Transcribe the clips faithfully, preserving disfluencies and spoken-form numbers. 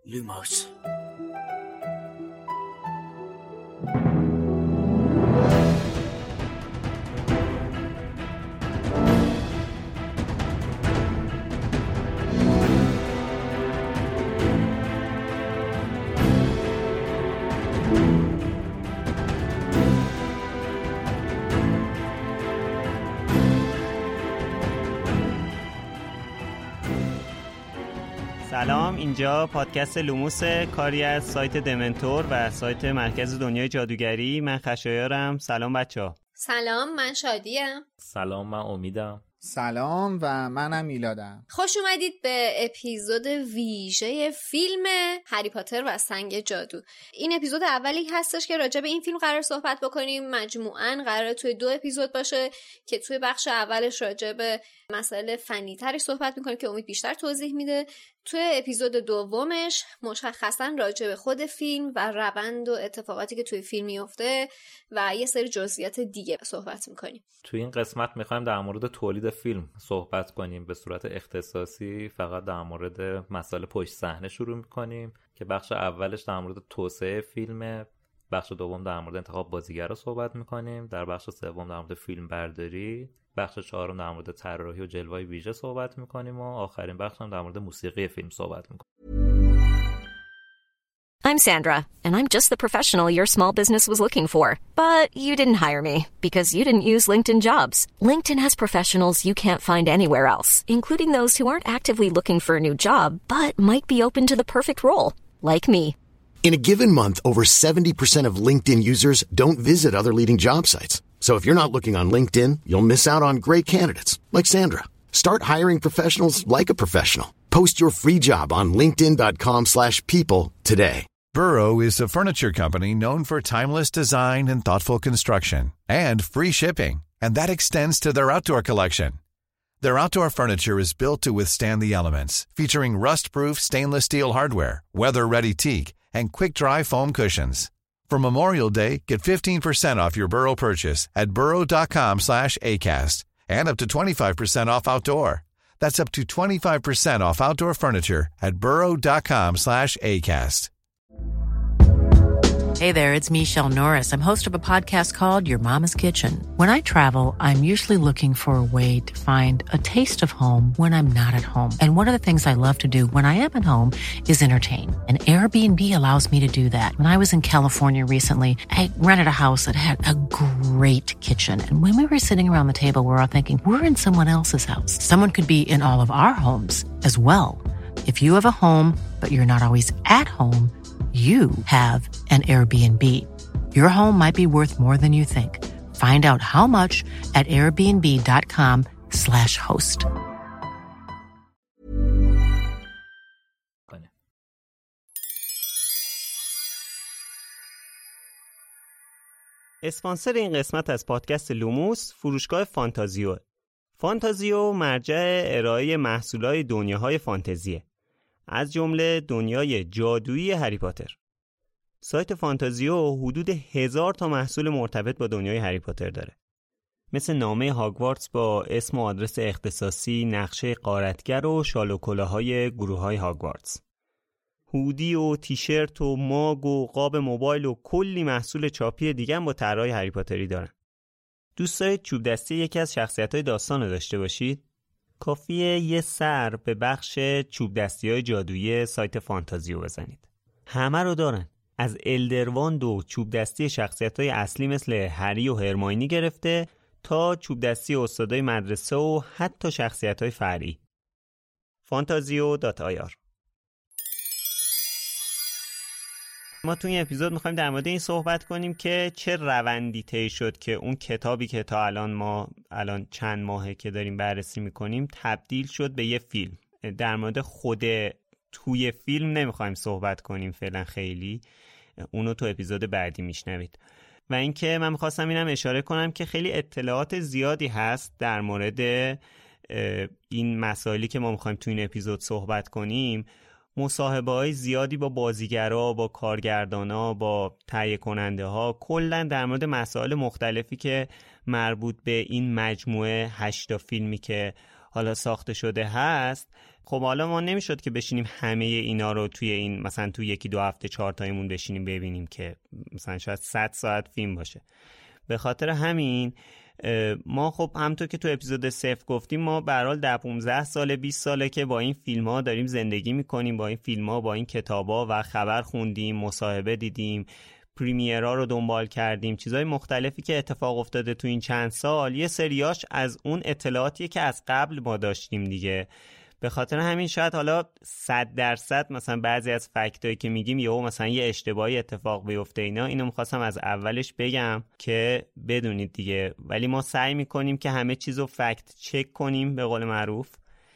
لوموس. سلام، اینجا پادکست لوموس، کاری از سایت دمنتور و سایت مرکز دنیای جادوگری. من خشایارم. سلام بچه‌ها. سلام، من شادیم. سلام، من امیدم. سلام و منم میلادم. خوش اومدید به اپیزود ویژه فیلم هری پاتر و سنگ جادو. این اپیزود اولی هستش که راجع به این فیلم قرار صحبت بکنیم. مجموعاً قرار توی دو اپیزود باشه که توی بخش اولش راجع به مسائل فنی تری صحبت میکنیم که امید بیشتر توضیح میده. توی اپیزود دومش مشخصاً راجع به خود فیلم و روند و اتفاقاتی که توی فیلم میفته و یه سری جزئیات دیگه صحبت میکنیم. توی این قسمت میخوایم در مورد تولید فیلم صحبت کنیم به صورت اختصاصی. فقط در مورد مسائل پشت صحنه شروع میکنیم که بخش اولش در مورد توسعه فیلمه، بخش دوم در مورد انتخاب بازیگر رو صحبت میکنیم، در بخش سوم در مورد فیلم برداری، بخش چهارم در مورد طراحی و جلوه‌های ویژه صحبت میکنیم و آخرین بخش هم در مورد موسیقی فیلم صحبت میکنیم. I'm Sandra, and I'm just the professional your small business was looking for. But you didn't hire me because you didn't use LinkedIn Jobs. LinkedIn has professionals you can't find anywhere else, including those who aren't actively looking for a new job, but might be open to the perfect role, like me. In a given month, over seventy percent of LinkedIn users don't visit other leading job sites. So if you're not looking on LinkedIn, you'll miss out on great candidates, like Sandra. Start hiring professionals like a professional. Post your free job on linkedin.com slash people today. Burrow is a furniture company known for timeless design and thoughtful construction, and free shipping, and that extends to their outdoor collection. Their outdoor furniture is built to withstand the elements, featuring rust-proof stainless steel hardware, weather-ready teak, and quick-dry foam cushions. For Memorial Day, get fifteen percent off your Burrow purchase at burrow.com slash ACAST, and up to twenty-five percent off outdoor. That's up to twenty-five percent off outdoor furniture at burrow.com slash ACAST. Hey there, it's Michelle Norris. I'm host of a podcast called Your Mama's Kitchen. When I travel, I'm usually looking for a way to find a taste of home when I'm not at home. And one of the things I love to do when I am at home is entertain. And Airbnb allows me to do that. When I was in California recently, I rented a house that had a great kitchen. And when we were sitting around the table, we were all thinking, we're in someone else's house. Someone could be in all of our homes as well. If you have a home, but you're not always at home, you have an Airbnb. Your home might be worth more than you think. Find out how much at airbnb.com slash host. اسپانسر این قسمت از پادکست لوموس فروشگاه فانتازیو. فانتازیو مرجع ارائه محصولات دنیاهای فانتزیه، از جمله دنیای جادویی هری پاتر. سایت فانتازیو حدود هزار تا محصول مرتبط با دنیای هری پاتر داره، مثل نامه هاگوارتس با اسم و آدرس اختصاصی، نقشه غارتگر و شال و کلاه‌های گروه‌های هاگوارتس، هودی و تیشرت و ماگ و قاب موبایل و کلی محصول چاپی دیگه هم با طرح‌های هری پاتری دارن. دوست دارید چوب دستی یکی از شخصیت‌های داستان رو داشته باشید؟ کافیه یه سر به بخش چوب دستی‌های جادویی سایت فانتازیو بزنید. همه رو دارن، از الدرواند و چوب دستی شخصیت‌های اصلی مثل هری و هرماینی گرفته تا چوب دستی استادای مدرسه و حتی شخصیت‌های فرعی. فانتازیو دات آی آر. ما تو این اپیزود می‌خوایم در مورد این صحبت کنیم که چه روندی طی شد که اون کتابی که تا الان ما الان چند ماهه که داریم بررسی می‌کنیم تبدیل شد به یه فیلم. در مورد خود توی فیلم نمی‌خوایم صحبت کنیم فعلا، خیلی اونو تو اپیزود بعدی میشنوید. و اینکه من می‌خواستم اینم اشاره کنم که خیلی اطلاعات زیادی هست در مورد این مسائلی که ما می‌خوایم تو این اپیزود صحبت کنیم. مصاحبه‌های زیادی با بازیگرا، با کارگردانا، با تهیه کننده ها، کلاً در مورد مسائل مختلفی که مربوط به این مجموعه هشت تا فیلمی که حالا ساخته شده هست. خب حالا ما نمیشد که بشینیم همه اینا رو توی این مثلا توی یکی دو هفته چهار تایمون بشینیم ببینیم که مثلا شاید صد ساعت فیلم باشه. به خاطر همین ما خب همونطور که تو اپیزود صفر گفتیم ما به هر حال ده پانزده ساله بیست ساله که با این فیلم ها داریم زندگی میکنیم، با این فیلم ها با این کتاب ها و خبر خوندیم، مصاحبه دیدیم، پریمیرها رو دنبال کردیم، چیزهای مختلفی که اتفاق افتاده تو این چند سال یه سریاش از اون اطلاعاتیه که از قبل ما داشتیم دیگه. به خاطر همین شاید حالا صد درصد مثلا بعضی از فکتایی که میگیم یهو مثلا یه اشتباهی اتفاق بیفته اینا، اینو میخواستم از اولش بگم که بدونید دیگه. ولی ما سعی میکنیم که همه چیزو فکت چک کنیم به قول معروف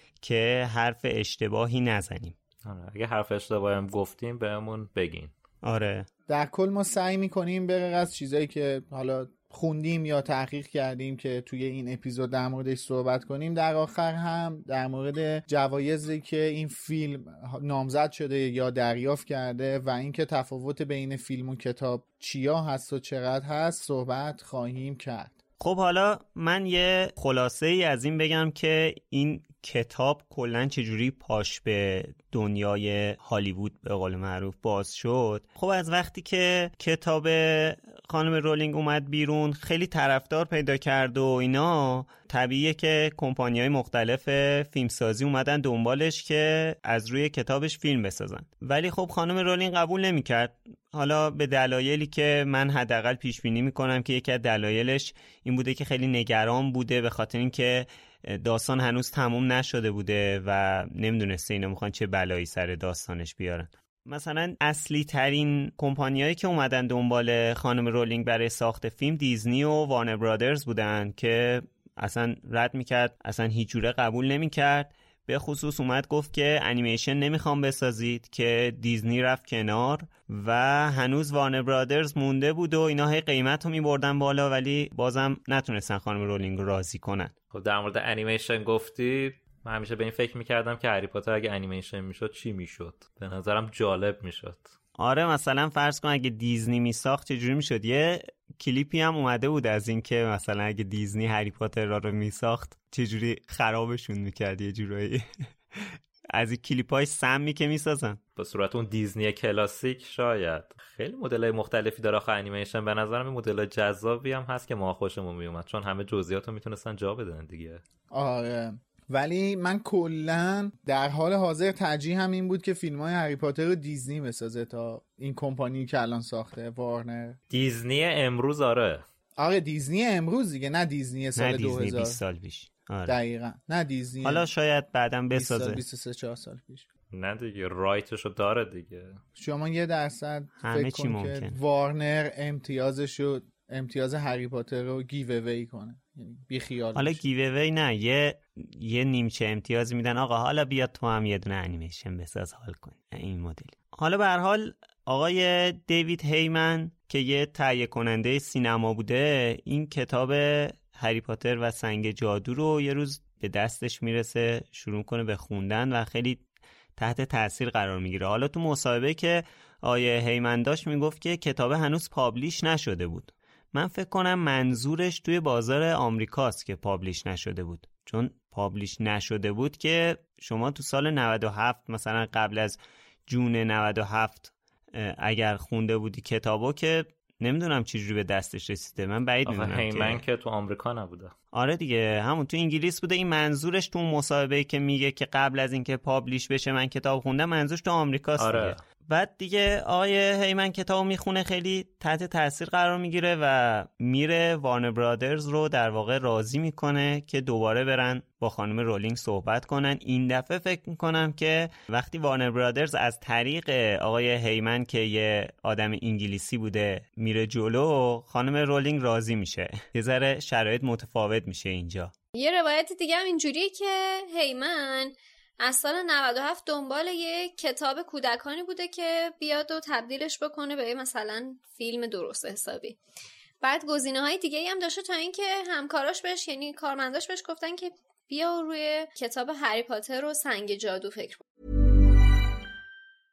که حرف اشتباهی نزنیم. آره اگه حرف اشتباهی هم گفتیم بهمون بگین. آره در کل ما سعی میکنیم به غیر از چیزایی که حالا خوندیم یا تحقیق کردیم که توی این اپیزود در موردش صحبت کنیم، در آخر هم در مورد جوایزی که این فیلم نامزد شده یا دریافت کرده و اینکه تفاوت بین فیلم و کتاب چیا هست و چقدر هست صحبت خواهیم کرد. خب حالا من یه خلاصه ای از این بگم که این کتاب کلن چجوری پاش به دنیای هالیوود به قول معروف باز شد. خب از وقتی که کتاب خانم رولینگ اومد بیرون خیلی طرفدار پیدا کرد و اینا، طبیعیه که کمپانی‌های مختلف فیلمسازی اومدن دنبالش که از روی کتابش فیلم بسازن. ولی خب خانم رولینگ قبول نمی‌کرد. حالا به دلایلی که من حداقل پیش بینی می‌کنم که یکی از دلایلش این بوده که خیلی نگران بوده به خاطر اینکه داستان هنوز تموم نشده بوده و نمیدونسته اینا میخوان چه بلایی سر داستانش بیارن. مثلا اصلی ترین کمپانیایی که اومدن دنبال خانم رولینگ برای ساخت فیلم دیزنی و وارنر برادرز بودن که اصلا رد میکرد، اصلا هیچ جوره قبول نمیکرد. به خصوص اومد گفت که انیمیشن نمیخوام بسازید که دیزنی رفت کنار و هنوز وارنر برادرز مونده بود و اینا هی قیمت رو میبردن بالا ولی بازم نتونستن خانم رولینگ رو راضی کنن. خب در مورد انیمیشن گفتی، من همیشه به این فکر میکردم که هری پاتر اگه انیمیشن میشد چی میشد. به نظرم جالب میشد. آره مثلا فرض کن اگه دیزنی میساخت چجوری میشد. یه کلیپی هم اومده بود از این که مثلا اگه دیزنی هری پاتر را رو میساخت چجوری خرابشون میکرد یه جورایی. از این کلیپای سمی که میسازن به صورت اون دیزنی کلاسیک. شاید خیلی مدل‌های مختلفی داره آخه انیمیشن. به نظرم این مدل جذابی هم هست که ما خوشمون میومد چون همه جزئیاتو میتونستن جا بدن دیگه. آره ولی من کلن در حال حاضر ترجیح هم این بود که فیلم‌های هری پاتر رو دیزنی بسازه تا این کمپانی که الان ساخته وارنر. دیزنی امروز آره آره دیزنی امروز دیگه، نه دیزنی سال نه دو هزار. دیزنی بیست سال پیش. آره. دقیقاً نه دیزنی حالا شاید بعداً بسازه بیست سال چهار سال پیش. نه دیگه رایتشو داره دیگه. شما یه درصد همه فکر چی کن ممکن. که وارنر امتیازشو امتیاز هری پاتر رو گیو اوی کنه، یعنی بی خیال. حالا بشه. گیو اوی نه، یه یه نیمچه امتیازی میدن آقا حالا بیا تو هم یه دونه انیمیشن بساز حال کن این مدل. حالا به هر حال آقای دیوید هیمن که یه تهیه کننده سینما بوده این کتاب هری پاتر و سنگ جادو رو یه روز به دستش میرسه شروع کنه به خوندن و خیلی تحت تاثیر قرار میگیره. حالا تو مصاحبه که آیه هیمن داشت میگفت که کتاب هنوز پابلیش نشده بود. من فکر کنم منظورش توی بازار آمریکاست که پابلیش نشده بود، چون پابلیش نشده بود که شما تو سال نود و هفت مثلا قبل از جون نود و هفت اگر خونده بودی کتابو که نمیدونم چجوری به دستش رسیده. من بعید میدونم که هیمن که تو آمریکا نبوده. آره دیگه همون تو انگلیس بوده. این منظورش تو مصاحبه‌ای که میگه که قبل از اینکه پابلیش بشه من کتاب خوندم، منظورش تو آمریکاست. آره. دیگه بعد دیگه آقای هیمن کتابو میخونه، خیلی تحت تاثیر قرار میگیره و میره وارنر برادرز رو در واقع راضی میکنه که دوباره برن با خانم رولینگ صحبت کنن. این دفعه فکر میکنم که وقتی وارنر برادرز از طریق آقای هیمن که یه آدم انگلیسی بوده میره جلو، خانم رولینگ راضی میشه. یه ذره شرایط متفاوت میشه اینجا. یه روایت دیگه هم اینجوریه که هیمن از سال نود و هفت دنبال یه کتاب کودکانی بوده که بیاد و تبدیلش بکنه به مثلا فیلم درست حسابی. بعد گزینه‌های دیگه‌ای هم داشته تا اینکه همکاراش بهش یعنی کارمنداش بهش گفتن که بیا روی کتاب هری پاتر و سنگ جادو فکر کن.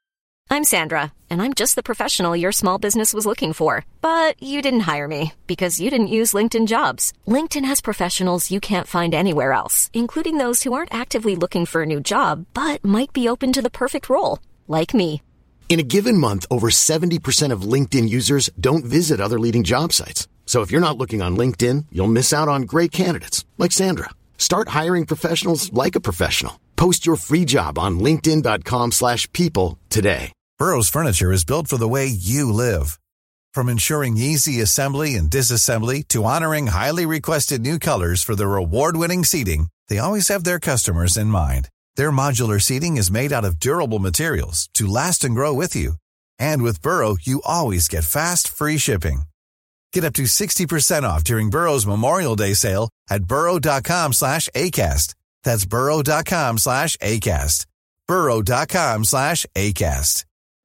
I'm Sandra, and I'm just the professional your small business was looking for. But you didn't hire me because you didn't use LinkedIn Jobs. LinkedIn has professionals you can't find anywhere else, including those who aren't actively looking for a new job, but might be open to the perfect role, like me. In a given month, over seventy percent of LinkedIn users don't visit other leading job sites. So if you're not looking on LinkedIn, you'll miss out on great candidates like Sandra. Start hiring professionals like a professional. Post your free job on linkedin dot com slash people today. Burrow's furniture is built for the way you live. From ensuring easy assembly and disassembly to honoring highly requested new colors for their award-winning seating, they always have their customers in mind. Their modular seating is made out of durable materials to last and grow with you. And with Burrow, you always get fast, free shipping. Get up to sixty percent off during Burrow's Memorial Day sale at burrow dot com slash acast. That's burrow dot com slash acast. burrow dot com slash acast.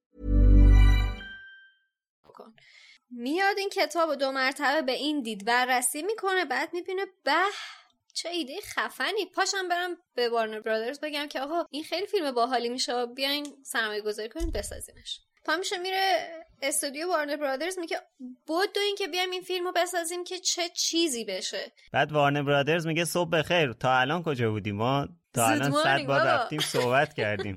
میاد این کتاب رو دو مرتبه به این دید بررسی میکنه، بعد میبینه به چه ایده خفنی، پاشم برم به وارنر برادرز بگم که آقا این خیلی فیلم باحالی میشه، بیاین سرمایه گذاری کنیم بسازیمش. پا میشه میره استودیو وارنر برادرز، میگه بود دو این که بیایم این فیلمو بسازیم که چه چیزی بشه. بعد وارنر برادرز میگه صبح بخیر، تا الان کجا بودیم؟ ما تا الان صد بار رفتیم صحبت کردیم.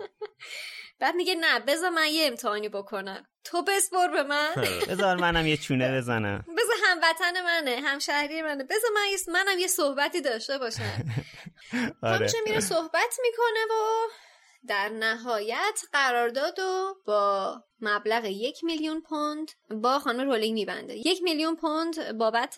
بعد میگه نه بذار من یه امتحانی بکنم، تو بسپر به من، بذار منم یه چونه بزنم، بذار هموطن منه، همشهری منه، بذار من یه منم یه صحبتی داشته باشم. آره. میشه میره صحبت میکنه و در نهایت قرارداد و با مبلغ یک میلیون پوند با خانم رولینگ میبنده. یک میلیون پوند بابت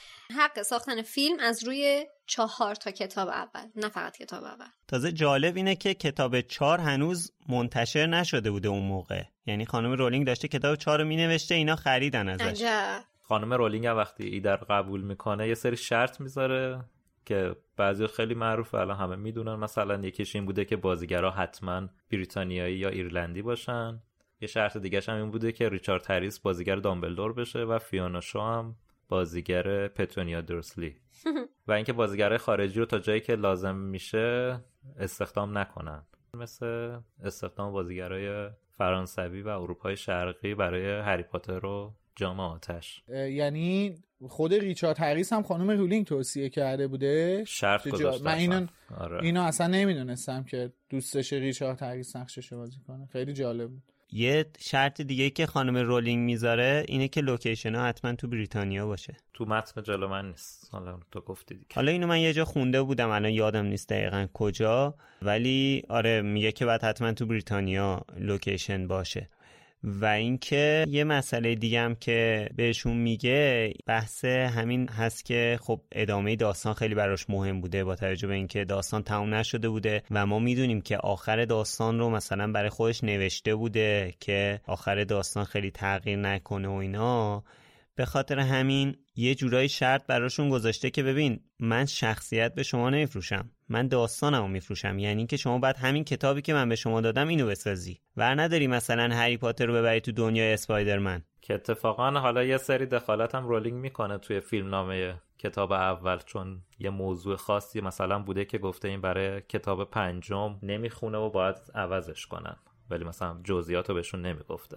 حق ساختن فیلم از روی چهار تا کتاب اول، نه فقط کتاب اول. تازه جالب اینه که کتاب چهار هنوز منتشر نشده بوده اون موقع، یعنی خانم رولینگ داشته کتاب چهار رو مینوشته، اینا خریدن ازش. عجب. خانم رولینگ هم وقتی ایده رو قبول میکنه یه سری شرط میذاره که بعضی خیلی معروفه، الان همه میدونن. مثلا یکیش این بوده که بازیگرها حتما بریتانیایی یا ایرلندی باشن. یه شرط دیگه‌ش هم این بوده که ریچارد هریس بازیگر دامبلدور بشه و فیونا شو هم بازیگر پتونیا درسلی و اینکه بازیگرای خارجی رو تا جایی که لازم میشه استخدام نکنن، مثل استخدام بازیگرای فرانسوی و اروپای شرقی برای هری پاتر و جام آتش. یعنی خود ریچارد هریس هم خانم رولینگ توصیه کرده بوده، شرط گذاشته. من اینو آره. اینو اصلا نمیدونستم که دوستش ریچارد هریس نقشش بازی کنه، خیلی جالب بود. یه شرط دیگه که خانم رولینگ میذاره اینه که لوکیشن ها حتما تو بریتانیا باشه. تو متن جلو من نیست، حالا تو گفتی دیگه. حالا اینو من یه جا خونده بودم، الان یادم نیست دقیقاً کجا، ولی آره میگه که باید حتما تو بریتانیا لوکیشن باشه. و اینکه یه مسئله دیگه هم که بهشون میگه بحث همین هست که خب ادامه داستان خیلی براش مهم بوده، با توجه به اینکه داستان تموم نشده بوده و ما میدونیم که آخر داستان رو مثلا برای خودش نوشته بوده که آخر داستان خیلی تغییر نکنه و اینا. به خاطر همین یه جورایی شرط براشون گذاشته که ببین من شخصیت به شما نمیفروشم، من داستانمو میفروشم، یعنی که شما باید همین کتابی که من به شما دادم اینو بسازی، ور نداری مثلا هری پاتر رو ببری تو دنیای اسپایدرمن. که اتفاقا حالا یه سری دخالت هم رولینگ میکنه توی فیلم نامه کتاب اول، چون یه موضوع خاصی مثلا بوده که گفته این برای کتاب پنجم نمیخونه و باید عوضش کنن، ولی مثلا جزئیاتو بهشون نمیگفته.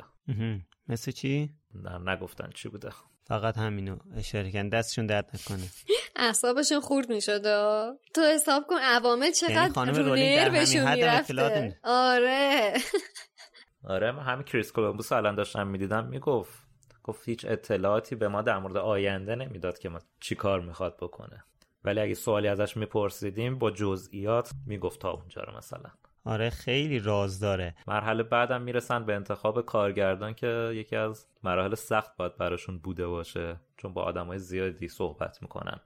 مثل چی؟ نه نگفتن چی بوده، فقط همینو اشاره کردن، دستشون درد نکنه. اعصابشون خورد میشد. تو حساب کن عوامل چقدر رو نربشون میرفته. آره آره من همین کریس کولومبوس الان داشتم میدیدم میگفت گفت هیچ اطلاعاتی به ما در مورد آینده نمیداد که ما چی کار میخواد بکنه، ولی اگه سوالی ازش میپرسیدیم با جزئیات میگفت تا اونجا رو مثلا. آره خیلی راز داره. مرحله بعدم میرسن به انتخاب کارگردان که یکی از مراحل سخت باید براشون بوده باشه، چون با آدمای زیادی صحبت میکنن.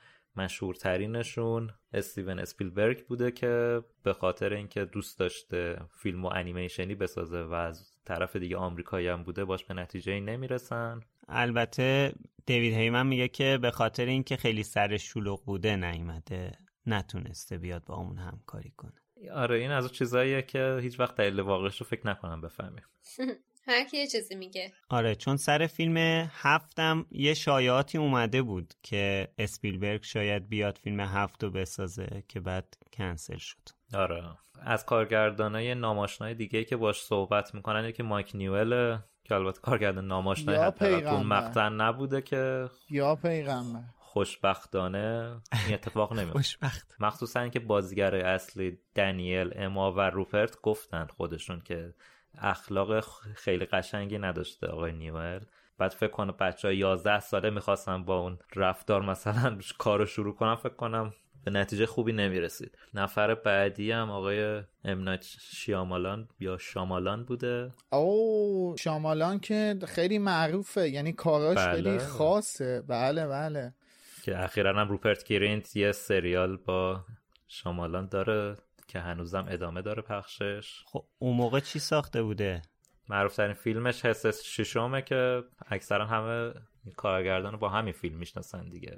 مشهورترینشون استیون اسپیلبرگ بوده که به خاطر اینکه دوست داشته فیلم و انیمیشنی بسازه و از طرف دیگه آمریکایی هم بوده باش به نتیجه‌ای نمیرسن. البته دیوید هیمن میگه که به خاطر اینکه خیلی سرش شلوغ بوده نیومده، نتونسته بیاد با همون همکاری کنه. آره این از اون چیزاییه که هیچ وقت دلیل واقعیش رو فکر نکنم بفهمیم. هر کی یه چیزی میگه. آره چون سر فیلم هفتم یه شایعاتی اومده بود که اسپیلبرگ شاید بیاد فیلم هفت رو بسازه که بعد کنسل شد. آره. از کارگردانای ناماشنای دیگه که باش صحبت میکنن یکی مایک نیول که البته کارگردان ناماشنای حتی تو مقطع نبوده که یا پیغمبر خوشبختانه این اتفاق نمیفته. خوشبخت. مخصوصا اینکه بازیگر اصلی دنیل، اما و روپرت گفتن خودشون که اخلاق خیلی قشنگی نداشته آقای نیول. بعد فکر کنم بچه‌ها یازده ساله میخواستن با اون رفتار مثلا کارو شروع کنن، فکر کنم به نتیجه خوبی نمیرسید. نفر بعدی هم آقای ام نایت شیامالان یا شامالان بوده. او شامالان که خیلی معروفه، یعنی کاراش بله. خیلی خاصه. بله بله. که اخیراً هم روپرت گرینت یه سریال با شامالان داره که هنوزم ادامه داره پخشش. خب اون موقع چی ساخته بوده؟ معروف ترین فیلمش حس ششمه که اکثرا همه کارگردان با همین فیلم میشناسن دیگه.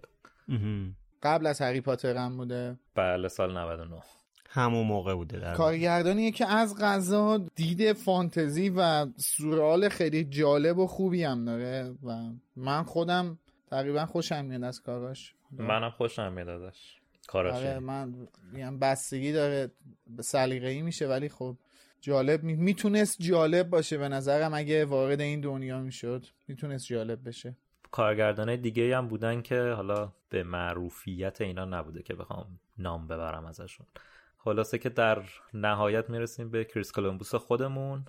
قبل از هری پاتر هم بوده. بله سال نود و نه همون موقع بوده. در کارگردانیه که از قضا دید فانتزی و سورئال خیلی جالب و خوبی هم داره و من خودم تقریبا خوشم میاد از کاراش. منم خوشم میاد ازش کاراش. آره من میگم بستگی داره، سلیقه‌ای میشه ولی خب جالب می... میتونست جالب باشه به نظرم. اگه وارد این دنیا میشد میتونست جالب بشه. کارگردانای دیگه هم بودن که حالا به معروفیت اینا نبوده که بخوام نام ببرم ازشون. خلاصه که در نهایت میرسیم به کریس کولومبوس خودمون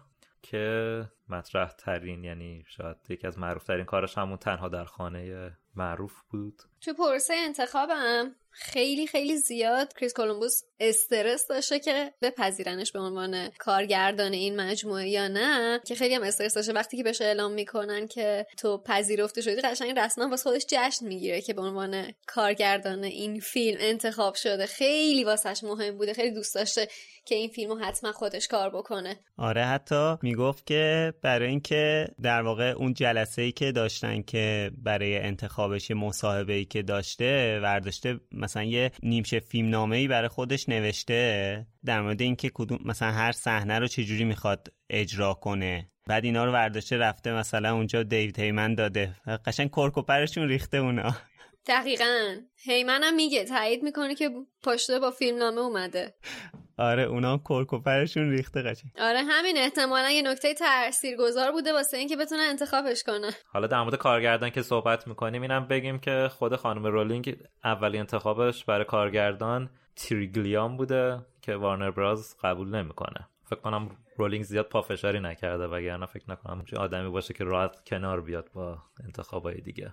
که مطرح ترین، یعنی شاید یکی از معروف ترین کارش همون تنها در خانه معروف بود. تو پروسه انتخابم خیلی خیلی زیاد کریس کولومبوس استرس داشته که بپذیرنش به عنوان کارگردان این مجموعه یا نه، که خیلی هم استرس داشته وقتی که بهش اعلام میکنن که تو پذیرفته شدی، قشنگ رسما واسه خودش جشن میگیره که به عنوان کارگردان این فیلم انتخاب شده. خیلی واسش مهم بوده، خیلی دوست داشته که این فیلمو حتما خودش کار بکنه. آره حتی میگفت که برای اینکه در واقع اون جلسه‌ای که داشتن که برای انتخابش مصاحبه‌ای که داشته ورداشته مثلا یه نیمشه فیلم نامه‌ای برای خودش نوشته در مورد اینکه کدوم مثلا هر صحنه رو چجوری میخواد اجرا کنه. بعد اینا رو ورداشته رفته مثلا اونجا دیوید هیمن داده، قشنگ کرک و پرشون ریخته اونا. دقیقاً هیمن هم میگه تایید میکنه که پشته با فیلم نامه اومده. آره اونا کرک و پرشون ریخته قشنگ. آره همین احتمالاً یه نکته تاثیرگذار بوده واسه اینکه بتونه انتخابش کنه. حالا در مورد کارگردان که صحبت میکنیم اینم بگیم که خود خانم رولینگ اولی انتخابش برای کارگردان تریگلیام بوده که وارنر براز قبول نمیکنه. فکر کنم رولینگ زیاد پافشاری نکرده وگرنه فکر نکنم چه آدمی باشه که راحت کنار بیاد با انتخابای دیگه.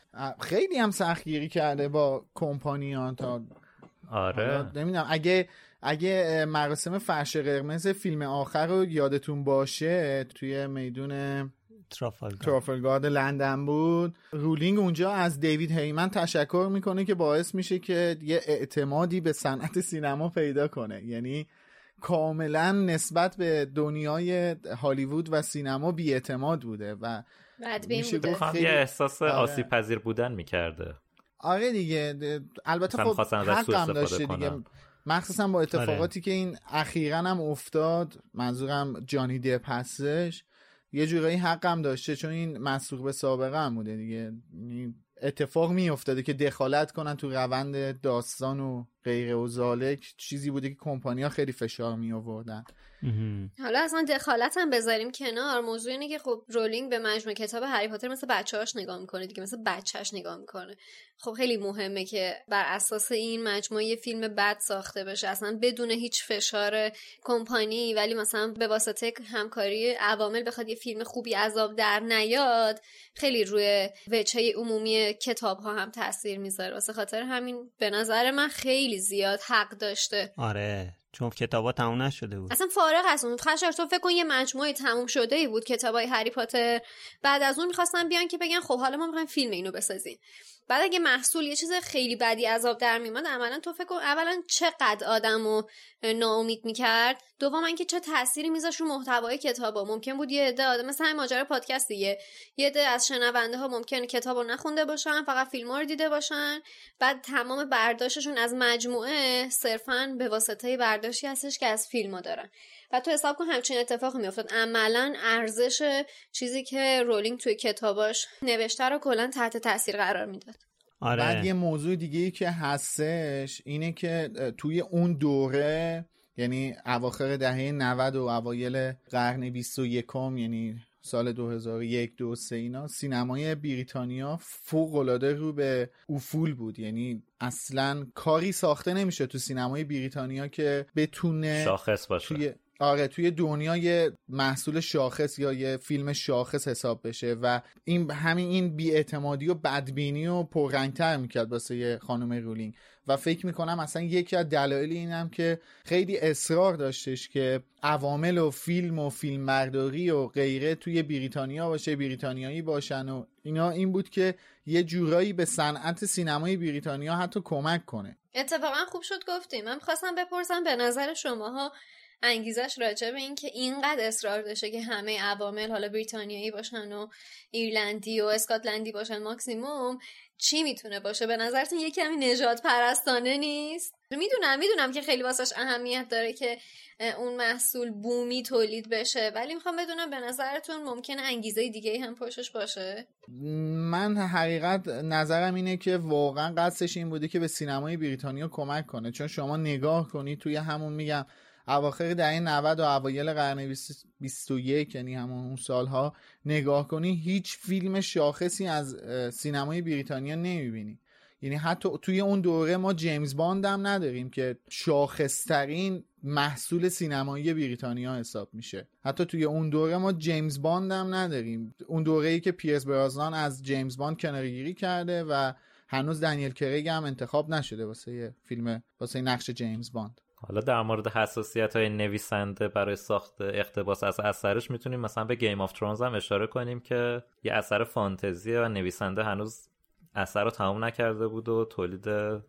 خیلی هم سختگیری کرده با کمپانیان تا آره نمیدونم اگه اگه مراسم فرش قرمز فیلم آخر رو یادتون باشه توی میدون ترافالگارد لندن بود، رولینگ اونجا از دیوید هیمن تشکر میکنه که باعث میشه که یه اعتمادی به صنعت سینما پیدا کنه. یعنی کاملا نسبت به دنیای هالیوود و سینما بی‌اعتماد بوده و میشه گفت خیلی یه احساس آسیب پذیر بودن میکرده. آره دیگه البته خب حق هم داشته دیگه، مخصوصا با اتفاقاتی آره. که این اخیراً هم افتاد، منظورم جانی دپ هستش، یه جورایی حق هم داشته چون این مسروق به سابقه هم بوده دیگه. اتفاق می افتاده که دخالت کنن تو روند داستان و غیره و ذالک، چیزی بوده که کمپانی‌ها خیلی فشار می آوردن. حالا اصلا دخالت هم بذاریم کنار، موضوع اینه که خب رولینگ به مجموعه کتاب هری پاتر مثل بچه‌هاش نگاه میکنه دیگه، مثل بچه‌اش نگاه میکنه. خب خیلی مهمه که بر اساس این مجموعه یه فیلم بد ساخته بشه، اصلا بدون هیچ فشار کمپانی، ولی مثلا به واسطه همکاری عوامل بخواد یه فیلم خوبی عذاب در نیاد، خیلی روی وجهه عمومی کتاب‌ها هم تاثیر میذاره. واسه خاطر همین به نظر من خیلی زیاد حق داشته. آره چون کتابا تموم نشده بود. اصلا فارغ از اون خشر تو فکر کن یه مجموعه تموم شده ای بود کتابای هری پاتر، بعد از اون می‌خواستن بیان که بگن خب حالا ما می‌خوایم فیلم اینو بسازیم. بعد اگه محصول یه چیز خیلی بدی عذاب در میومد، عملاً تو فکر کن اولا چقدر آدمو ناامید می‌کرد، دوم اینکه چه تأثیری می‌ذاشت رو محتوای کتابا. ممکن بود یه عده آدم مثلا ماجرا پادکست دیگه، یه عده از شنونده ها ممکنه کتابو نخونده باشن، فقط فیلم‌ها رو دیده باشن، بعد تمام برداشتشون از مجموعه صرفاً به واسطه برداشتی هستش که از فیلم‌ها دارن. و تو حساب کن همچین اتفاقی میافتاد، عملاً ارزش چیزی که رولینگ توی کتاباش نوشته رو کلاً تحت تاثیر قرار میداد. آره. بعد یه موضوع دیگه‌ای که هستش اینه که توی اون دوره یعنی اواخر دهه نود و اوایل قرن بیست و یکم، یعنی سال دو هزار و یک دو سه اینا، سینمای بریتانیا فوق‌العاده رو به افول بود. یعنی اصلا کاری ساخته نمیشه تو سینمای بریتانیا که بتونه شاخص باشه. توی آره توی دنیای محصول شاخص یا یه فیلم شاخص حساب بشه و این همین این بی‌اعتمادی و بدبینی و پررنگ‌تر میکرد واسه خانم رولینگ و فکر میکنم اصلا یکی از دلایل اینم که خیلی اصرار داشتش که عوامل و فیلم و فیلمبرداری و غیره توی بریتانیا باشه، بریتانیایی باشن و اینا، این بود که یه جورایی به صنعت سینمای بریتانیا حتی کمک کنه. اتفاقا خوب شد گفتیم. من خواستم بپرسم به نظر شماها انگیزش راجع به این که اینقدر اصرار داشته که همه عوامل حالا بریتانیایی باشن و ایرلندی و اسکاتلندی باشن ماکسیموم، چی میتونه باشه؟ به نظرتون یه کمی نژاد پرستانه نیست؟ میدونم میدونم که خیلی واسش اهمیت داره که اون محصول بومی تولید بشه، ولی میخوام بدونم به نظرتون ممکنه انگیزه دیگه هم پشتش باشه؟ من حقیقت نظرم اینه که واقعا قصدش این بوده که به سینمای بریتانیا کمک کنه، چون شما نگاه کنید توی همون میگم اواخر دهه نود و اوایل قرن بیست و یک، یعنی همون اون سالها نگاه کنی، هیچ فیلم شاخصی از سینمای بریتانیا نمیبینی. یعنی حتی توی اون دوره ما جیمز باند هم نداریم که شاخصترین محصول سینمایی بریتانیا حساب میشه. حتی توی اون دوره ما جیمز باند هم نداریم، اون دوره‌ای که پیرس برازنان از جیمز باند کناره‌گیری کرده و هنوز دنیل کریگ هم انتخاب نشده واسه فیلم واسه نقش جیمز باند. حالا در مورد حساسیت‌های نویسنده برای ساخت اقتباس از اثرش میتونیم مثلا به گیم آف ترونز هم اشاره کنیم که یه اثر فانتزی و نویسنده هنوز اثر رو تمام نکرده بود و تولید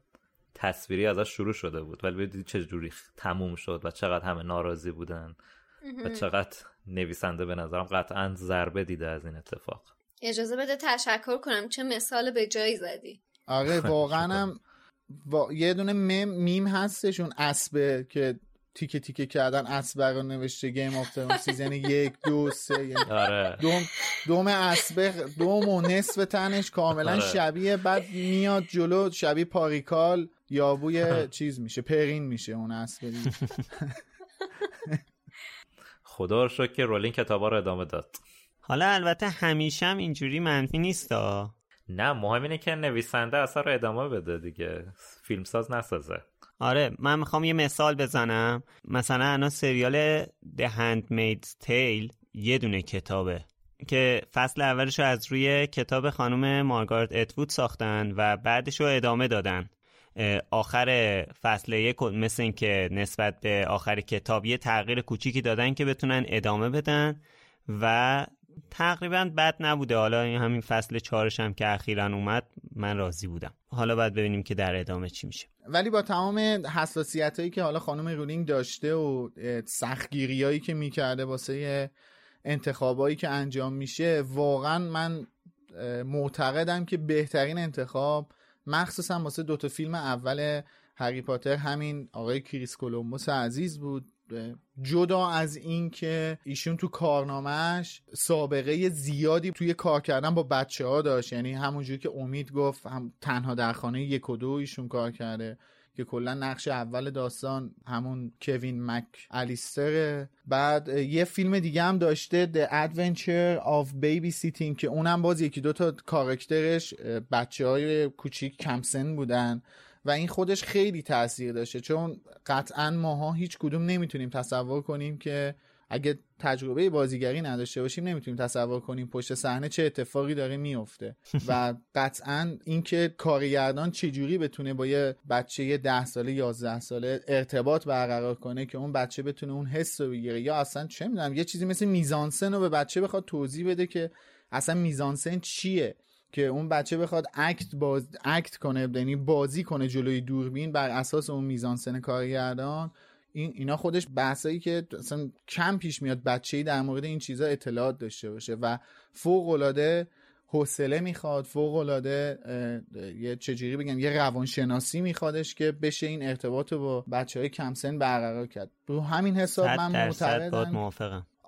تصویری ازش شروع شده بود، ولی بدید چه جوری تموم شد و چقدر همه ناراضی بودن و چقدر نویسنده به نظرم قطعاً ضربه دیده از این اتفاق. اجازه بده تشکر کنم، چه مثال به جایی زدی. آره واقعاً هم و... یه دونه میم, میم هستش، اون اسبه که تیکه تیکه کردن اسبه رو نوشته گیم آف ترونز سیزن یک دو سه، یعنی آره. دوم دوم اسبه دوم و نصف تنش کاملا آره. شبیه، بعد میاد جلو شبیه پاریکال یا بوی چیز میشه، پرین میشه اون اسبه. خدا رو شکر که رولینگ کتابا رو ادامه داد. حالا البته همیشه هم اینجوری منفی نیستا. نه، مهم اینه که نویسنده اثر رو ادامه بده دیگه، فیلمساز نسازه. آره من میخوام یه مثال بزنم. مثلا انا سریال The Handmaid's Tale یه دونه کتابه که فصل اولش رو از روی کتاب خانم مارگارت اتوود ساختن و بعدش رو ادامه دادن. آخر فصل یک مثل این که نسبت به آخر کتاب یه تغییر کوچیکی دادن که بتونن ادامه بدن و تقریبا بد نبوده. حالا این همین فصل چهارش هم که اخیراً اومد من راضی بودم. حالا باید ببینیم که در ادامه چی میشه. ولی با تمام حساسیتایی که حالا خانم رولینگ داشته و سختگیریایی که میکرده واسه انتخابایی که انجام میشه، واقعا من معتقدم که بهترین انتخاب مخصوصا واسه دوتا فیلم اول هری پاتر همین آقای کریس کولومبوس عزیز بود. جدا از این که ایشون تو کارنامهش سابقه زیادی توی کار کردن با بچه ها داشت، یعنی همونجوری که امید گفت هم تنها در خانه یک و دو ایشون کار کرده که کلا نقش اول داستان همون کوین مک الیستر. بعد یه فیلم دیگه هم داشته The Adventure of Babysitting که اونم باز یکی دو تا کاراکترش بچه های کوچیک کمسن بودن و این خودش خیلی تاثیر داشته، چون قطعا ماها هیچ کدوم نمیتونیم تصور کنیم که اگه تجربه بازیگری نداشته باشیم نمیتونیم تصور کنیم پشت صحنه چه اتفاقی داره میفته و قطعا اینکه کارگردان چجوری بتونه با یه بچه ده ساله یازده ساله ارتباط برقرار کنه که اون بچه بتونه اون حس رو بگیره، یا اصلا چه میدونم یه چیزی مثل میزانسن رو به بچه بخواد توضیح بده که اصلا میزانسن چیه، که اون بچه بخواد اکت باز اکت کنه، یعنی بازی کنه جلوی دوربین بر اساس اون میزانسن کارگردان. این اینا خودش بحثایی که اصلا کم پیش میاد بچه‌ای در مورد این چیزا اطلاعات داشته باشه و فوق العاده حوصله میخواد، فوق العاده یه چجوری بگم یه روانشناسی میخوادش که بشه این ارتباط رو با بچهای کم سن برقرار کرد. رو همین حساب من معتقدم موافقم.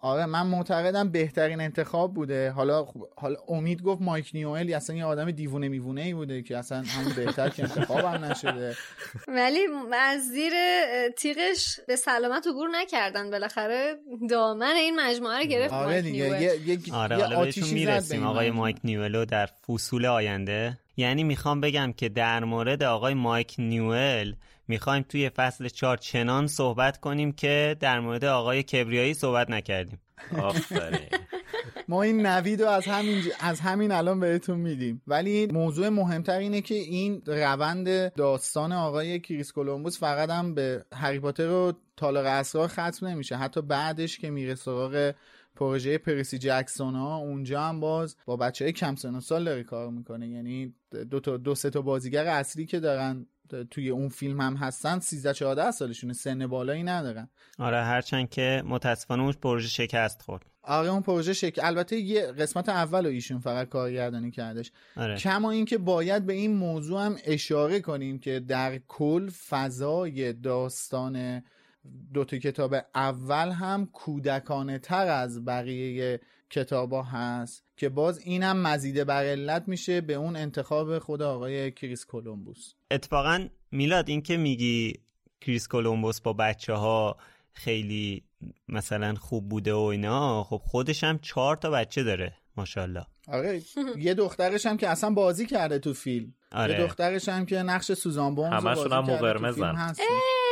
آره من معتقدم بهترین انتخاب بوده. حالا حالا امید گفت مایک نیوئل اصلا یه آدم دیوونه میوونه ای بوده که اصلا همون بهتر که انتخاب هم نشده، ولی از زیر تیغش به سلامت عبور نکردن، بالاخره دامن این مجموعه رو گرفت. آره مایک دیگه نیوئل. یه, یه, آره یه حالا بهشون میرسیم آقای مایک نیوئل در فصول آینده. یعنی میخوام بگم که در مورد آقای مایک نیوئل میخوایم توی فصل چهار چنان صحبت کنیم که در مورد آقای کبریایی صحبت نکردیم. آفرین. ما این نوید رو از همین از همین الان بهتون میدیم. ولی موضوع مهمتر اینه که این روند داستان آقای کریس کولومبوس فقط هم به هری پاتر و تالار اسرار ختم نمیشه، حتی بعدش که میره سراغ پروژه پرسی جکسون ها اونجا هم باز با بچهای کم سن و سال داره کار میکنه. یعنی دو تا دو سه تا بازیگر اصلی که دارن توی اون فیلم هم هستن سیزده چهارده سالشونه، سن بالایی ندارن. آره هرچند که متاسفانه اون پروژه شکست خورد. آره اون پروژه شک البته یه قسمت اول رو ایشون فقط کارگردانی کردش. آره. کما این که باید به این موضوع هم اشاره کنیم که در کل فضای داستان دو تا کتاب اول هم کودکانه تر از بقیه کتابا هست که باز اینم مزید بر علت میشه به اون انتخاب خود آقای کریس کولومبوس. اتفاقا میلاد این که میگی کریس کولومبوس با بچه ها خیلی مثلا خوب بوده و اینا، خب خودش هم چهار تا بچه داره ماشاءالله. آره یه دخترش هم که اصلا بازی کرده تو فیلم. آره. یه دخترش هم که نقش سوزان بونز رو بازی هم کرده تو فیلم هست.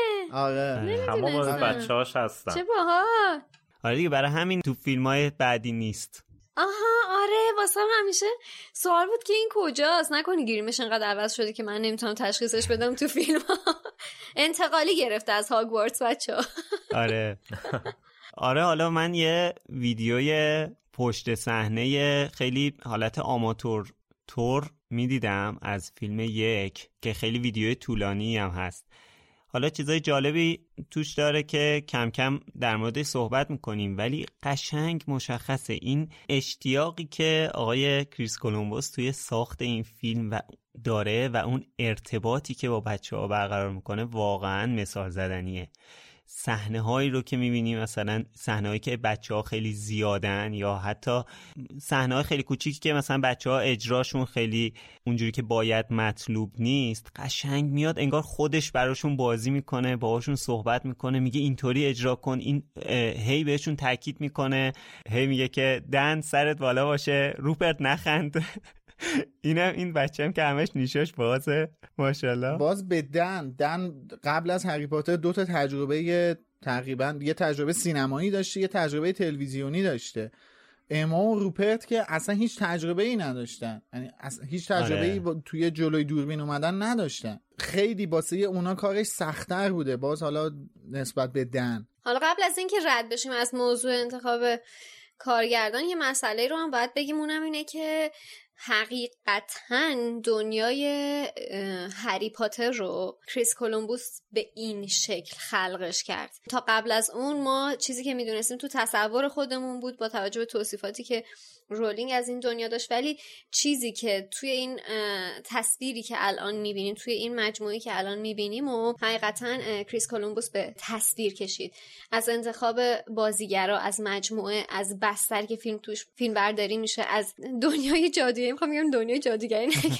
آره همه بچه‌هاش هستن. چه باحال. آره دیگه برای همین تو فیلم‌های بعدی نیست. آها آره واسه همیشه سوال بود که این کجاست، نکنی گیریمش انقدر عوض شده که من نمیتونم تشخیصش بدم تو فیلم ها. انتقالی گرفته از هاگوارتس بچه ها. آره آره حالا من یه ویدیوی پشت صحنه خیلی حالت آماتور تور میدیدم از فیلم یک که خیلی ویدیوی طولانی هم هست. حالا چیزای جالبی توش داره که کم کم در موردش صحبت میکنیم، ولی قشنگ مشخصه این اشتیاقی که آقای کریس کولومبوس توی ساخت این فیلم و داره و اون ارتباطی که با بچه ها برقرار میکنه واقعا مثال زدنیه. صحنه هایی رو که میبینیم، مثلا صحنه هایی که بچه ها خیلی زیادن یا حتی صحنه های خیلی کوچیکی که مثلا بچه ها اجراشون خیلی اونجوری که باید مطلوب نیست، قشنگ میاد انگار خودش براشون بازی میکنه، باهاشون صحبت میکنه، میگه اینطوری اجرا کن، این هی بهشون تاکید میکنه، هی میگه که دن سرت بالا باشه، روپرت نخند. اینم این بچه‌ام که همش نیشاش بازه ماشاءالله. باز به دن دن قبل از هری پاتر دو تا تجربه تقریبا یه تجربه سینمایی داشته، یه تجربه تلویزیونی داشته. اما و روپرت که اصلا هیچ تجربه ای نداشتن، یعنی اصلا هیچ تجربه ای آره. توی جلوی دوربین اومدن نداشتن. خیلی واسه اونا کارش سخت‌تر بوده باز حالا نسبت به دن. حالا قبل از اینکه رد بشیم از موضوع انتخاب کارگردان یه مسئله رو هم باید بگیم، اونم اینه که حقیقتاً دنیای هری پاتر رو کریس کولومبوس به این شکل خلقش کرد. تا قبل از اون ما چیزی که میدونستیم تو تصور خودمون بود با توجه به توصیفاتی که رولینگ از این دنیا داشت، ولی چیزی که توی این تصویری که الان میبینیم، توی این مجموعی که الان میبینیم و حقیقتاً کریس کولومبوس به تصویر کشید. از انتخاب بازیگرا، از مجموعه، از بستر که فیلم توش فیلم برداری میشه، از دنیای جادویی، میخوام بگم دنیای جادوگری نگم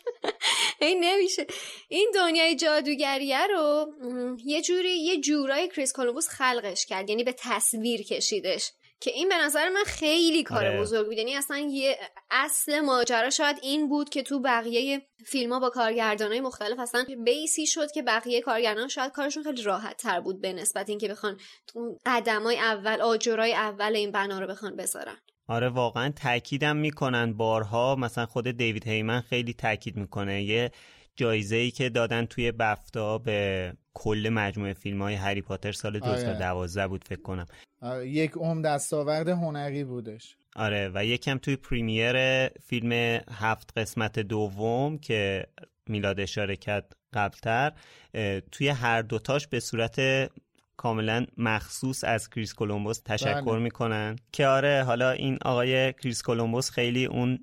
این نمیشه، این دنیای جادوگریه رو یه جوری یه جورای کریس کولومبوس خلقش کرد، یعنی به تصویر کشیدش که این به نظر من خیلی کار آره. بزرگ بود. یعنی اصلا یه اصل ماجرا شاید این بود که تو بقیه فیلم‌ها با کارگردانای مختلف اصلا بیسی شد که بقیه کارگردان شاید کارشون خیلی راحت تر بود به نسبت اینکه بخوان تو قدمای اول آجرای اول این بنا رو بخوان بذارن. آره واقعا تاکیدم میکنن بارها، مثلا خود دیوید هیمن خیلی تاکید میکنه. یه جایزه‌ای که دادن توی بفتا به کل مجموعه فیلم‌های هری پاتر سال دو هزار و دوازده بود فکر کنم. آره، یک عمر دستاورد هنری بودش. آره و یکم توی پریمیر فیلم هفت قسمت دوم که میلاد اشاره کرد قبلتر، توی هر دوتاش به صورت کاملا مخصوص از کریس کولومبوس تشکر بله. میکنن که آره حالا این آقای کریس کولومبوس خیلی اون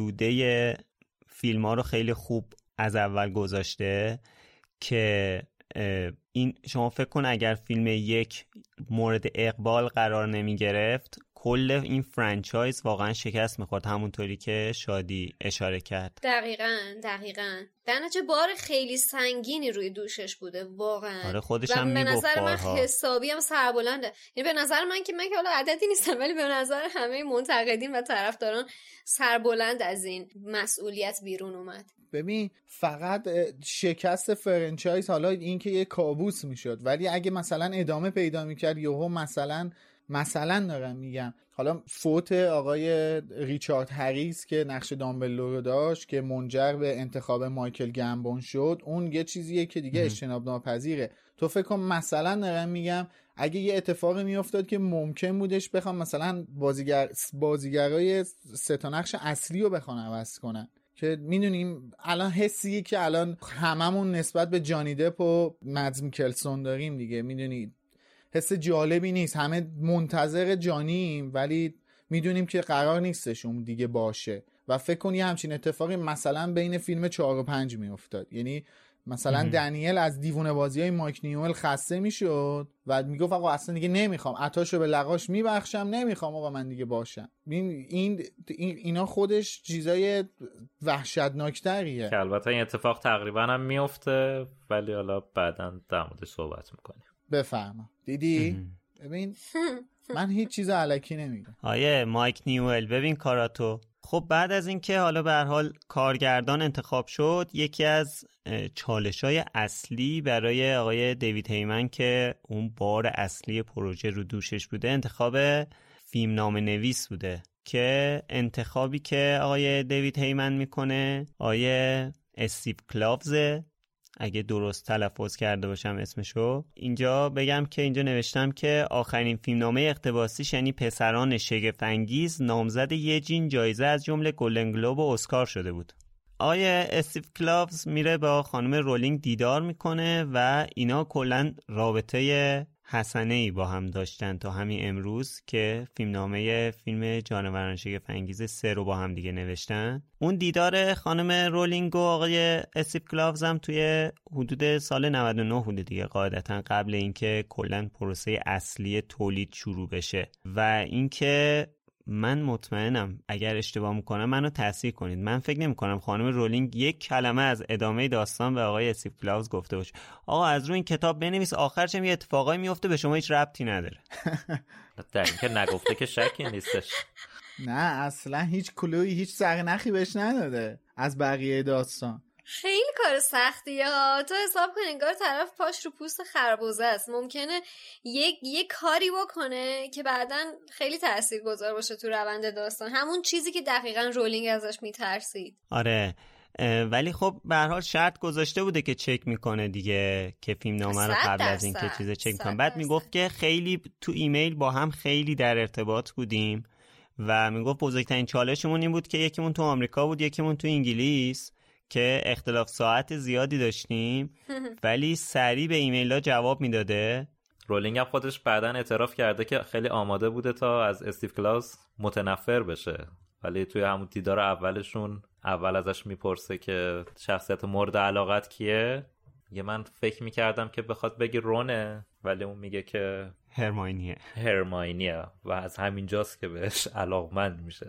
شالوده فیلم ها رو خیلی خوب از اول گذاشته که این شما فکر کن اگر فیلم یک مورد اقبال قرار نمی گرفت کل این فرانچایز واقعا شکست میخورد، همونطوری که شادی اشاره کرد. دقیقاً دقیقاً در نتیجه بار خیلی سنگینی روی دوشش بوده واقعا. آره خودش هم میگفت. به نظر من بارها. حسابی هم سربلنده. یعنی به نظر من که من که حالا عددی نیستم ولی به نظر همه منتقدین و طرفداران سربلند از این مسئولیت بیرون اومد. ببین فقط شکست فرانچایز حالا این که یه کابوس میشد، ولی اگه مثلا ادامه پیدا میکرد یهو مثلا مثلا دارم میگم حالا فوت آقای ریچارد هریس که نقش دامبلدور رو داشت که منجر به انتخاب مایکل گمبون شد، اون یه چیزیه که دیگه اجتناب ناپذیره. تو فکر کن مثلا دارم میگم اگه یه اتفاقی میافتاد که ممکن بودش بخوام مثلا بازیگر بازیگرای سه تا نقش اصلی رو بخوان عوض کنن، که میدونیم الان حسیه که الان هممون نسبت به جانی دپ و مدز میکلسون داریم دیگه، میدونید حس جالبی نیست، همه منتظر جانیم ولی میدونیم که قرار نیستشون دیگه باشه و فکر کنی همچین اتفاقی مثلا بین فیلم چهار و پنج میافتاد. یعنی مثلا مم. دنیل از دیوونه بازی های مایک نیوئل خسته میشد و میگفت آقا اصلا دیگه نمیخوام، عطاشو به لقاش میبخشم، نمیخوام آقا من دیگه باشم. این این اینا خودش چیزای وحشتناکتریه که البته این اتفاق تقریبا هم میفته ولی حالا بعداً در موردش صحبت میکنیم. بفرما. دیدی؟ ببین من هیچ چیز الکی نمیگم. آیه مایک نیوئل ببین کاراتو. خب بعد از اینکه حالا به هر حال کارگردان انتخاب شد، یکی از چالش‌های اصلی برای آقای دیوید هیمن که اون بار اصلی پروژه رو دوشش بوده انتخاب فیلمنامه نویس بوده، که انتخابی که آقای دیوید هیمن میکنه آقای استیو کلاوزه، اگه درست تلفظ کرده باشم اسمشو. اینجا بگم که اینجا نوشتم که آخرین فیلمنامه اقتباسیش یعنی پسران شگفت‌انگیز نامزد یه جین جایزه از جمله گلدن گلوب و اسکار شده بود. آیه استیو کلاوز میره با خانم رولینگ دیدار میکنه و اینا کلن رابطه حسنه‌ای با هم داشتن تا همین امروز که فیلمنامه فیلم جانوران شگفت‌انگیز سه رو با هم دیگه نوشتن. اون دیدار خانم رولینگ و آقای استیو کلاوز هم توی حدود سال نود و نه بوده دیگه، قاعدتا قبل اینکه کلا پروسه اصلی تولید شروع بشه. و اینکه من مطمئنم اگر اشتباه میکنم منو تصحیح کنید، من فکر نمیکنم خانم رولینگ یک کلمه از ادامه داستان به آقای استیو کلاوز گفته باشه آقا از رو این کتاب بنویس آخرش هم یه اتفاقایی میفته به شما هیچ ربطی نداره. در اینکه نگفته که شکی نیستش. نه اصلا هیچ کلویی هیچ سرنخی بهش نداده از بقیه داستان. خیلی کار سختیه ها. تو حساب کن انگار طرف پاش رو پوست خربوزه است، ممکنه یک یک کاری بکنه که بعداً خیلی تاثیرگذار باشه تو روند داستان، همون چیزی که دقیقاً رولینگ ازش میترسید. آره ولی خب به هر حال شرط گذاشته بوده که چک میکنه دیگه، که فیلمنامه رو قبل از این که چیز چک میکنه. بعد میگفت که خیلی تو ایمیل با هم خیلی در ارتباط بودیم و میگفت بزرگترین چالشمون این بود که یکیمون تو آمریکا بود یکیمون تو انگلیس، که اختلاف ساعت زیادی داشتیم ولی سریع به ایمیل ها جواب میداده. رولینگ هم خودش بعداً اعتراف کرده که خیلی آماده بوده تا از استیو کلاوز متنفر بشه، ولی توی همون دیدار اولشون اول ازش میپرسه که شخصیت مورد علاقت کیه، یه من فکر میکردم که بخواد بگی رونه ولی اون میگه که هرماینیه هرماینیه و از همینجاست که بهش علاقمند میشه.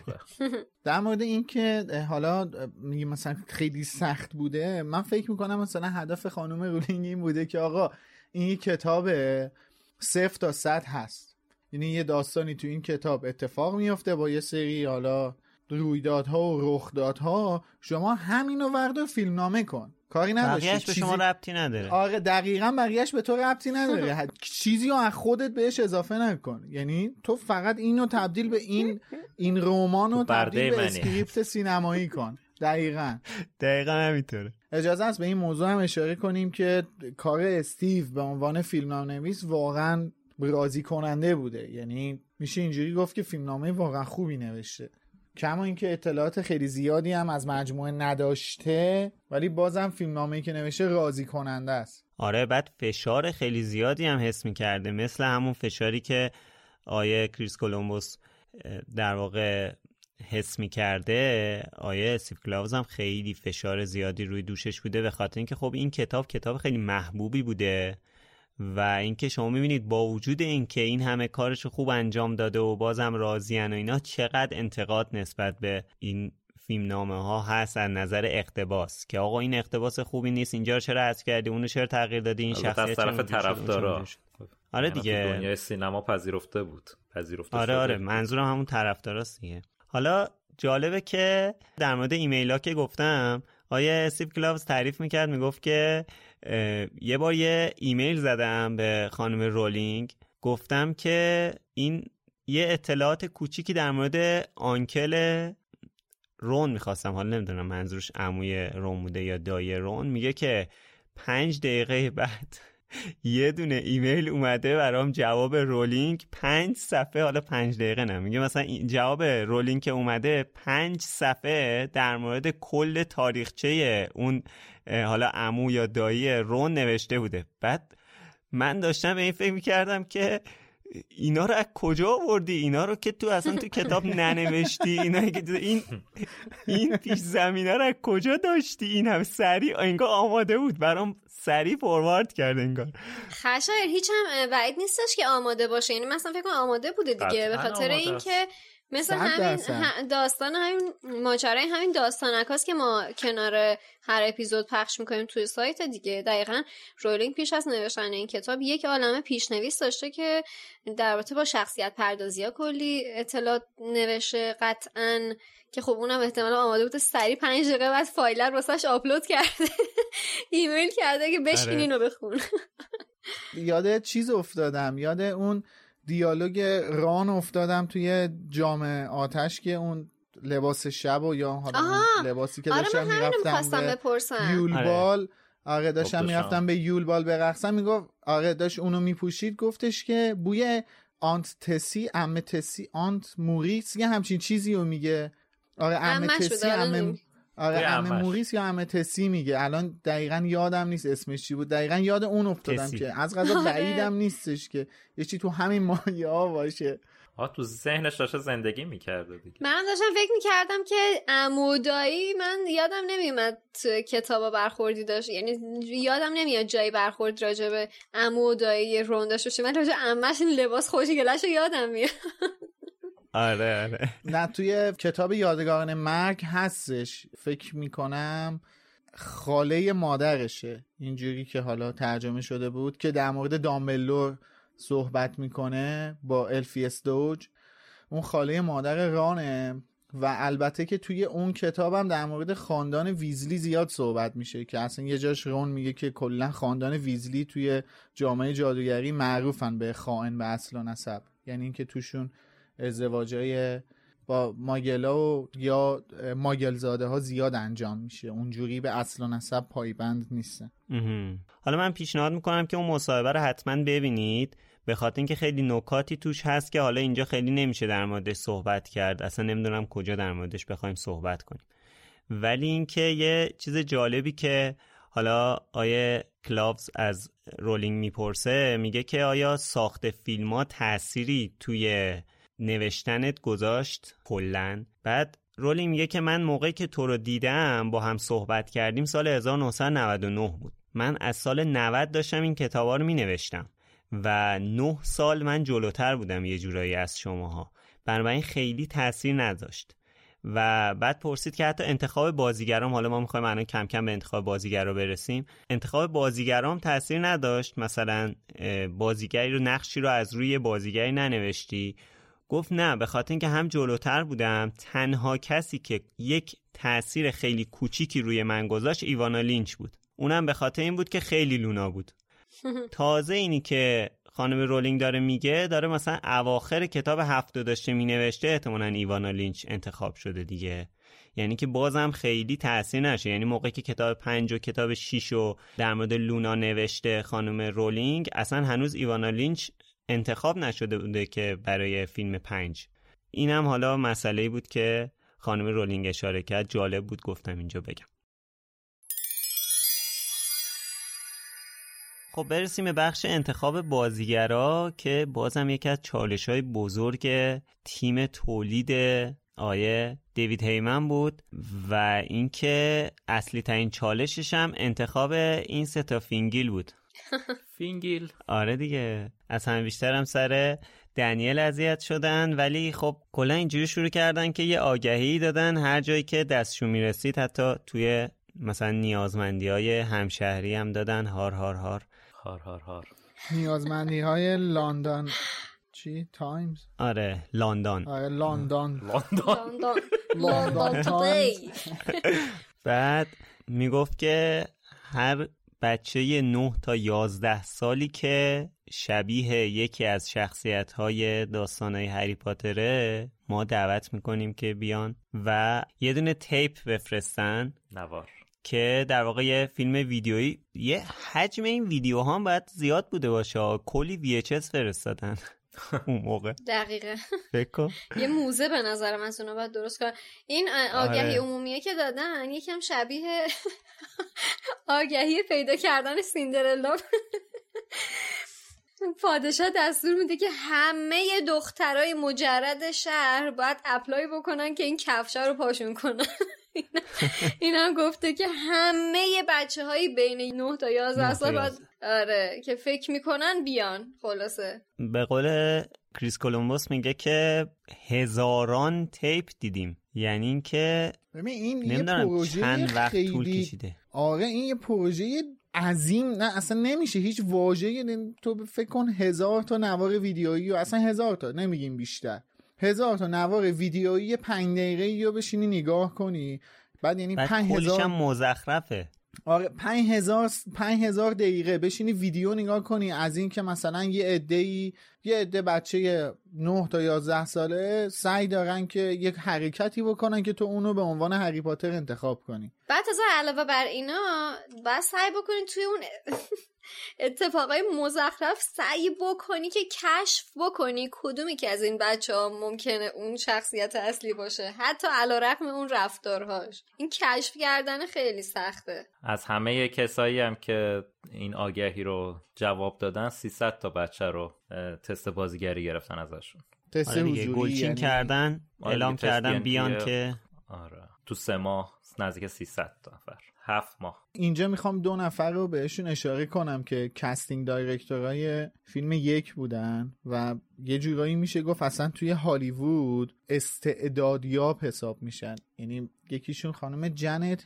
در مورد این که حالا میگه مثلا خیلی سخت بوده، من فکر میکنم مثلا هدف خانم رولینگ این بوده که آقا این یک کتاب صفر تا صد هست، یعنی یه داستانی تو این کتاب اتفاق میفته با یه سری حالا رویدادها و رخدادها، شما همینو ورد فیلمنامه کن، کاری نداشته، بقیهش به شما ربطی نداره. آره دقیقاً بقیهش به تو ربطی نداره. چیزی رو از خودت بهش اضافه نکن، یعنی تو فقط اینو تبدیل به این این رمانو تبدیل به اسکریپت سینمایی کن. دقیقاً دقیقاً همینطوره. اجازه است به این موضوع هم اشاره کنیم که کار استیو به عنوان فیلمنامه‌نویس واقعاً راضی کننده بوده، یعنی میشه اینجوری گفت که فیلمنامه واقعا خوبی نوشته، کما اینکه اطلاعات خیلی زیادی هم از مجموعه نداشته ولی بازم فیلمنامه‌ای که نوشته راضی کننده است. آره بعد فشار خیلی زیادی هم حس می‌کرده، مثل همون فشاری که آیه کریس کولومبوس در واقع حس می‌کرده آیه استیو کلاوز هم خیلی فشار زیادی روی دوشش بوده، به خاطر اینکه خب این کتاب کتاب خیلی محبوبی بوده و اینکه شما می‌بینید با وجود اینکه این همه کارش خوب انجام داده و بازم راضی‌ان و اینا، چقدر انتقاد نسبت به این فیلمنامه ها هست از نظر اقتباس، که آقا این اقتباس خوبی نیست، اینجا رو چرا حذف کردی، اونو چرا تغییر دادی، این شخصیت از طرف طرفدارا. آره دیگه، دنیای سینما پذیرفته بود، پذیرفته آره شده. آره منظورم همون طرفداراست دیگه. حالا جالبه که در مورد ایمیل ها که گفتم، آیه استیو کلاوز تعریف میکرد، میگفت که یه بار یه ایمیل زدم به خانم رولینگ، گفتم که این یه اطلاعات کوچیکی در مورد آنکل رون میخواستم، حالا نمیدونم منظورش عموی رون بوده یا دایی رون. میگه که پنج دقیقه بعد یه دونه ایمیل اومده برام، جواب رولینگ پنج صفحه، حالا پنج دقیقه نه، میگه مثلا جواب رولینگ که اومده پنج صفحه در مورد کل تاریخچه اون حالا عمو یا دایی رون نوشته بوده. بعد من داشتم به این فکر میکردم که اینا رو از کجا آوردی، اینا رو که تو اصلا تو کتاب ننوشتی، اینا که این این پیش زمینه رو از کجا داشتی، این هم سریع انگار آماده بود برام، سریع فوروارد کرد انگار. خشایر هیچ هم بعید نیستش که آماده باشه، یعنی مثلا فکر کنم آماده بوده دیگه، به خاطر اینکه مثلا همین داستان همین ماجرای همین داستانکاست که ما کنار هر اپیزود پخش میکنیم توی سایت دیگه. دقیقاً رولینگ پیش از نوشتن این کتاب یک عالمه پیشنویس داشته که در رابطه با شخصیت پردازی‌ها کلی اطلاعات نوشته قطعاً، که خب اونم احتمالا آماده بوده، سریع پنج دقیقه بعد فایل رو واسش آپلود کرده ایمیل کرده که بشین اینو بخون. یاد چیز افتادم، یاد اون دیالوگ ران افتادم توی جام آتش که اون لباس شب و یا حالا لباسی که داشتم آره میرفتم به یولبال، آره داشتم میرفتم به یولبال برقصم، میگفت آره داشت اونو میپوشید، گفتش که بوی آنت تسی، عمه تسی، آنت موریس یه همچین چیزی رو میگه. آره عمه تسی، عمه آره عمه موریس یا عمه تسی میگه. الان دقیقاً یادم نیست اسمش چی بود، دقیقاً یاد اون افتادم تسی. که از قضا بعیدم نیستش که یه چی تو همین مایه ها باشه. آه تو ذهنش داشته زندگی میکرده دیگه. من داشتم فکر میکردم که عمودایی، من یادم نمیومد کتابا برخوردی داشت، یعنی یادم نمیاد جایی برخورد راجع به عمودایی رون داشته باشه، من راجع عمه‌ش لباس خوشگلاشو یادم میاد. آره آره نه توی کتاب یادگاران مرگ هستش، فکر میکنم خاله مادرشه اینجوری که حالا ترجمه شده بود، که در مورد دامبلدور صحبت میکنه با الفیس دوج، اون خاله مادر رانه. و البته که توی اون کتابم در مورد خاندان ویزلی زیاد صحبت میشه، که اصلا یه جاش رون میگه که کلا خاندان ویزلی توی جامعه جادوگری معروفن به خائن به اصل و نسب، یعنی اینکه توشون ازدواجای با ماگلا و یا ماگلزاده ها زیاد انجام میشه، اونجوری به اصل و نسب پایبند نیستن. حالا من پیشنهاد میکنم که اون مصاحبه رو حتما ببینید، به خاطر اینکه خیلی نکاتی توش هست که حالا اینجا خیلی نمیشه در موردش صحبت کرد، اصلا نمیدونم کجا در موردش بخوایم صحبت کنیم. ولی اینکه یه چیز جالبی که حالا آیه کلاوز از رولینگ میپرسه، میگه که آیا ساخت فیلم ها تأثیری توی نوشتنت گذاشت کلن؟ بعد رولینگ میگه که من موقعی که تو رو دیدم با هم صحبت کردیم سال هزار و نهصد و نود و نه بود، من از سال نود داشتم این کتابا رو می نوشتم و نه سال من جلوتر بودم یه جورایی از شماها، بنابراین خیلی تأثیر نداشت. و بعد پرسید که حتی انتخاب بازیگرام، حالا ما میخوایم الان کم کم به انتخاب بازیگر رو برسیم، انتخاب بازیگرام تأثیر نداشت؟ مثلا بازیگری رو، نقشی رو از روی بازیگری ننوشتی؟ گفت نه، به خاطر اینکه هم جلوتر بودم، تنها کسی که یک تأثیر خیلی کوچیکی روی من گذاشت ایوانا لینچ بود، اونم به خاطر این بود که خیلی لونا بود. تازه اینی که خانم رولینگ داره میگه، داره مثلا اواخر کتاب هفت داشته مینوشته، احتمالاً ایوانا لینچ انتخاب شده دیگه، یعنی که بازم خیلی تأثیر نشه. یعنی موقعی که کتاب پنج و کتاب شیش رو در مورد لونا نوشته خانم رولینگ، اصلا هنوز ایوانا لینچ انتخاب نشده بوده که برای فیلم پنج. اینم حالا مسئله‌ای بود که خانم رولینگ اشاره کرد، جالب بود گفتم اینجا بگم. خب برسیم به بخش انتخاب بازیگرا که بازم یکی از چالش‌های بزرگ تیم تولید آیه دیوید هیمن بود و اینکه اصلی ترین چالشش هم انتخاب این سه تا فینگیل بود. فینگیل؟ آره دیگه، از همه بیشتر هم سر دنیل اذیت شدن، ولی خب کلا اینجوری شروع کردن که یه آگهی دادن هر جایی که دستشون میرسید، حتی توی مثلا نیازمندی های همشهری هم دادن. هار هار هار هار هار هار نیازمندی های لندن چی؟ تایمز؟ آره لندن. آره لندن لندن لندن تایمز. بعد میگفت که هر بچه نه تا یازده سالی که شبیه یکی از شخصیت‌های داستان‌های هری پاتره ما دعوت میکنیم که بیان و یه دونه تیپ بفرستن، نوار، که در واقع یه فیلم ویدیویی. یه حجم این ویدیوها هم باید زیاد بوده باشه، کلی وی اچ اس فرستادن اون موقع. دقیقه. فکر کن یه موزه به نظرم از اونا باید درست کنن. این آگهی عمومیه که دادن یکم شبیه آگهی پیدا کردن سیندرلا. پادشاه دستور میده که همه دخترای مجرد شهر باید اپلای بکنن که این کفشا رو پاشون کنن. این هم گفته که همه بچه های بین نه تا یازده سال باید، آره، که فکر میکنن بیان. خلاصه به قول کریس کولومبوس میگه که هزاران تیپ دیدیم، یعنی این که این یه نمیدونم پروژه چند وقت خیلی... طول کشیده. آره این یه پروژه عظیم، نه اصلا نمیشه هیچ واژه. تو فکر کن هزار تا نوار ویدیویی و اصلا هزار تا نمیگیم بیشتر، هزار تا نوار ویدیویی پنج دقیقه‌ای رو بشینی نگاه کنی، بعد یعنی پنج هزار هم مزخرفه. آره پنج هزار پنج هزار دقیقه بشینی ویدیو نگاه کنی از این که مثلا یه عده‌ای یه عده بچه نه تا یازده ساله سعی دارن که یک حرکتی بکنن که تو اونو به عنوان هری پاتر انتخاب کنی. بعد از علاوه بر اینا باید سعی بکنی توی اون اتفاقای مزخرف سعی بکنی که کشف بکنی کدومی که از این بچه ها ممکنه اون شخصیت اصلی باشه، حتی علیرغم اون رفتارهاش. این کشف کردن خیلی سخته. از همه کسایی هم که این آگهی رو جواب دادن سیصد تا بچه رو تست بازیگری گرفتن ازشون. تست آره حضوری گلچین یعنی... کردن، اعلام کردن بیان که آره تو سه ماه نزدیک سیصد تا نفر، هفت ماه. اینجا میخوام دو نفر رو بهشون اشاره کنم که کاستینگ دایرکتورای فیلم یک بودن و یه جورایی میشه گفت اصلا توی هالیوود استعدادیاب حساب میشن. یعنی یکیشون خانم جنت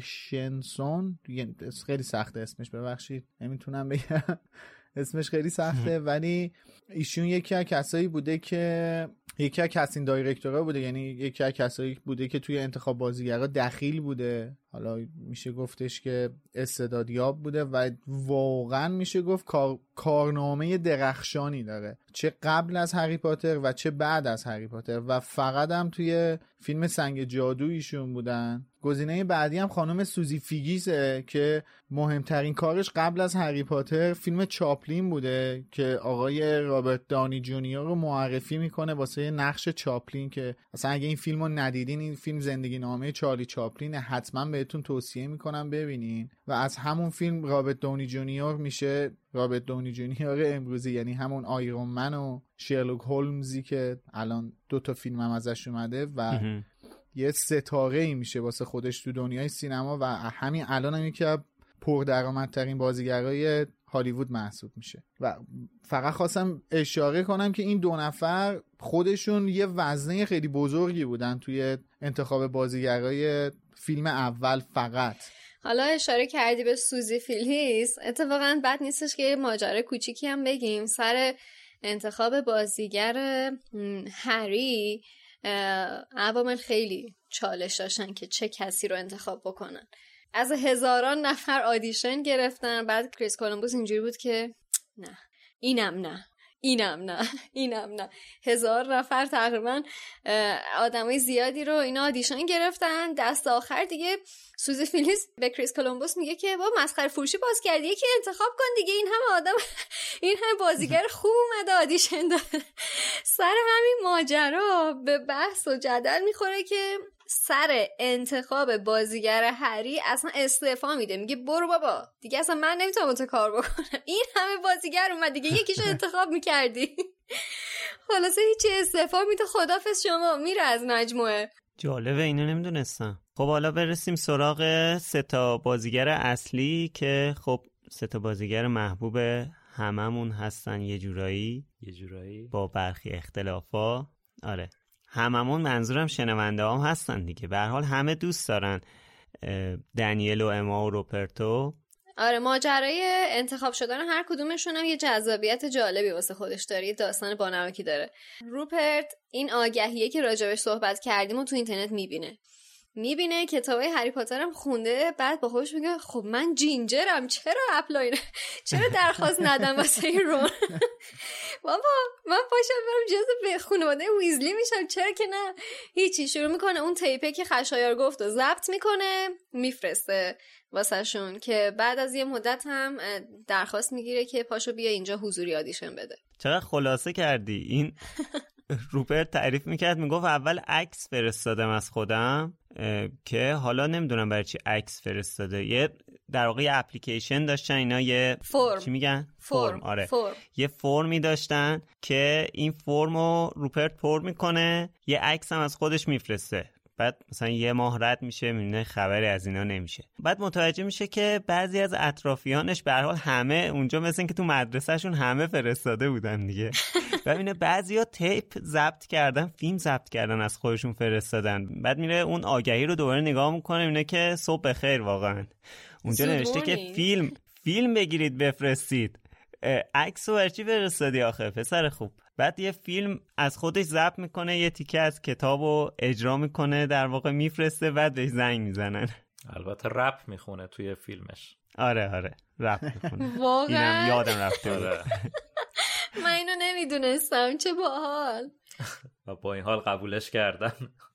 هیرشنسون، خیلی سخته اسمش، ببخشید نمیتونم بگم اسمش خیلی سخته، ولی ایشون یکی از کسایی بوده که یکی از کاستینگ دایرکتورها بوده، یعنی یکی از کسایی بوده که توی انتخاب بازیگرا دخیل بوده. حالا میشه گفتش که استعدادیاب بوده و واقعا میشه گفت کار... کارنامه درخشانی داره، چه قبل از هری پاتر و چه بعد از هری پاتر، و فقط هم توی فیلم سنگ جادو ایشون بودن. گزینه بعدی هم خانم سوزی فیگیسه که مهمترین کارش قبل از هری پاتر فیلم چاپلین بوده که آقای رابرت دانی جونیور رو معرفی میکنه واسه نقش چاپلین، که اصلا اگه این فیلم رو ندیدین، این فیلم زندگی نامه چارلی چاپلین، حتما بهتون توصیه میکنم ببینین. و از همون فیلم رابرت دانی جونیور میشه رابرت دانی جونیور امروزی، یعنی همون آیرون من و شرلوک هولمزی که الان دو تا فیلم هم ازش اومده و یه ستاره ای میشه واسه خودش تو دنیای سینما و همین الان هم یکی از پردرآمدترین بازیگرای هالیوود محسوب میشه. و فقط خواستم اشاره کنم که این دو نفر خودشون یه وزنه خیلی بزرگی بودن توی انتخاب بازیگرای فیلم اول. فقط حالا اشاره کردی به سوزی فیلیس، اتفاقا بد نیستش که یه ماجرای کوچیکی هم بگیم سر انتخاب بازیگر هری. عوامل خیلی چالش داشتن که چه کسی رو انتخاب بکنن. از هزاران نفر آدیشن گرفتن، بعد کریس کولومبوس اینجوری بود که نه اینم نه اینم نه اینم نه. هزار نفر تقریبا آدمای زیادی رو اینا آدیشن گرفتن. دست آخر دیگه سوزی فیلیس به کریس کولومبوس میگه که با مسخره فروشی باز کردی، یکی انتخاب کن دیگه، این همه آدم این همه بازیگر خوب اومده آدیشن داده. سر همین ماجرا به بحث و جدل میخوره که سر انتخاب بازیگر هری اصلا استعفا میده، میگه برو بابا دیگه اصلا من نمیتونم اون کار بکنم، این همه بازیگر اومد دیگه یکیشو انتخاب میکردی. خلاصه هیچی استعفا میده، خدافظ شما، میره از مجموعه. جالبه، اینو نمیدونستم. خب حالا برسیم سراغ سه تا بازیگر اصلی که خب سه تا بازیگر محبوب هممون هستن یه جورایی یه جورایی با برخی اختلافا. آره هممون، منظورم شنونده هم هستن دیگه، به هر حال همه دوست دارن دنیل و اما و روپرتو. آره ماجرای انتخاب شدن هر کدومشون هم یه جذابیت جالبی واسه خودش داره، یه داستان بانمکی داره. روپرت این آگهیه که راجبش صحبت کردیم و تو اینترنت میبینه میبینه کتابای هری پاتر هم خونده، بعد با خودش میگه خب من جینجرم، چرا اپلای چرا درخواست ندم واسه این رون؟ بابا من پاشم برم جزو خانواده ویزلی میشم، چرا که نه. هیچی، شروع میکنه اون تیپه که خشایار گفت و ضبط میکنه میفرسته واسه شون، که بعد از یه مدت هم درخواست میگیره که پاشو بیا اینجا حضوری آدیشن بده. چقدر خلاصه کردی. این روپرت تعریف میکرد، میگفت اول عکس فرستادم از خودم که حالا نمیدونم برای چی عکس فرستاده، یه در واقع یه اپلیکیشن داشتن اینا، یه فرم. چی میگن؟ فرم. آره فرم. یه فرمی داشتن که این فرمو روپرت پر میکنه، یه عکس هم از خودش میفرسته، بعد مثلا یه ماه رد میشه میبینه خبری از اینا نمیشه، بعد متوجه میشه که بعضی از اطرافیانش به هر حال همه اونجا مثل این که تو مدرسهشون همه فرستاده بودن دیگه. ببینه بعضیا تیپ ضبط کردن، فیلم ضبط کردن از خودشون فرستادن، بعد میره اون آگهی رو دوباره نگاه میکنه میبینه که صبح بخیر، واقعا اونجا نوشته که فیلم فیلم بگیرید بفرستید. عکس و هرچی فرستادی آخه پسر خوب. بعد یه فیلم از خودش ضبط میکنه، یه تیکه از کتابو اجرا میکنه، در واقع میفرسته، بعد بهش زنگ میزنن. البته رپ میخونه توی فیلمش. آره آره رپ میخونه. واقعا اینم یادم رفته بود. من اینو نمیدونستم، چه باحال. و با این حال قبولش کردن.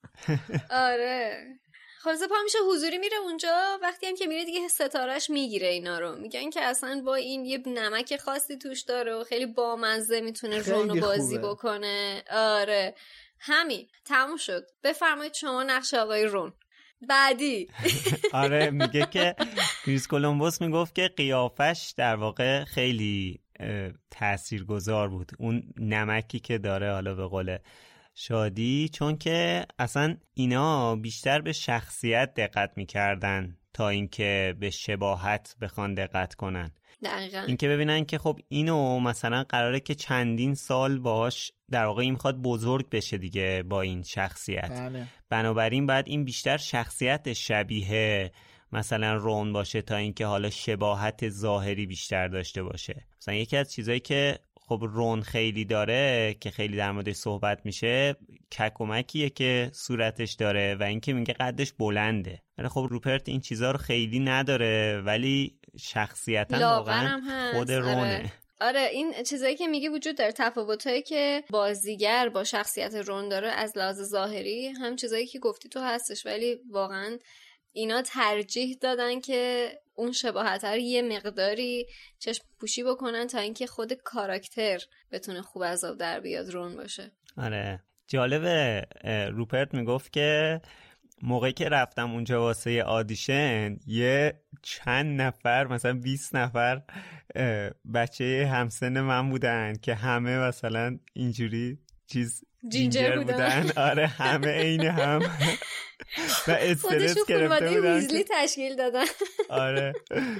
آره خلاصه پا میشه حضوری میره اونجا، وقتی هم که میره دیگه ستارهش میگیره اینا رو، میگن که اصلا با این یه نمک خاصی توش داره و خیلی بامزه میتونه رونو بازی خوبه. بکنه. آره همین تموم شد. بفرمایید شما نقش آقای رون. بعدی آره میگه که کریس کولومبوس میگفت که قیافش در واقع خیلی تاثیرگذار بود، اون نمکی که داره، حالا به قول شادی، چون که اصلا اینا بیشتر به شخصیت دقت میکردن تا اینکه به شباهت بخوان دقت کنن. دقیقاً اینکه ببینن که خب اینو مثلا قراره که چندین سال باهاش در واقع این میخواد بزرگ بشه دیگه با این شخصیت. بله. بنابراین باید این بیشتر شخصیت شبیه مثلا رون باشه تا اینکه حالا شباهت ظاهری بیشتر داشته باشه. مثلا یکی از چیزایی که خب رون خیلی داره که خیلی در موردش صحبت میشه، ککومکیه که صورتش داره و اینکه میگه قدش بلنده. ولی خب روپرت این چیزا رو خیلی نداره، ولی شخصیتا واقعا خود رونه. آره. آره این چیزایی که میگی وجود داره، تفاوتایی که بازیگر با شخصیت رون داره از لحاظ ظاهری هم چیزایی که گفتی تو هستش، ولی واقعا اینا ترجیح دادن که اون شباهت رو یه مقداری چشم پوشی بکنن تا اینکه خود کاراکتر بتونه خوب از آب در بیاد رون باشه. آره جالبه. روپرت میگفت که موقعی که رفتم اونجا واسه آدیشن یه چند نفر مثلا بیست نفر بچه همسن من بودن که همه مثلا اینجوری چیز جینجر بودن, بودن. آره همه عین هم و استرس گرفته بودن، ویزلی تشکیل دادن. آره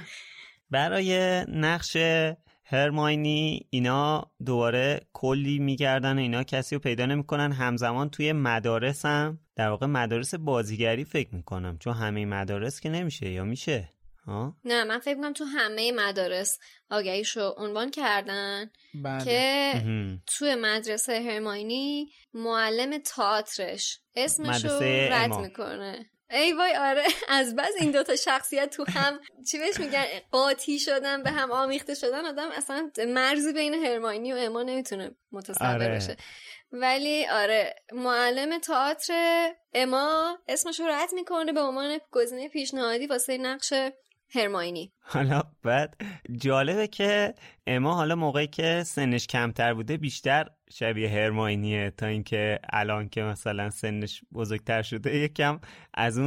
برای نقش هرماینی اینا دوباره کلی میگردن و اینا کسی رو پیدا نمیکنن. همزمان توی مدارس هم در واقع مدارس بازیگری فکر میکنم، چون همه مدارس که نمیشه یا میشه؟ ها؟ نه من فکر میکنم تو همه مدارس آگهیشو عنوان کردن. بله. که توی مدرسه هرماینی معلم تئاترش اسمشو رد میکنه. ای وای آره، از بس این دوتا شخصیت تو هم چی بهش میگن قاطی شدن، به هم آمیخته شدن، آدم اصلا مرزی بین هرماینی و اما نمیتونه متصور آره. بشه. ولی آره معلم تئاتر اما اسمشو رد میکنه به عنوان گزینه پیشنهادی واسه نقش هرماینی. حالا بعد جالبه که اما حالا موقعی که سنش کمتر بوده بیشتر شبیه هرماینیه تا اینکه الان که مثلا سنش بزرگتر شده یکم از اون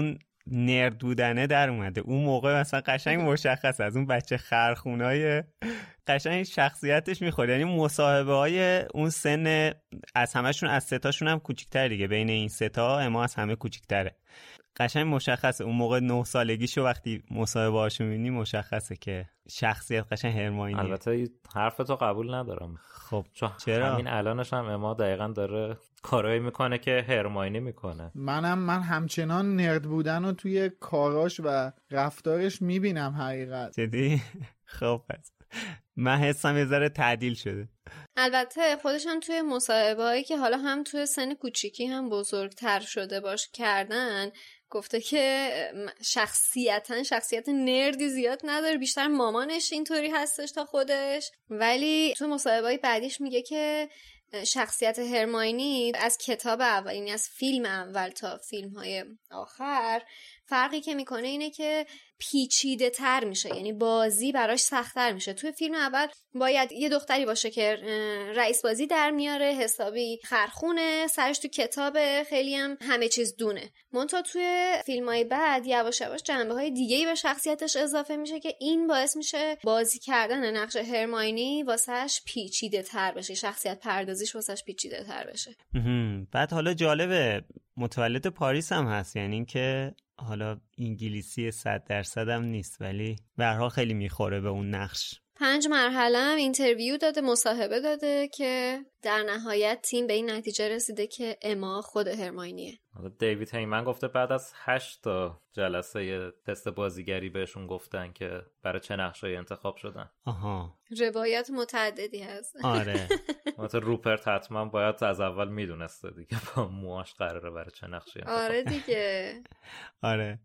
نرد بودنه در اومده. اون موقع مثلا قشنگ مشخص از اون بچه خرخونای قشنگ شخصیتش میخوره، یعنی مصاحبه های اون سن از همشون از ستاشون هم کوچیک‌تر دیگه، بین این ستا اما از همه کوچیک‌تره. قشنگ مشخصه اون موقع نه سالگیشو وقتی مصاحبه هاشو میبینی مشخصه که شخصیت قشنگ هرماینیه. البته حرفتو قبول ندارم. خب چون چرا؟ همین الانش هم اما دقیقاً داره کارایی میکنه که هرماینی میکنه. منم من همچنان نرد بودن رو توی کاراش و رفتارش میبینم حقیقت. جدی؟ خب پس من حسم یه ذره تعدیل شده. البته خودش هم توی مصاحبه‌هایی که حالا هم توی سن کوچیکی هم بزرگتر شده باش کردن گفته که شخصیتاً شخصیت نردی زیاد نداره، بیشتر مامانش اینطوری هستش تا خودش. ولی توی مصاحبه‌های بعدیش میگه که شخصیت هرماینی از کتاب اول، یعنی از فیلم اول تا فیلم های آخر، فرقی که میکنه اینه که پیچیده تر میشه، یعنی بازی براش سخت‌تر میشه. توی فیلم اول باید یه دختری باشه که رئیس بازی در میاره، حسابی خرخونه، سرش تو کتاب، خیلی هم همه چیز دونه. منتها توی فیلم‌های بعد یواش یواش جنبه‌های دیگه‌ای به شخصیتش اضافه میشه که این باعث میشه بازی کردن نقش هرماینی واسش پیچیده تر بشه، شخصیت پردازیش واسش پیچیده تر بشه. بعد حالا جالبه متولد پاریس هم هست، یعنی اینکه حالا انگلیسی صد درصد هم نیست ولی به هر حال خیلی میخوره به اون نقش. پنج مرحله هم اینترویو داده، مصاحبه داده که در نهایت تیم به این نتیجه رسیده که اما خود هرماینیه. دیوید هیمن گفته بعد از هشت تا جلسه تست بازیگری بهشون گفتن که برای چه نقشایی انتخاب شدن. آها، روایت متعددی هست. آره. مثلا روپرت حتما باید از اول میدونسته دیگه با موهاش قراره برای چه نقشی انتخاب. آره دیگه. آره.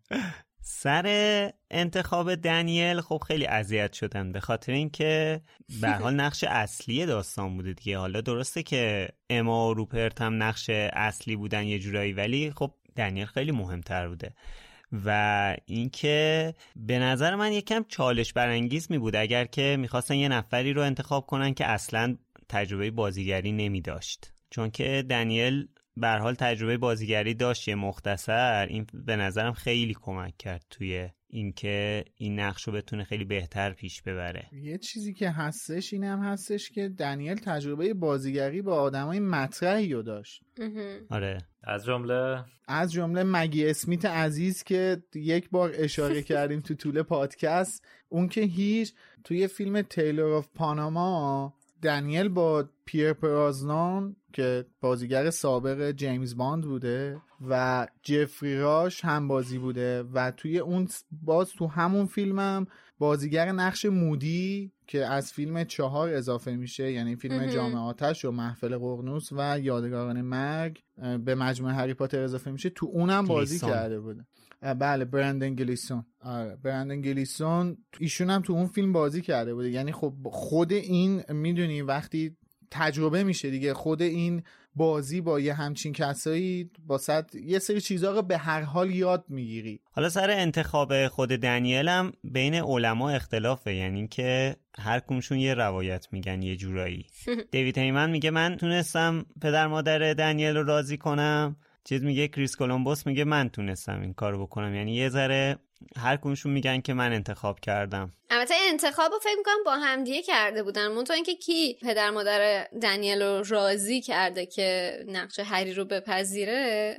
سر انتخاب دنیل خب خیلی اذیت شدن به خاطر اینکه به هر حال نقش اصلی داستان بوده دیگه. حالا درسته که اما و روپرت هم نقش اصلی بودن یه جورایی، ولی خب دنیل خیلی مهمتر بوده و اینکه به نظر من یکم چالش برانگیز می بود اگر که میخواستن یه نفری رو انتخاب کنن که اصلاً تجربه بازیگری نمی داشت، چون که دنیل به هر حال تجربه بازیگری داشت یه مختصر. این به نظرم خیلی کمک کرد توی اینکه این نقش رو بتونه خیلی بهتر پیش ببره. یه چیزی که هستش این هم هستش که دنیل تجربه بازیگری با آدمای مطرحی رو داشت. آره، از جمله از جمله مگی اسمیت عزیز که یک بار اشاره کردیم تو طول پادکست، اون که هیچ توی فیلم تیلور آف پاناما دنیل با پیر پرازنان که بازیگر سابق جیمز باند بوده و جفری راش هم بازی بوده و توی اون باز تو همون فیلمم بازیگر نقش مودی که از فیلم چهار اضافه میشه، یعنی فیلم جام آتش و محفل ققنوس و یادگاران مرگ به مجموعه هری پاتر اضافه میشه، تو اونم بازی گلیسون. کرده بوده. بله، برندن گلیسون. آره، برندن گلیسون ایشون هم تو اون فیلم بازی کرده بوده. یعنی خب خود این میدونی وقتی تجربه میشه دیگه، خود این بازی با یه همچین کسایی با صد یه سری چیزا رو به هر حال یاد میگیری. حالا سر انتخاب خود دنیل هم بین علما اختلافه، یعنی که هر کمشون یه روایت میگن یه جورایی. دیوید هیمن میگه من تونستم پدر مادر دنیل رو راضی کنم، چیز میگه کریس کولومبوس میگه من تونستم این کارو بکنم. یعنی یه ذره هر کدومشون میگن که من انتخاب کردم. البته انتخابو فکر میکنم با همدیگه کرده بودن، منتها اینکه کی پدر مادر دنیل رو راضی کرده که نقش هری رو بپذیره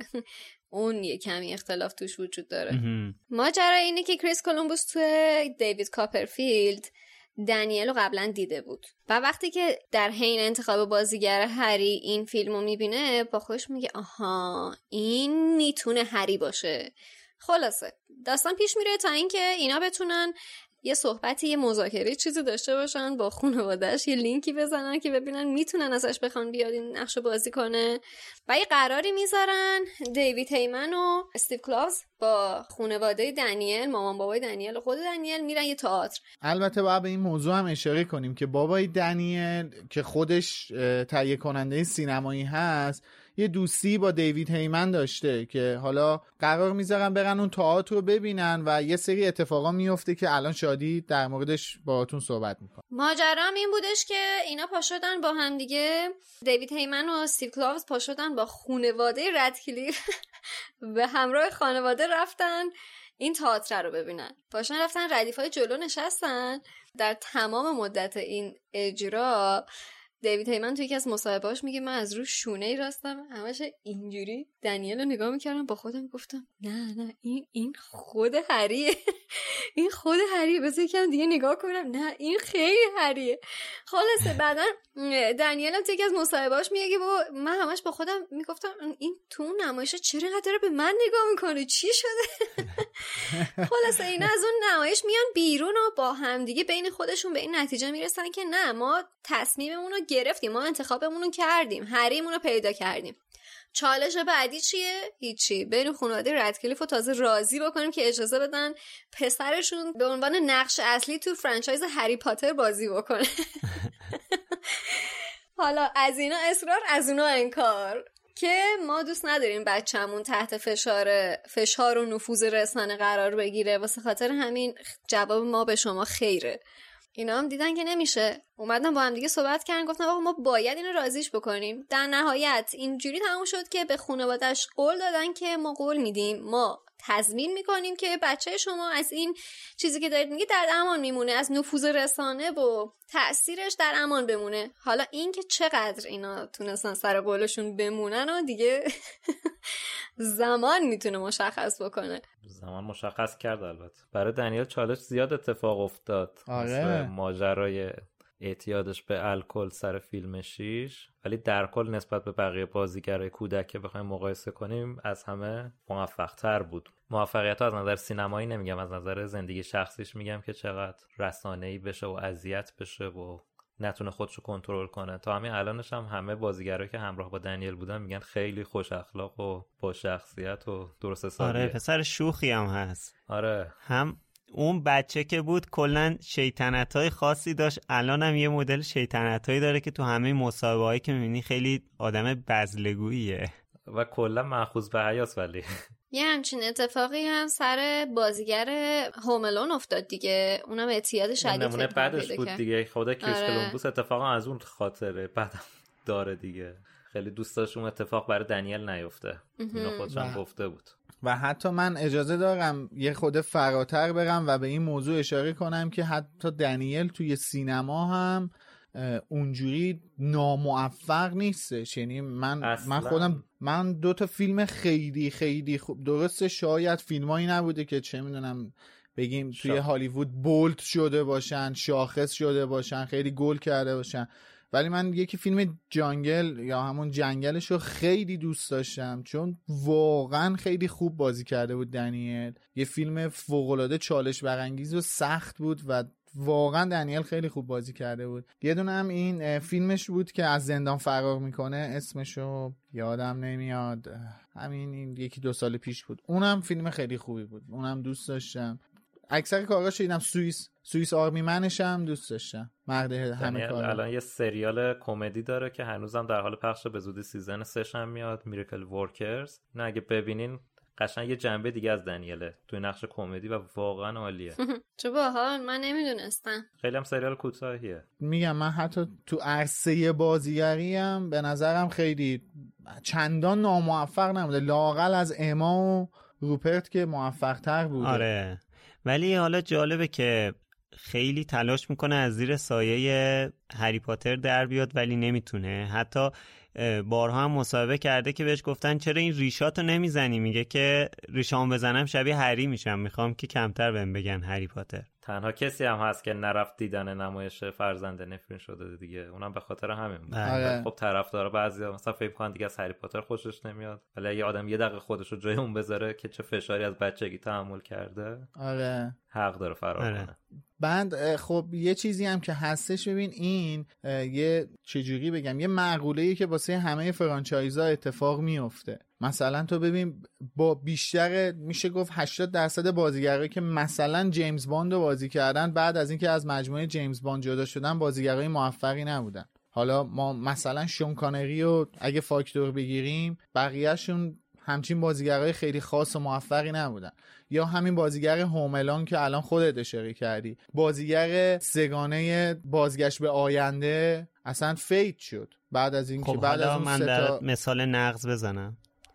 اون یه کمی اختلاف توش وجود داره. ماجرا اینه که کریس کولومبوس تو دیوید کاپرفیلد دنیل رو قبلا دیده بود و وقتی که در حین انتخاب بازیگر هری این فیلمو میبینه با خودش میگه آها این میتونه هری باشه. خلاصه داستان پیش میره تا اینکه اینا بتونن یه صحبتی، یه مذاکره چیزی داشته باشن با خانواده‌اش، یه لینکی بزنن که ببینن میتونن ازش بخوان بیاد این نقش بازی کنه و یه قراری میذارن دیوید هیمن و استیو کلاوز با خانواده دنیل، مامان بابای دنیل و خود دنیل میرن یه تئاتر. البته باید به این موضوع هم اشاره کنیم که بابای دنیل که خودش تهیه کننده سینمایی هست یه دوستی با دیوید هیمن داشته که حالا قرار میذارن برن اون تئاتر رو ببینن و یه سری اتفاقا میفته که الان شادی در موردش باهاتون صحبت میکنه. ماجرام این بودش که اینا پاشدن با هم دیگه، دیوید هیمن و استیو کلاوز پاشدن با خانواده ردکلیف به همراه خانواده رفتن این تئاتر رو ببینن. پاشن رفتن ردیفای جلو نشستن. در تمام مدت این اجرا دیوید هیمن توی یکی از مصاحبه‌هاش میگه من از رو شونه ای راستم همش اینجوری دنیل رو نگاه میکردم، با خودم گفتم نه نه این این خود هریه این خود هریه، بذار یکم دیگه نگاه کنم، نه این خیلی هریه. خلاصه بعدا دنیل هم توی یکی از مصاحبه‌هاش میگه بابا من همش با خودم میگفتم این تو نمایش چرا اینقدر به من نگاه میکنه، چی شده؟ خلاصه اینا از اون نمایش میان بیرون و با هم دیگه بین خودشون به این نتیجه میرسن که نه ما تصمیممون رو گرفتیم، ما انتخابمون رو کردیم، هریمون رو پیدا کردیم. چالش بعدی چیه؟ هیچی. بریم خانواده ردکلیف رو تازه راضی بکنیم که اجازه بدن پسرشون به عنوان نقش اصلی تو فرانچایز هری پاتر بازی بکنه. حالا از اینا اصرار از اونا انکار که ما دوست نداریم بچه‌مون تحت فشار فشار و نفوذ رسانه قرار بگیره، واسه خاطر همین جواب ما به شما خیره. اینا هم دیدن که نمیشه، اومدن با هم دیگه صحبت کردن، گفتن آقا ما باید اینو راضیش بکنیم. در نهایت اینجوری تموم شد که به خانواده‌اش قول دادن که ما قول میدیم، ما تضمین میکنیم که بچه شما از این چیزی که دارید میگید در امان میمونه، از نفوذ رسانه و تأثیرش در امان بمونه. حالا این که چقدر اینا تونستن سر قولشون بمونن و دیگه زمان میتونه مشخص بکنه. زمان مشخص کرد. البته برای دنیل چالش زیاد اتفاق افتاد. آره. مثل ماجرای اعتیادش به الکل سر فیلم شیش، ولی در کل نسبت به بقیه بازیگرای کودک که بخوایم مقایسه کنیم از همه موفق تر بود. موفقیت ها از نظر سینمایی نمیگم، از نظر زندگی شخصیش میگم که چقدر رسانه‌ای بشه و اذیت بشه و نتونه خودشو کنترل کنه. تا همین الانش هم همه بازیگرایی که همراه با دنیل بودن میگن خیلی خوش اخلاق و با شخصیت و درست حسابیه. آره پسر شوخی هم هست. آره هم اون بچه که بود کلن شیطنت‌های خاصی داشت، الان هم یه مدل شیطنت‌هایی داره که تو همه مصاحبه‌هایی که می‌بینی خیلی آدم بزلگوییه و کلا مأخوذ به حیاس. ولی یه همچین اتفاقی هم سر بازیگر هوملون افتاد دیگه، اونم اعتیاد شدید نمونه بعدش بود کرد. دیگه. خدا کریس آره. کلمبوس اتفاقا از اون خاطره بعدم داره دیگه. خیلی دوست داشت اون اتفاق برای دنیل نیفته. اینو خودش هم گفته بود. و حتی من اجازه دارم یه خود فراتر برم و به این موضوع اشاره کنم که حتی دنیل توی سینما هم اونجوری ناموفق نیستش. یعنی من اصلا. من خودم من دو تا فیلم خیلی خیلی خوب، درسته شاید فیلمایی نبوده که چه میدونم بگیم توی شا... هالیوود بولد شده باشن، شاخص شده باشن، خیلی گل کرده باشن، ولی من یکی فیلم جانگل یا همون جنگلش رو خیلی دوست داشتم چون واقعا خیلی خوب بازی کرده بود دنیل. یه فیلم فوق‌العاده چالش برانگیز و سخت بود و واقعا دنیل خیلی خوب بازی کرده بود. یه دونه هم این فیلمش بود که از زندان فرار میکنه، اسمشو یادم نمیاد، همین این یکی دو سال پیش بود. اونم فیلم خیلی خوبی بود، اونم دوست داشتم. اکثر کاراش دیدم. سوئیس سوئیس آرمی منش هم دوست داشتم. مرد همه کار. الان یه سریال کمدی داره که هنوزم در حال پخشه، به زودی سیزن سه هم میاد، میریکل ورکرز. نه اگه ببینین قشنگ یه جنبه دیگه از دنیله توی نقش کمدی و واقعا عالیه. چه باحال، من نمیدونستم. خیلی هم سریال کوتاهیه. میگم من حتی تو عرصه بازیگری هم به نظرم خیلی چندان ناموفق نبوده، لااقل از اما و روپرت که موفق تر بوده. آره ولی حالا جالبه که خیلی تلاش میکنه از زیر سایه هری پاتر در بیاد ولی نمیتونه. حتی بارها هم مصاحبه کرده که بهش گفتن چرا این ریشاتو نمیزنی، میگه که ریشامو بزنم شبیه هری میشم، میخوام که کمتر بهم بگن هری پاتر. تنها کسی هم هست که نرفت دیدن نمایش فرزند نفرین شده دیگه، اونم به خاطر همین بود. خب طرفدارا بعضیا مثلا فکر کنن دیگه از هری پاتر خوشش نمیاد، ولی اگه آدم یه دقیقه خودش رو جای اون بذاره که چه فشاری از بچگی تحمل کرده، آره حق داره فرار آره. کنه. بند خب یه چیزی هم که هستش، ببین این یه چجوری بگم، یه معقوله‌ای که واسه همه فرانچایزها اتفاق میفته. مثلا تو ببین با بیشتر میشه گفت هشتاد درصد بازیگرایی که مثلا جیمز باند رو بازی کردن بعد از اینکه از مجموعه جیمز باند جدا شدن بازیگرای موفقی نبودن. حالا ما مثلا شون کانری رو اگه فاکتور بگیریم بقیه‌شون همچین بازیگرای خیلی خاص و موفقی نبودن. یا همین بازیگر هوملان که الان خودت اشاره کردی، بازیگر سگانه بازگشت به آینده اصلا فیت شد بعد از اینکه خب بعد از اون من سه در تا مثال نقض بزنم.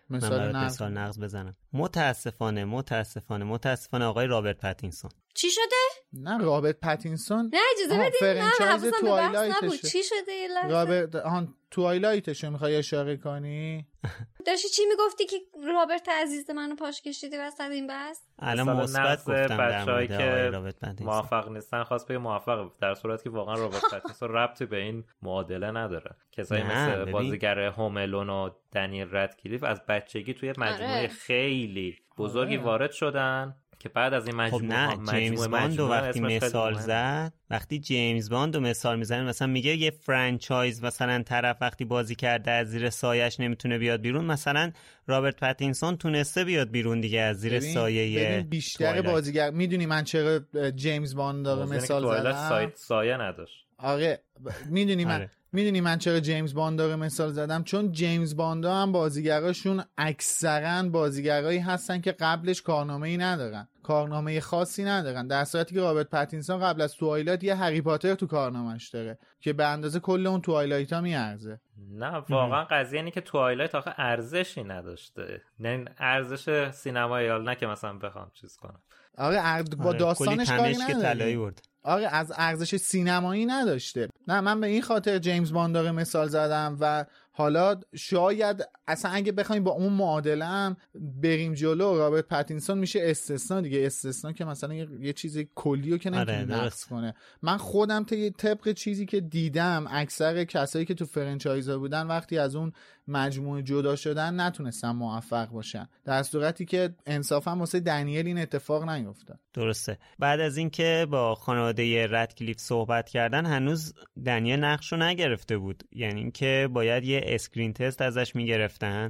مثال نقض مثال نقض بزنم. متاسفانه متاسفانه متاسفانه آقای رابرت پاتینسون. چی شده؟ نه رابرت پاتینسون نه اجازه بدید، نه فرانچایز توایلایتش. چی شده یه لحظه؟ رابرت آن توایلایتش رو میخوای اشاره کنی؟ داشتی چی میگفتی که رابرت عزیز منو پاش کشیدی وسط این بحث؟ الان مثبت گفتم در مورد آقای رابرت پاتینسون. موافق نیستن خواست بگه موافقه، در صورتی که واقعا رابرت پاتینسون ربطی به این معادله نداره. کسایی مثل ببین. بازیگر هوم الون و دنیل رادکلیف از بچگی توی مجموعه آره. خیلی بزرگی آره. وارد شدن که بعد از این مجموعه خب نه مجموعه جیمز باند وقتی مثال زد، وقتی جیمز باند مثال میزنه مثلا میگه یه فرانچایز مثلا طرف وقتی بازی کرده از زیر سایش نمیتونه بیاد بیرون، مثلا رابرت پاتینسون تونسته بیاد بیرون دیگه از زیر ببین، سایه ببین بیشتر توایلایت. بازیگر. میدونی من چرا جیمز باند رو مثال زدم؟ سایت سایه نداشت. آره ب... میدونی من آره. میدونی من چرا جیمز باند رو مثال زدم؟ چون جیمز باند هم بازیگراشون اکثرا بازیگرایی هستن که قبلش کارنامه‌ای ندارن، کارنامه خاصی ندارن، در صورتی که رابرت پاتینسون قبل از توایلایت یه هری پاتر تو کارنامه‌اش داره که به اندازه کل اون توایلایت ها میارزه. نه واقعا قضیه اینه که توایلایت آخه ارزشی نداشته، نه ارزش سینمایی، حال نه که مثلا بخوام چیز کنم. آره ارد... با داستانش کاری نداره. آره از ارزش سینمایی نداشته. نه من به این خاطر جیمز باند رو مثال زدم و حالا شاید اصلا اگه بخوایم با اون معادله هم بریم جلو، رابرت پاتینسون میشه استثناء دیگه. استثناء که مثلا یه, یه چیز کلیو که نمیتونه نقص کنه. من خودم طبق چیزی که دیدم اکثر کسایی که تو فرانچایزا بودن وقتی از اون مجموعه جدا شدن نتونستن موفق باشن، در صورتی که انصافا واسه دنیل این اتفاق نیفتاد. درسته. بعد از اینکه با خانواده رادکلیف صحبت کردن هنوز دنیل نقشو نگرفته بود، یعنی اینکه باید یه اسکرین تست ازش میگرفتن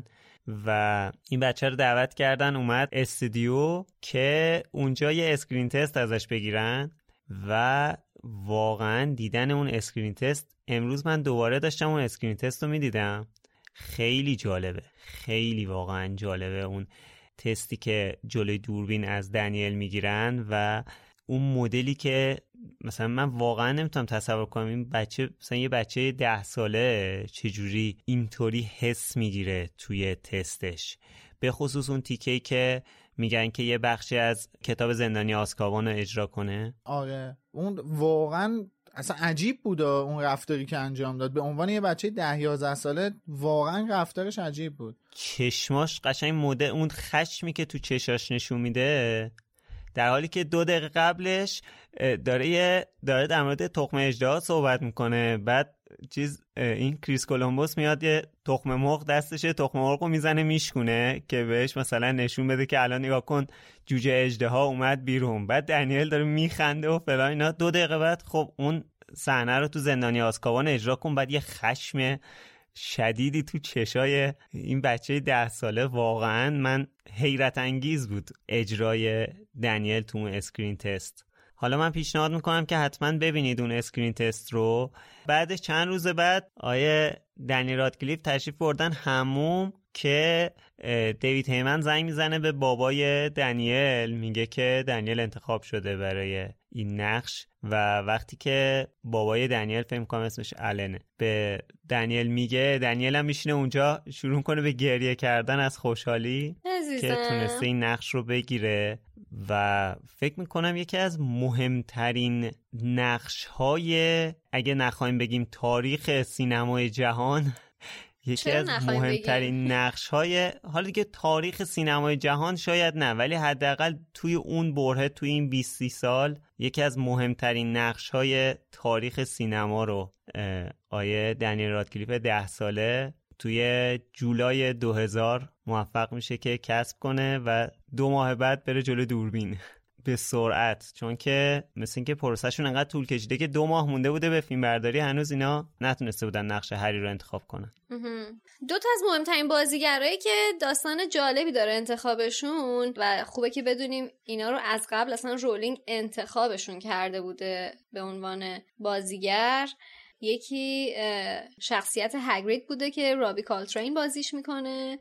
و این بچه رو دعوت کردن اومد استودیو که اونجا یه اسکرین تست ازش بگیرن و واقعا دیدن اون اسکرین تست، امروز من دوباره داشتم اون اسکرین تست رو میدیدم، خیلی جالبه، خیلی واقعا جالبه اون تستی که جلوی دوربین از دنیل میگیرن و اون مدلی که مثلا من واقعا نمیتونم تصور کنم این بچه مثلا یه بچه ده ساله چجوری اینطوری حس میگیره توی تستش، به خصوص اون تیکه‌ای که میگن که یه بخشی از کتاب زندانی آزکابان رو اجرا کنه. آره اون واقعا اصلا عجیب بود اون رفتاری که انجام داد، به عنوان یه بچه ده یازده ساله واقعا رفتارش عجیب بود. چشماش قشنگ مدل اون خشمی که تو چشاش نشون میده، در حالی که دو دقیقه قبلش داره یه داره در مورد تخم اژدها صحبت میکنه، بعد چیز این کریس کولومبوس میاد یه تخم مرغ دستشه، تخم مرغ رو میزنه میشکونه که بهش مثلا نشون بده که الان نگاه کن جوجه اژدها اومد بیرون، بعد دنیل داره میخنده و فلان اینا. دو دقیقه بعد خب اون صحنه رو تو زندانی آزکابان اجرا کن، بعد یه خشم شدیدی تو چشای این بچه ده ساله. واقعا من حیرت انگیز بود اجرای دنیل تو اون اسکرین تست. حالا من پیشنهاد میکنم که حتما ببینید اون اسکرین تست رو. بعدش چند روز بعد آیه دنیل رادکلیف تشریف بردن حموم که دیوید هیمن زنگ میزنه به بابای دنیل، میگه که دنیل انتخاب شده برای این نقش و وقتی که بابای دنیل فکر کنم اسمش آلنه به دنیل میگه، دنیل هم میشینه اونجا شروع کنه به گریه کردن از خوشحالی عزیزم. که تونسته این نقش رو بگیره و فکر میکنم یکی از مهمترین نقش های اگه نخوایم بگیم تاریخ سینمای جهان، یکی از مهمترین نقش های حالا دیگه تاریخ سینمای جهان شاید نه، ولی حداقل توی اون برهه توی این بیست سال یکی از مهمترین نقش های تاریخ سینما رو آیه دنیل رادکلیف ده ساله توی جولای دو هزار موفق میشه که کسب کنه و دو ماه بعد بره جلو دوربین به سرعت، چون که مثل اینکه پروسهشون انقدر طول کشیده که دو ماه مونده بوده به فیلم برداری، هنوز اینا نتونسته بودن نقش هری رو انتخاب کنن. دو تا از مهمترین بازیگرایی که داستان جالبی داره انتخابشون و خوبه که بدونیم اینا رو از قبل اصلا رولینگ انتخابشون کرده بوده به عنوان بازیگر. یکی شخصیت هاگرید بوده که رابی کالترین بازیش میکنه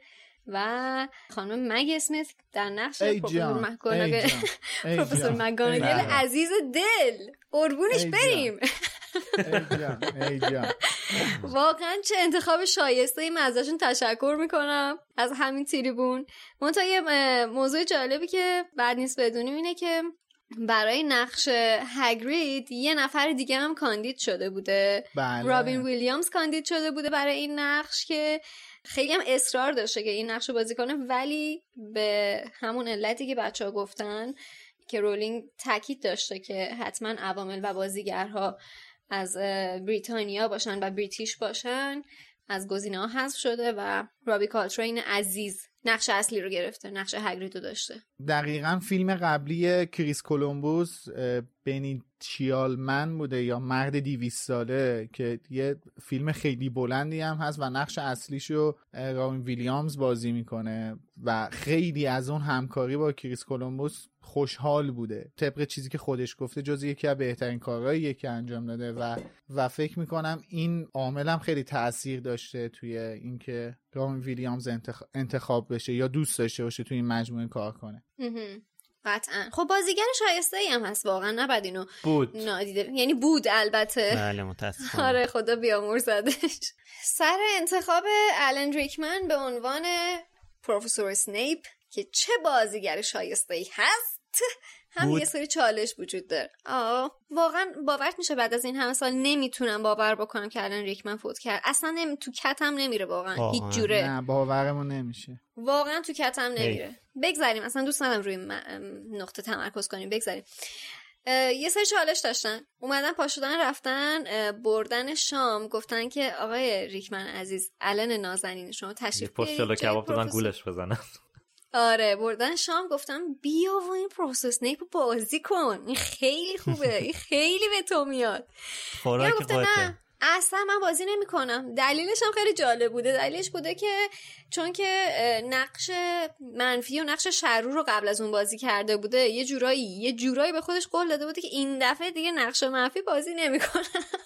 و خانم مگ اسمیت در نقش پروفسور مکگوناگل. پروفسور مکگوناگل عزیز دل، قربونش بریم. ای جان ای جان واقعا چه انتخاب شایسته ای، من ازشون تشکر میکنم از همین تریبون. منتها یه موضوع جالبی که بعد نیست بدونیم اینه که برای نقش هاگرید یه نفر دیگه هم کاندید شده بوده. بله. رابین ویلیامز کاندید شده بوده برای این نقش که خیلی هم اصرار داشته که این نقش رو بازی کنه، ولی به همون علتی که بچه ها گفتن که رولینگ تاکید داشته که حتما عوامل و بازیگرها از بریتانیا باشن و بریتیش باشن، از گزینه ها حذف شده و رابی کالترین عزیز نقش اصلی رو گرفته، نقش هاگرید رو داشته. دقیقاً فیلم قبلی کریس کولومبوس بنی چیالمن بوده یا مرد دیویست ساله که یه فیلم خیلی بلندی هم هست و نقش اصلیشو رابین ویلیامز بازی میکنه و خیلی از اون همکاری با کریس کولومبوس خوشحال بوده. طبق چیزی که خودش گفته جز یکی از بهترین کارهاییه که انجام داده و و فکر میکنم این عامل هم خیلی تأثیر داشته توی اینکه رابین ویلیامز انتخ... انتخاب بشه یا دوست داشته باشه توی این مجموعه کار کنه. قطعا. خب بازیگر شایسته‌ای هم هست واقعا، نباید اینو بود نادیده، یعنی بود البته. بله متاسفم. آره خدا بیامرزدش. سر انتخاب آلن ریکمن به عنوان پروفسور اسنیپ که چه بازیگر شایسته‌ای هست هم بود. یه سری چالش وجود داره. آه واقعا باورت میشه بعد از این همه سال نمیتونم باور بکنم که آلن ریکمن فوت کرد. اصلا نمی... تو کتم نمیره واقعا هیچ جوره. نه باورمون نمیشه. واقعا تو کتم نمیره. بگذاریم اصلا دوست ندارم روی م... نقطه تمرکز کنیم. بگذاریم. یه سری چالش داشتن، اومدن پاشدن رفتن بردن شام، گفتن که آقای ریکمن عزیز آلن نازنین شما تشریف بیارید پشت کباب دادن گولش بزنن. آره بردن شام، گفتم بیا و این پروفسور اسنیپ بازی کن، این خیلی خوبه، این خیلی به تو میاد. خوراک قاطع. اصلا من بازی نمی کنم. دلیلش هم خیلی جالب بوده. دلیلش بوده که چون که نقش منفی و نقش شرور رو قبل از اون بازی کرده بوده، یه جورایی یه جورایی به خودش قول داده بوده که این دفعه دیگه نقش منفی بازی نمی کنم.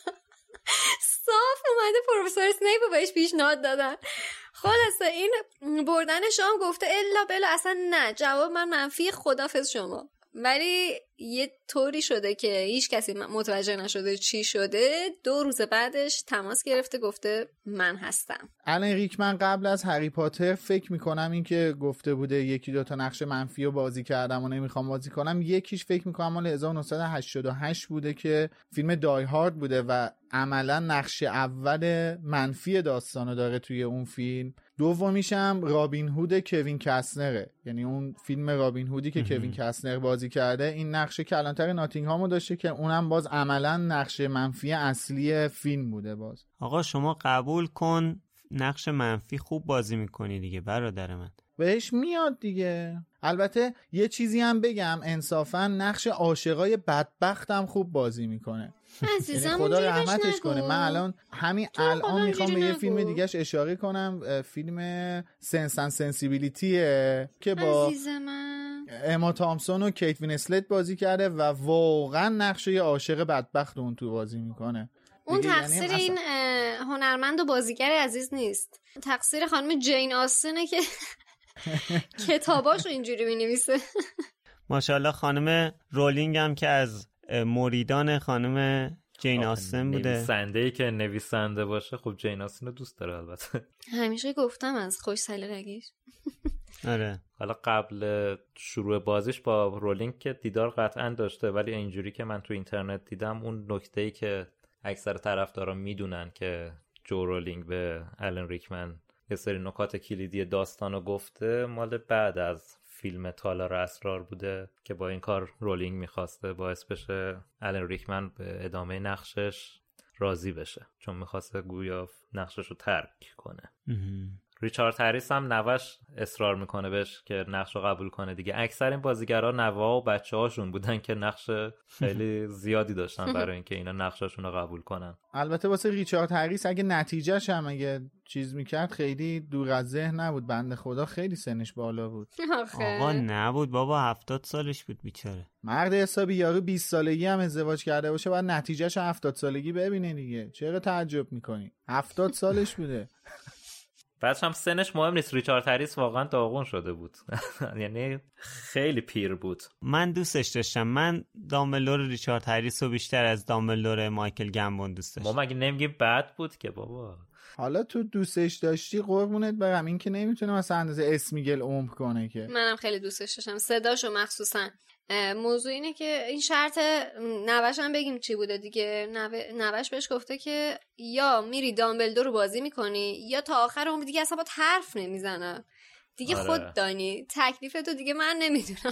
صاف اومده پروفسور اسنیپ رو بهش پیشنهاد دادن. خلاصه این بردن شام گفته الا بلا اصلا نه، جواب من منفی، خدافظ شما. ولی یه طوری شده که هیچ کسی متوجه نشده چی شده. دو روز بعدش تماس گرفته گفته من هستم. آلن ریکمن قبل از هری پاتر فکر میکنم این که گفته بوده یکی دو تا نقش منفی رو بازی کردم و نمیخوام بازی کنم، یکیش فکر میکنم مال هزار و نهصد و هشتاد و هشت بوده که فیلم دای هارد بوده و عملا نقش اول منفی داستانو داره توی اون فیلم. دومیشم رابین هود کوین کاسنره، یعنی اون فیلم رابین هودی که کوین کاسنر بازی کرده، این نقش کلانتر ناتینگهامو داشته که اونم باز عملا نقش منفی اصلی فیلم بوده. باز آقا شما قبول کن نقش منفی خوب بازی میکنی دیگه برادر من، بهش میاد دیگه. البته یه چیزی هم بگم انصافا نقش عاشقای بدبختم خوب بازی میکنه. عزیزم خدا رحمتش کنه. من الان همین الان میخوام به یه فیلم دیگهش اشاره کنم، فیلم سنس اند سنسیبیلیتیه که با اما تامسون و کیت وینسلت بازی کرده و واقعا نقش یه عاشق بدبخت اون تو بازی میکنه. اون تقصیر یعنی این هنرمند و بازیگر عزیز نیست، تقصیر خانم جین آستنه که کتاباشو اینجوری می‌نویسه. ماشاءالله خانم رولینگ هم که از مریدان خانم جین آستن بوده. نویسنده‌ای که نویسنده باشه خب جین آستن رو دوست داره البته. همیشه گفتم از خوش سلیقگیش. آره. حالا قبل شروع بازیش با رولینگ که دیدار قطعا داشته، ولی اینجوری که من تو اینترنت دیدم اون نکته‌ای که اکثر طرفدارا میدونن که جو رولینگ به آلن ریکمن یه سری نکات کلیدی داستانو گفته مال بعد از فیلم تالار اسرار بوده که با این کار رولینگ میخواسته باعث بشه آلن ریکمن به ادامه نقشش راضی بشه، چون میخواسته گویا نقشش رو ترک کنه. ریچارد هریس هم نوش اصرار میکنه بهش که نقش رو قبول کنه دیگه. اکثر این بازیگرا نوا و بچه هاشون بودن که نقش خیلی زیادی داشتن برای اینکه اینا نقشاشون رو قبول کنن. البته واسه ریچارد هریس اگه نتیجهش هم اگه چیز میکرد خیلی دور از ذهن نبود، بنده خدا خیلی سنش بالا بود. آقا نبود بابا، هفتاد سالش بود بیچاره. مرد حسابی یارو بیست سالگی هم ازدواج کرده باشه بعد نتیجهش هفتاد سالگی ببینه دیگه. چرا تعجب میکنی؟ هفتاد سالش بوده. بعدش هم سنش مهم نیست، ریچارد هریس واقعا داغون شده بود. یعنی خیلی پیر بود. من دوستش داشتم. من دامبلدور ریچارد هریس رو بیشتر از دامبلدور مایکل گمبون دوست داشتم. ما مگه نمیگیم بد بود که بابا؟ حالا تو دوستش داشتی قربونت برم، این که نمیتونه مثلا اندازه اسمیگل عمر کنه که. منم خیلی دوستش داشتم، صداشو مخصوصا. موضوع اینه که این شرط نوش هم بگیم چی بوده دیگه. نوش بهش گفته که یا میری دامبلدور رو بازی میکنی یا تا آخر عمر دیگه اصلا با حرف نمیزنه دیگه. آره. خود دانی تکلیف تو دیگه من نمیدونم.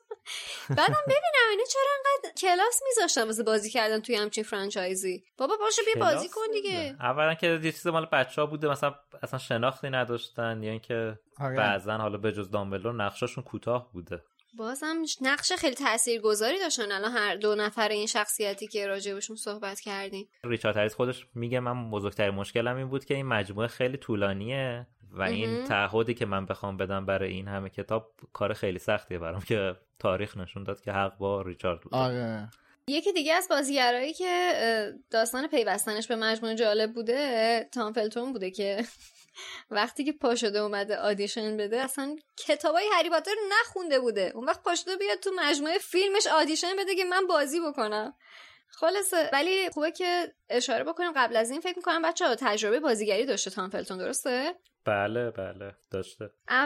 بعدم ببینم اینه چرا انقدر کلاس میذاشتن واسه بازی کردن توی همچین فرانچایزی. بابا باشه بیا بازی کن دیگه. اولا که یه چیز مال بچه‌ها بوده، مثلا اصلا شناختی نداشتن، یا اینکه آره. بعضن حالا به جز دامبلدور نقشاشون کوتاه بوده. بازم نقش خیلی تاثیرگذاری داشتن الان هر دو نفر این شخصیتی که راجبشون صحبت کردیم. ریچارد هریس خودش میگه من بزرگترین مشکلم این بود که این مجموعه خیلی طولانیه و این تعهدی که من بخوام بدم برای این همه کتاب کار خیلی سختیه برام، که تاریخ نشون داد که حق با ریچارد بود. آره. یکی دیگه از بازیگرایی که داستان پیوستنش به مجموعه جالب بوده تام فلتون بوده که وقتی که پا شده اومده آدیشن بده اصلا کتابای هری پاتر رو نخونده بوده، اون وقت پا شده بیاد تو مجموعه فیلمش آدیشن بده که من بازی بکنم. خلاصه ولی خوبه که اشاره بکنیم قبل از این فکر میکنم بچه‌ها تجربه بازیگری داشته تام فلتون، درسته؟ بله بله داشته.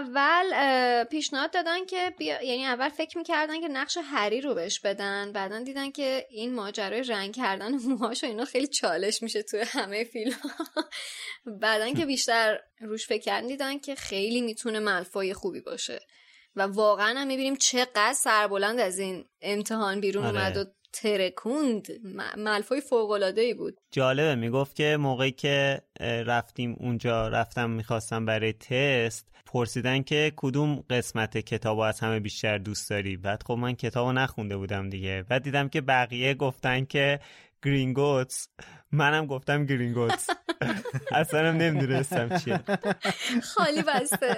اول پیشنهاد دادن که بیا... یعنی اول فکر میکردن که نقش هری رو بهش بدن، بعدن دیدن که این ماجرای رنگ کردن موهاش و اینا خیلی چالش میشه توی همه فیلم. بعدن که بیشتر روش فکر کردن دیدن که خیلی میتونه ملفوی خوبی باشه و واقعا هم میبینیم چقدر سربلند از این امتحان بیرون آره. اومد و ترکوند. ملفوی فوق‌العاده‌ای بود. جالبه میگفت که موقعی که رفتیم اونجا، رفتم میخواستم برای تست، پرسیدن که کدوم قسمت کتابو از همه بیشتر دوست داری. بعد خب من کتابو نخونده بودم دیگه، بعد دیدم که بقیه گفتن که گرینگوتس، منم گفتم گرینگوتس. اصلا نمیدونستم چیه. خالی بسته.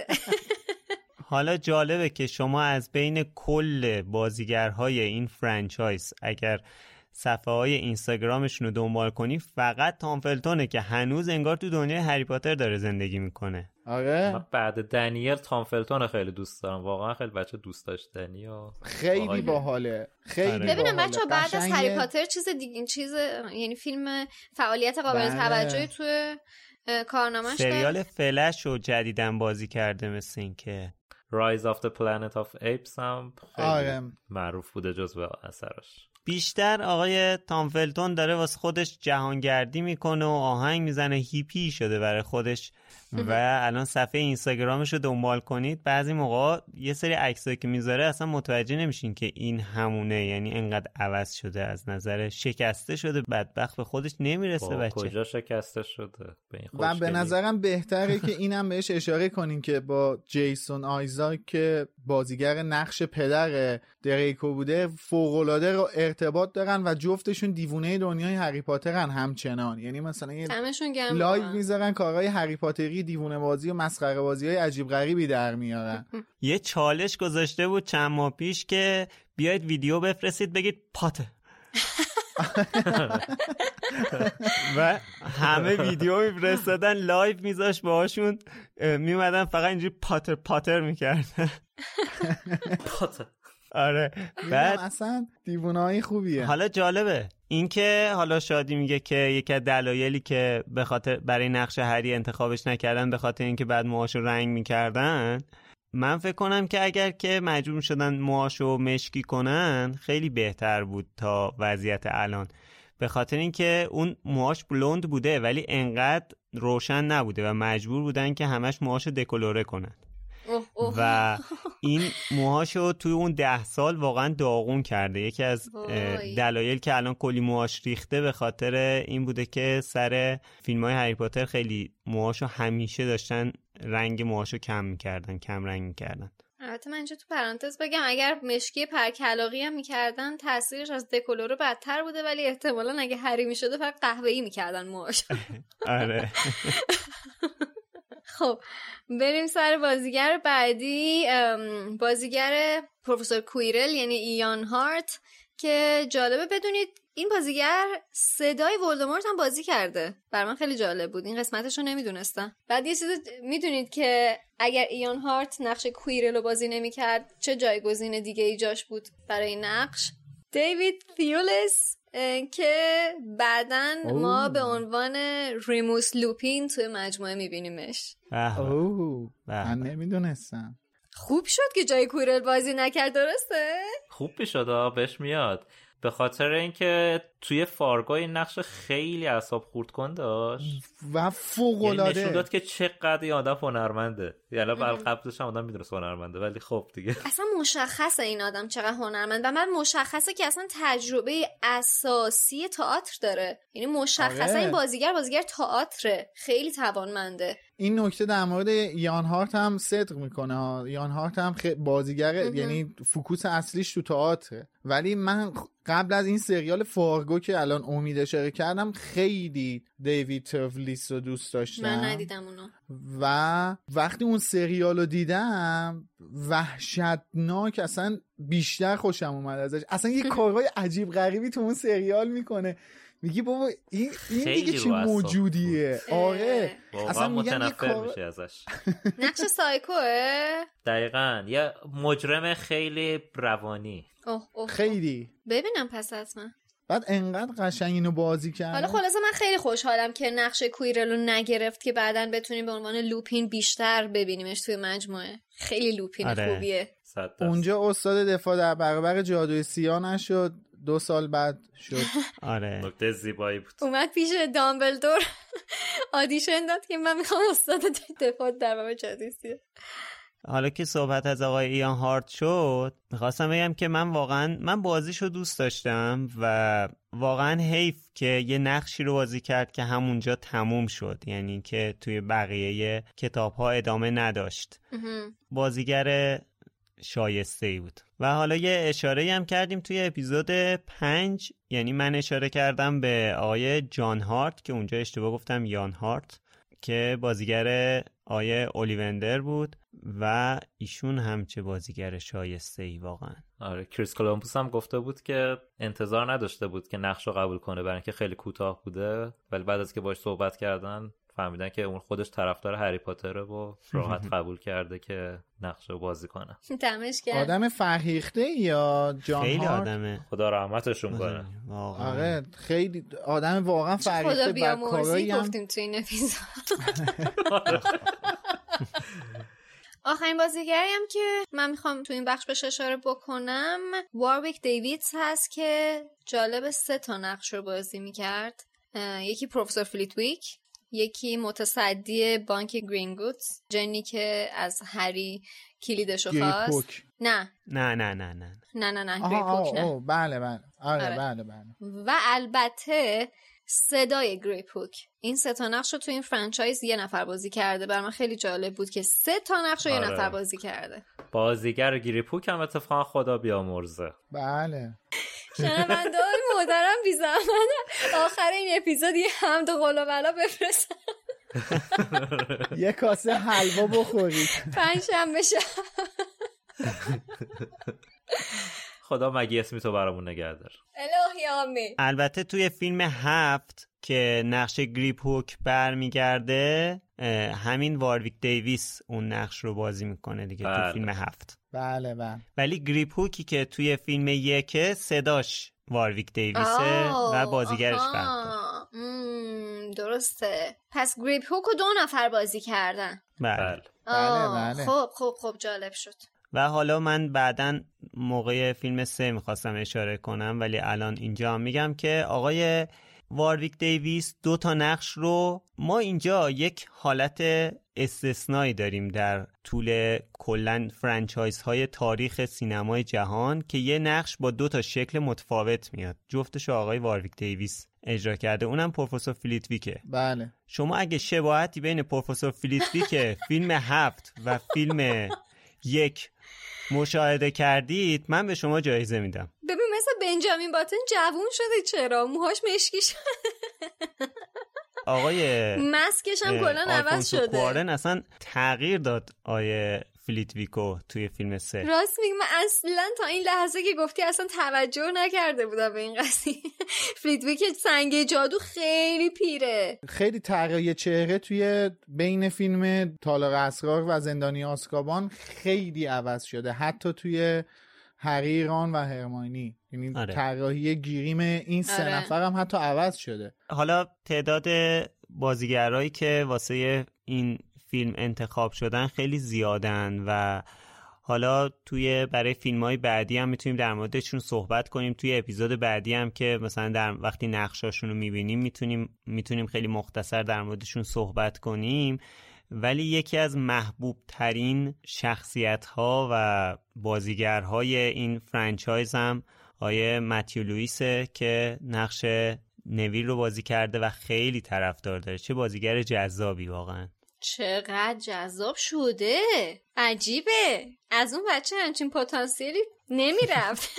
حالا جالبه که شما از بین کل بازیگرهای این فرانچایز اگر صفحه های اینستاگرامشون رو دنبال کنی فقط تام فلتونه که هنوز انگار تو دنیای هری پاتر داره زندگی میکنه. آره. من بعد دنیل تام فلتون خیلی دوست دارم، واقعا خیلی بچه دوست داشت دنیل، خیلی باحاله. خیلی آره. ببینم بچه بعد از هری پاتر چیز دیگه، این چیز یعنی فیلم فعالیت قابل بله. توجهی تو کارنامه‌اش سریال فلش رو جدیدن بازی کرده، مثل این که Rise of the Planet of Apes هم خیلی آره. معروف بوده جزو اثرش. بیشتر آقای تام فلتون داره واسه خودش جهانگردی میکنه و آهنگ میزنه، هیپی شده برای خودش و الان صفحه اینستاگرامش رو دنبال کنید بعضی موقع یه سری عکسایی که میذاره اصلا متوجه نمیشین که این همونه، یعنی انقدر عوض شده، از نظر شکسته شده، بدبخت به خودش نمیرسه بچه. کجا شکسته شده به این و به نظرم بهتره که اینم بهش اشاره کنیم که با جیسون آیزاک که بازیگر نقش پدر دریکو بوده فوق‌العاده رو ارتباط دارن و جفتشون دیوونه دنیای هری پاترن همچنان. یعنی مثلا یه لایو میذارن کارهای هری پاتری، دیوونه بازی و مسخره بازی های عجیب غریبی در میارن. یه چالش گذاشته بود چند ماه پیش که بیاید ویدیو بفرستید بگید پاتر و همه ویدیو میفرستادن، لایو میذاش باهاشون، میومدن فقط اینجوری پاتر پاتر میکردن. پاتر آره. بعد اصلا دیوونه‌ای خوبیه. حالا جالبه این که حالا شادی میگه که یکی از دلایلی که به خاطر برای نقش هری انتخابش نکردن به خاطر اینکه بعد موهاشو رنگ میکردن. من فکر کنم که اگر که مجبور شدن موهاشو مشکی کنن خیلی بهتر بود تا وضعیت الان، به خاطر اینکه اون موهاش بلوند بوده ولی انقدر روشن نبوده و مجبور بودن که همش موهاشو دکولوره کنن. اوه اوه. و این موهاشو توی اون ده سال واقعا داغون کرده. یکی از دلایل که الان کلی موهاش ریخته به خاطر این بوده که سر فیلم‌های هری پاتر خیلی موهاشو همیشه داشتن رنگ موهاشو کم می‌کردن، کم رنگ می‌کردن. البته من اینجا تو پرانتز بگم اگر مشکی پرکلاقی هم می‌کردن تاثیرش از دکولورو بدتر بوده، ولی احتمالاً اگه هری می‌شده فقط قهوه‌ای می‌کردن موهاش. آره. خب بریم سر بازیگر بعدی، بازیگر پروفسور کویرل یعنی ایان هارت، که جالبه بدونید این بازیگر صدای ولدمورت هم بازی کرده. برای من خیلی جالب بود، این قسمتش رو نمیدونستم. بعد یه چیز میدونید که اگر ایان هارت نقش کویرل رو بازی نمیکرد چه جایگزین دیگه ای جاش بود برای این نقش؟ دیوید تیولس که بعدن ما به عنوان ریموس لوپین توی مجموعه میبینیمش. اوه من نمیدونستم. خوب شد که جای کویرل بازی نکرد، درسته؟ خوب میشد، بهش میاد، به خاطر اینکه توی فارگو این نقش خیلی اعصاب خورد کن داشت و فوق العاده نشون داد که چقدر این آدم هنرمنده. یعنی بر قبلش هم آدم میدونست هنرمنده، ولی خب دیگه اصلا مشخصه این آدم چقدر هنرمنده و بعد مشخصه که اصلا تجربه اساسی تئاتر داره. یعنی مشخصه آره. این بازیگر بازیگر تئاتره، خیلی توانمنده. این نکته در مورد یان هارت هم صدق میکنه ها. یان هارت هم خ... بازیگر یعنی فوکوس اصلیش تو تئاتره، ولی من قبل از این سریال فارگو که الان امید اشاره کردم خیلی دیوید تیولس رو دوست داشتم. من ندیدم اونو و وقتی اون سریال رو دیدم وحشتناک، اصلا بیشتر خوشم اومد ازش. اصلا یه کارهای عجیب غریبی تو اون سریال میکنه، میگی بابا این این دیگه چه موجودیه. آره اصلا متنفر کار... میشه ازش. نقش سایکوه دقیقاً، یه مجرم خیلی روانی. اوه اوه خیلی ببینم پس حتما. بعد انقدر قشنگ اینو بازی کرد. حالا خلاصه من خیلی خوشحالم که نقش کویرل رو نگرفت که بعداً بتونیم به عنوان لوپین بیشتر ببینیمش توی مجموعه. خیلی لوپین آره. خوبیه. اونجا استاد دفاع در برابر جادوی سیاه نشد، دو سال بعد شد. آره نکته زیبایی بود. اومد پیش دامبلدور آدیشن داد که من میخوام استاد دفاع در برابر جادوی سیاه. حالا که صحبت از آقای ایان هارت شد، میخواستم بگم که من واقعا من بازیشو دوست داشتم و واقعا حیف که یه نقشی رو بازی کرد که همونجا تموم شد، یعنی که توی بقیه کتاب‌ها ادامه نداشت. بازیگر شایسته‌ای بود. و حالا یه اشاره هم کردیم توی اپیزود پنج، یعنی من اشاره کردم به آقای جان هارت که اونجا اشتباه گفتم یان هارت، که بازیگر آقای اولیوندر بود و ایشون هم چه بازیگر شایسته‌ای واقعا. آره کریس کولومبوس هم گفته بود که انتظار نداشته بود که نقش رو قبول کنه برای اینکه خیلی کوتاه بوده، ولی بعد از که باهاش صحبت کردن فهمیدن که اون خودش طرفدار هری پاتره و راحت قبول کرده که نقش رو بازی کنه. دمش گرم. آدم فرهیخته یا جان خیلی هارت؟ آدمه خدا رحمتشون کنه. آره خیلی آدم واقعا فرهیخته. خدا بیامرزی گفتیم تو این اپیزود. آخرین بازیگری هم که من میخوام تو این بخش بهش اشاره بکنم وارویک دیویدز هست که جالب سه تا نقش رو بازی میکرد. یکی پروفسور فلیتویک، یکی متصدی بانک گرینگوتس، جنی که از هری کلیدشو خواست. نه نه نه نه نه نه نه نه گریپوک نه. اوه بله بله آره, آره. بله بله. و البته صدای گریپوک. این سه تا نقش رو تو این فرانچایز یه نفر بازی کرده. برای من خیلی جالب بود که سه تا نقش رو یه آره. نفر بازی کرده. بازیگر گریپوک هم اتفاقا خدا بیامرزه. بله. شنونده‌های محترم بی زحمت آخر این اپیزود یه حمد و قول و بلا بفرستن. یه کاسه حلوا بخورید. پنجشنبه شب. خدا مگی اسمی تو برامون نگه دار. الهی آمین. البته توی فیلم هفت که نقش گریپ هوک برمیگرده همین وارویک دیویس اون نقش رو بازی میکنه دیگه بله. تو فیلم هفت. بله بله. ولی گریپ هوکی که توی فیلم یک صداش وارویک دیویسه و بازیگرش فرق. درسته. پس گریپ هوک رو دو نفر بازی کردن. بله. بله بله. خب خب خب جالب شد. و حالا من بعداً موقع فیلم سه میخواستم اشاره کنم ولی الان اینجا هم میگم که آقای وارویک دیویس دو تا نقش رو ما اینجا یک حالت استثنایی داریم در طول کلن فرانچایز های تاریخ سینمای جهان که یه نقش با دو تا شکل متفاوت میاد. جفتش آقای وارویک دیویس اجرا کرده، اونم پروفسور فلیتویکه. بله. شما اگه شباهتی بین پروفسور فلیتویک فیلم هفت و فیلم یک مشاهده کردید من به شما جایزه میدم. ببین مثل بنجامین باتن جوون شده، چرا موهاش مشکی شده. آقای مسکش هم کلا عوض شده. کوارن اصلا تغییر داد آیه فلیتویکو توی فیلم سه. راست میگم، من اصلا تا این لحظه که گفتی اصلا توجه نکرده بودم به این قضیه. فلیتویک سنگ جادو خیلی پیره. خیلی تغییر چهره توی بین فیلم تالار اسرار و زندانی آزکابان خیلی عوض شده، حتی توی هری، ران و هرماینی. یعنی آره. طراحی گریم این سه آره. نفر هم حتی عوض شده. حالا تعداد بازیگرایی که واسه این فیلم انتخاب شدن خیلی زیادن و حالا توی برای فیلم‌های بعدی هم میتونیم در موردشون صحبت کنیم. توی اپیزود بعدی هم که مثلا در وقتی نقشاشون رو میبینیم میتونیم میتونیم خیلی مختصر در موردشون صحبت کنیم. ولی یکی از محبوب ترین شخصیت ها و بازیگرهای این فرانچایز هم آیه متیو لوئیسه که نقش نویل رو بازی کرده و خیلی طرفدار داره. چه بازیگر جذابی واقعا. چقدر جذاب شده، عجیبه. از اون بچه همچین پتانسیلی نمیرفت.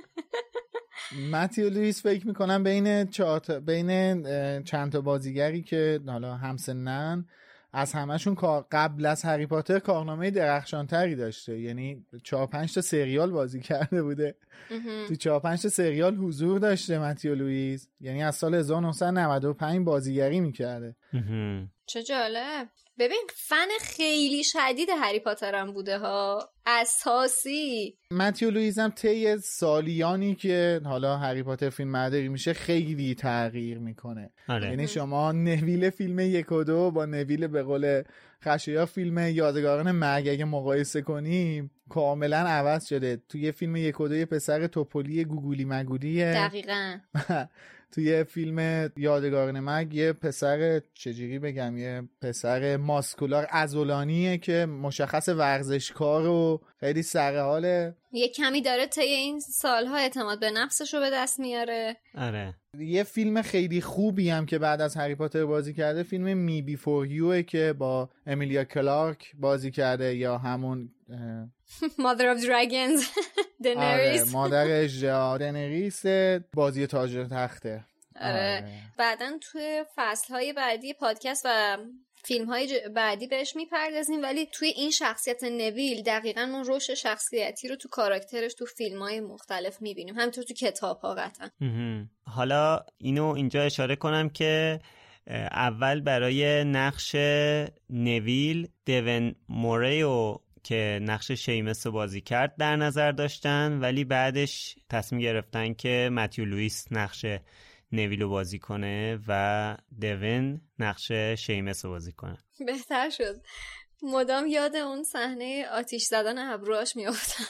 متیو لوئیس فکر میکنم بین چهار بین چند تا بازیگری که حالا همسنن از همشون قبل از هری پاتر کارنامه درخشانتری داشته. یعنی چهار پنج تا سریال بازی کرده بوده. تو چهار پنج تا سریال حضور داشته متیو لوئیس. یعنی از سال هزار و نهصد و نود و پنج بازیگری میکرده. چه جالب. ببین فن خیلی شدید هری پاتر هم بوده ها، اساسی. متیو لوئیس هم طی سالیانی که حالا هری پاتر فیلم برداری میشه خیلی تغییر میکنه. یعنی شما نویل فیلم یک و دو با نویل به قول خشایار فیلم یادگاران مرگ اگه مقایسه کنیم کاملا عوض شده. توی فیلم یک و دو یه پسر توپلی گوگولی مگولیه. دقیقاً. توی فیلم یادگاران مرگ یه پسر چجوری بگم یه پسر ماسکولار عضلانیه که مشخص ورزشکار و خیلی سرحاله. یه کمی داره طی این سالها اعتماد به نفسش رو به دست میاره. آره. یه فیلم خیلی خوبی هم که بعد از هری پاتر بازی کرده فیلم می بی فور یو که با امیلیا کلارک بازی کرده، یا همون Mother of Dragons دنریس. آره مادر اژدها دنریس بازی تاج و تخته. آره. بعدن توی فصلهای بعدی پادکست و فیلم‌های ج... بعدی بهش میپردازیم، ولی توی این شخصیت نویل دقیقاً ما رشد شخصیتی رو تو کاراکترش تو فیلم‌های مختلف میبینیم، همینطور تو کتاب‌ها قطعاً. حالا اینو اینجا اشاره کنم که اول برای نقش نویل دیون موریو که نقش شیمس رو بازی کرد در نظر داشتن، ولی بعدش تصمیم گرفتن که متیو لوئیس نقش نویل رو بازی کنه و دیون نقش شیمس رو بازی کنه. بهتر شد. مدام یاد اون صحنه آتیش زدن ابروهاش میافتم.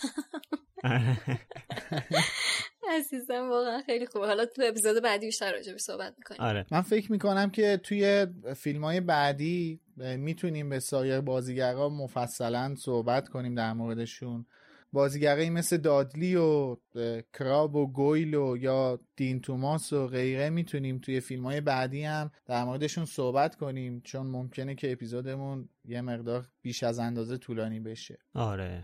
عزیزم واقعا خیلی خوبه. حالا تو اپیزود بعدی بیشتر راجع بهش صحبت می‌کنیم. آره. من فکر میکنم که توی فیلم‌های بعدی میتونیم به سایر بازیگرها مفصلا صحبت کنیم در موردشون. بازیگرایی مثل دادلی و کراب و گویل و یا دین توماس و غیره میتونیم توی فیلم‌های بعدی هم در موردشون صحبت کنیم، چون ممکنه که اپیزودمون یه مقدار بیش از اندازه طولانی بشه. آره.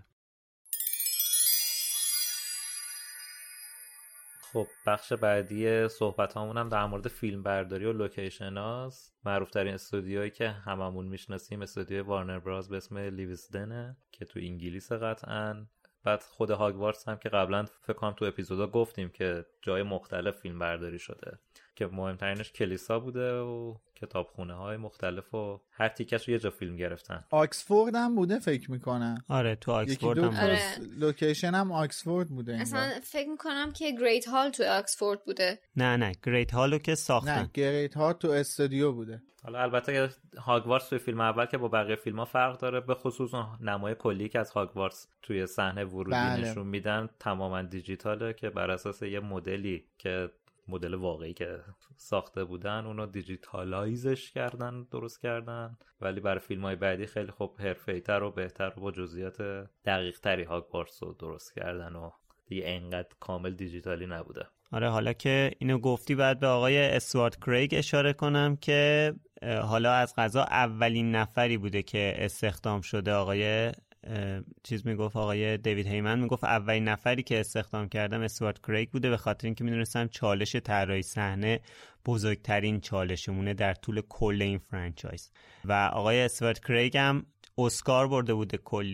خب بخش بعدی صحبت هامون هم در مورد فیلم برداری و لوکیشن هاست. معروف ترین استودیویی که هممون میشناسیم استودیوی وارنر براز به اسم لیویسدنه که تو انگلیس قطعاً. بعد خود هاگوارتس هم که قبلا فکر کنم تو اپیزودا گفتیم که جای مختلف فیلم برداری شده که مهمترینش کلیسا بوده و کتابخونه های مختلف و هر تیکش رو یه جا فیلم گرفتن. آکسفورد هم بوده فکر میکنم. آره تو آکسفورد هم آره. لوکیشن هم آکسفورد بوده. اصلا فکر میکنم که گریت هال تو آکسفورد بوده. نه نه گریت هالو که ساختن. نه گریت هال تو استودیو بوده. حالا البته هاگوارتس توی فیلم اول که با بقیه فیلم‌ها فرق داره، به خصوص نمای کلی که از هاگوارتس توی صحنه ورودی بله. نشون میدن تماما دیجیتاله که بر اساس یه مدلی که مدل واقعی که ساخته بودن اونو دیجیتالایزش کردن، درست کردن، ولی برای فیلم‌های بعدی خیلی خوب حرفه‌ای‌تر و بهتر و با جزئیات دقیق‌تری هاگوارتس رو درست کردن و دیگه انقدر کامل دیجیتالی نبوده. آره حالا که اینو گفتی بعد به آقای استوارت کریگ اشاره کنم که حالا از قضا اولین نفری بوده که استخدام شده. آقای چیز میگفت آقای دیوید هیمن میگفت اولین نفری که استخدام کردم استوارت کریگ بوده، به خاطر اینکه میدونستم چالش طراحی صحنه بزرگترین چالشمونه در طول کل این فرانچایز. و آقای استوارت کریگ هم اسکار برده بوده کلی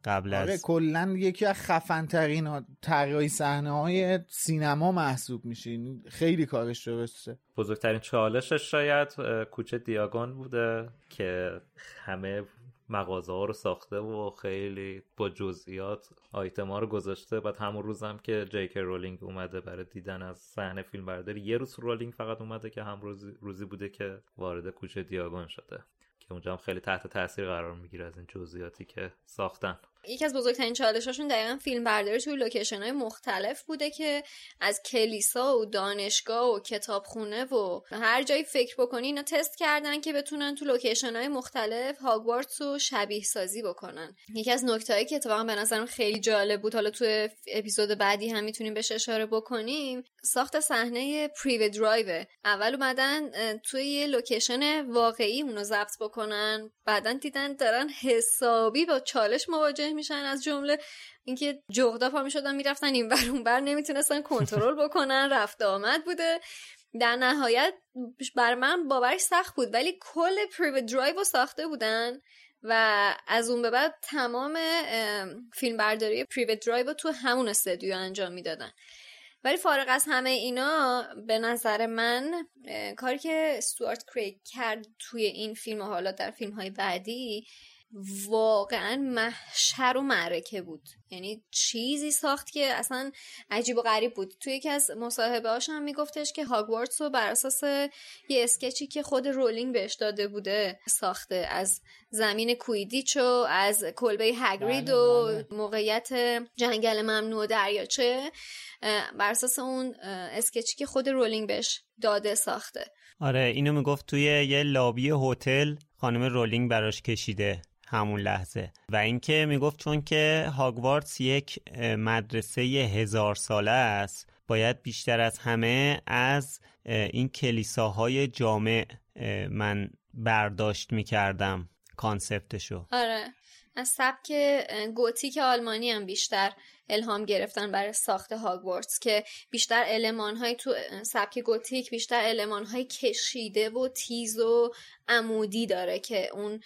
قبل آره از کلا یکی از خفن ترین طراحی صحنه های سینما محسوب میشه. خیلی کارش درسته. بزرگترین چالشش شاید کوچه دیاگون بوده که همه مغازه ها رو ساخته و خیلی با جزئیات آیتم ها رو گذاشته. بعد همون روزم که جیک رولینگ اومده برای دیدن از صحنه فیلم برداری، یه روز رولینگ فقط اومده که هم روزی, روزی بوده که وارد کوچه دیاگون شده که اونجا هم خیلی تحت تاثیر قرار میگیره از این جزئیاتی که ساختن. یکی از بزرگترین چالشاشون دقیقاً فیلم برداری توی لوکیشن‌های مختلف بوده که از کلیسا و دانشگاه و کتابخونه و هر جایی فکر بکنی اینا تست کردن که بتونن تو لوکیشن‌های مختلف هاگوارتس رو شبیه سازی بکنن. یکی از نکته‌ای که اتفاقاً به نظرم خیلی جالب بود، حالا تو اپیزود بعدی هم میتونیم بهش اشاره بکنیم، ساخت صحنه پریو درایو. اول اومدن توی یه لوکیشن واقعی اونو ضبط بکنن، بعدن دیدن دارن حسابی با چالش مواجه میشن، از جمله اینکه جغدا پا میشدن میرفتن این ور اون ور، نمیتونستن کنترل بکنن، رفت آمد بوده. در نهایت بر من باورش سخت بود، ولی کل پریو درایو ساخته بودن و از اون به بعد تمام فیلم برداری پریو درایو تو همون استودیو انجام میدادن. ولی فارغ از همه اینا به نظر من کاری که استوارت کریگ کرد توی این فیلم و حالا در فیلم های بعدی واقعا محشر و معرکه بود. یعنی چیزی ساخت که اصلا عجیب و غریب بود. توی یکی از مصاحبه هاش هم میگفتش که هاگوارتس رو بر اساس یه اسکچی که خود رولینگ بهش داده بوده ساخته، از زمین کویدیچ و از کلبه هگرید و موقعیت جنگل ممنوع دریاچه بر اساس اون اسکچی که خود رولینگ بهش داده ساخته. آره اینو میگفت توی یه لابی هتل خانم رولینگ براش کشیده همون لحظه. و اینکه میگفت چون که هاگوارتس یک مدرسه هزار ساله است، باید بیشتر از همه از این کلیساهای جامع من برداشت میکردم کانسپتشو. آره از سبک گوتیک آلمانی هم بیشتر الهام گرفتن برای ساخت هاگوارتس که بیشتر المان‌های تو سبک گوتیک بیشتر المان‌های کشیده و تیز و عمودی داره که اون